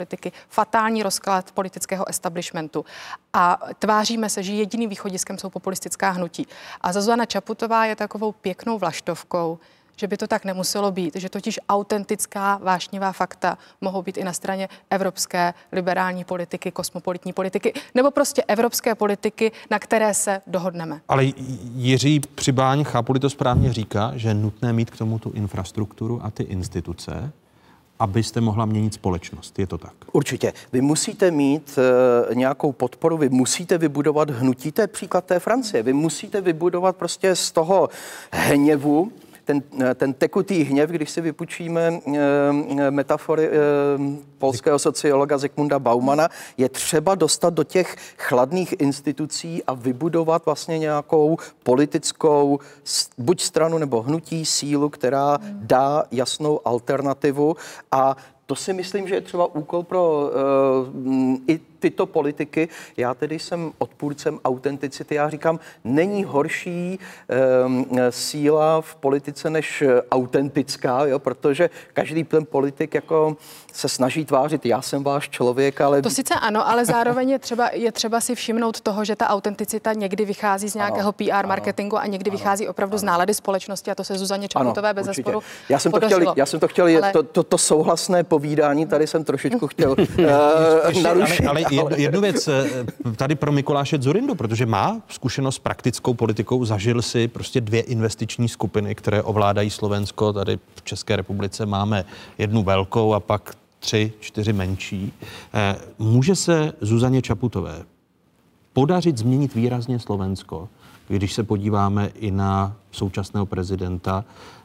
fatální rozklad politického establishmentu. A tváříme se, že jediným východiskem jsou populistická hnutí. A Zuzana Čaputová je takovou pěknou vlaštovkou, že by to tak nemuselo být, že totiž autentická vášnivá fakta mohou být i na straně evropské liberální politiky, kosmopolitní politiky, nebo prostě evropské politiky, na které se dohodneme. Ale Jiří Přibáň, chápu-li to správně, říká, že je nutné mít k tomu tu infrastrukturu a ty instituce, abyste mohla měnit společnost. Je to tak? Určitě. Vy musíte mít e, nějakou podporu, vy musíte vybudovat hnutí, to je příklad té Francie. Vy musíte vybudovat prostě z toho hněvu, Ten, ten tekutý hněv, když si vypučíme e, metafory e, polského sociologa Zygmunda Baumana, je třeba dostat do těch chladných institucí a vybudovat vlastně nějakou politickou buď stranu nebo hnutí, sílu, která dá jasnou alternativu. A to si myslím, že je třeba úkol pro uh, i tyto politiky. Já tedy jsem odpůrcem autenticity. Já říkám, není horší um, síla v politice než autentická, jo? Protože každý ten politik jako se snaží tvářit, já jsem váš člověk, ale... To sice ano, ale zároveň je třeba, je třeba si všimnout toho, že ta autenticita někdy vychází z nějakého P R marketingu a někdy ano, vychází opravdu ano. z nálady společnosti a to se Zuzaně Čaputové bez zesporu já jsem to chtěl, já jsem to chtěl, ale... to, to, to souhlasné povídání, tady jsem trošičku chtěl uh, narušit. Ale, ale jednu, jednu věc tady pro Mikuláše Dzurindu, protože má zkušenost s praktickou politikou, zažil si prostě dvě investiční skupiny, které ovládají Slovensko. Tady v České republice máme jednu velkou a pak tři, čtyři menší. Může se Zuzaně Čaputové podařit změnit výrazně Slovensko, když se podíváme i na současného prezidenta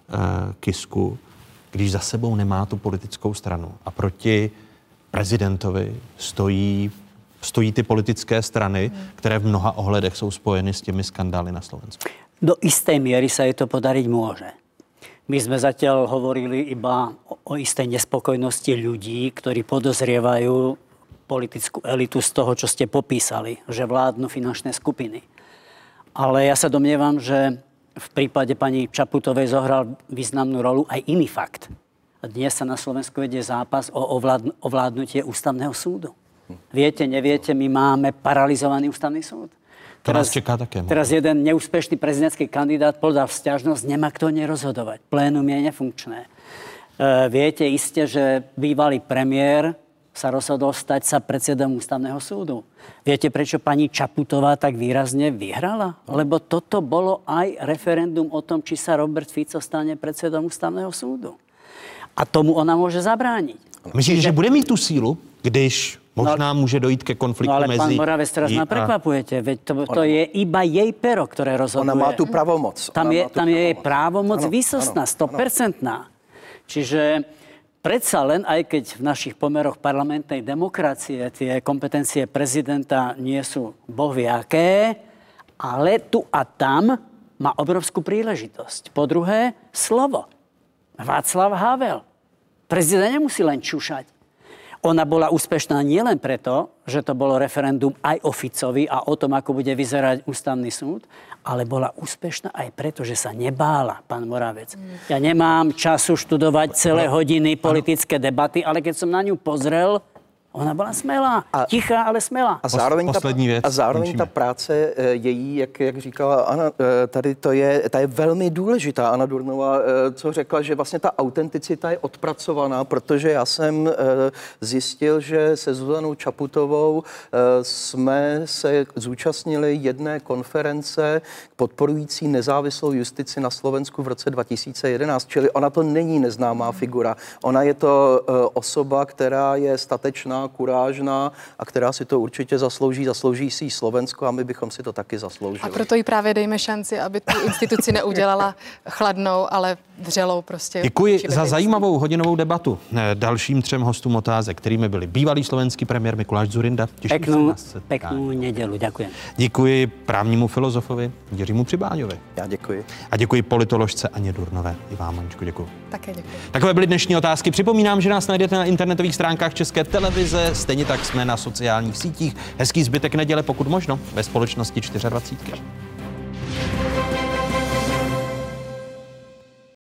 Kisku, když za sebou nemá tu politickou stranu a proti prezidentovi stojí, stojí ty politické strany, které v mnoha ohledech jsou spojeny s těmi skandály na Slovensku? Do istej miery sa jej to podariť môže. My sme zatiaľ hovorili iba o, o istej nespokojnosti ľudí, ktorí podozrievajú politickú elitu z toho, čo ste popísali, že vládnu finančné skupiny. Ale ja sa domnievam, že v prípade pani Čaputovej zohral významnú rolu aj iný fakt. Dnes sa na Slovensku vedie zápas o ovládn- ovládnutie ústavného súdu. Viete, neviete, my máme paralizovaný ústavný súd. To teraz, nás čeká také. Teraz jeden neúspešný prezidentský kandidát podal sťažnosť, nemá kto nerozhodovať. Plénum je nefunkčné. E, viete iste, že bývalý premiér sa rozhodol stať sa predsedom ústavného súdu. Viete, prečo pani Čaputová tak výrazne vyhrala? Lebo toto bolo aj referendum o tom, či sa Robert Fico stane predsedom ústavného súdu. A tomu ona môže zabrániť. Myslíš, že bude mít tu sílu, když možná no, může dojít ke konfliktu no, ale mezi... Ale pán Moravec, teraz ma prekvapujete, veď to, to je iba jej pero, ktoré rozhoduje. Ona má tu pravomoc. Tam Ona je, tu tam je jej právomoc právomoc výsostná, sto percent. Čiže predsa len, aj keď v našich pomeroch parlamentnej demokracie tie kompetencie prezidenta nie sú bohviaké, ale tu a tam má obrovskú príležitosť. Po druhé, slovo. Václav Havel. Prezident nemusí len čušať. Ona bola úspešná nielen preto, že to bolo referendum aj o Ficovi a o tom, ako bude vyzerať ústavný súd, ale bola úspešná aj preto, že sa nebála, pán Moravec. Ja nemám času študovať celé hodiny politické debaty, ale keď som na ňu pozrel, ona byla smelá, a, tichá, ale smelá. A zároveň, ta, věc, a zároveň ta práce její, jak, jak říkala Anna, tady to je, ta je velmi důležitá. Anna Durnová, co řekla, že vlastně ta autenticita je odpracovaná, protože já jsem zjistil, že se Zuzanou Čaputovou jsme se zúčastnili jedné konference podporující nezávislou justici na Slovensku v roce dva tisíce jedenáct, čili ona to není neznámá figura. Ona je to osoba, která je statečná, kurážná a která si to určitě zaslouží, zaslouží si Slovensko a my bychom si to taky zasloužili. A proto jí právě dejme šanci, aby tu instituci neudělala chladnou, ale vřelou prostě. Děkuji za zajímavou hodinovou debatu. Dalším třem hostům otázek, kterými byli bývalý slovenský premiér Mikuláš Dzurinda. Peknú, peknú nedělu, děkuji. Děkuji právnímu filozofovi Jiřímu Přibáňovi. Já děkuji. A děkuji politoložce Aně Durnové. I vám, Aničko, děkuji. Také děkuji. Takové byly dnešní otázky. Připomínám, že nás najdete na internetových stránkách České televize, stejně tak jsme na sociálních sítích. Hezký zbytek neděle, pokud možno, ve společnosti dvacet čtyři.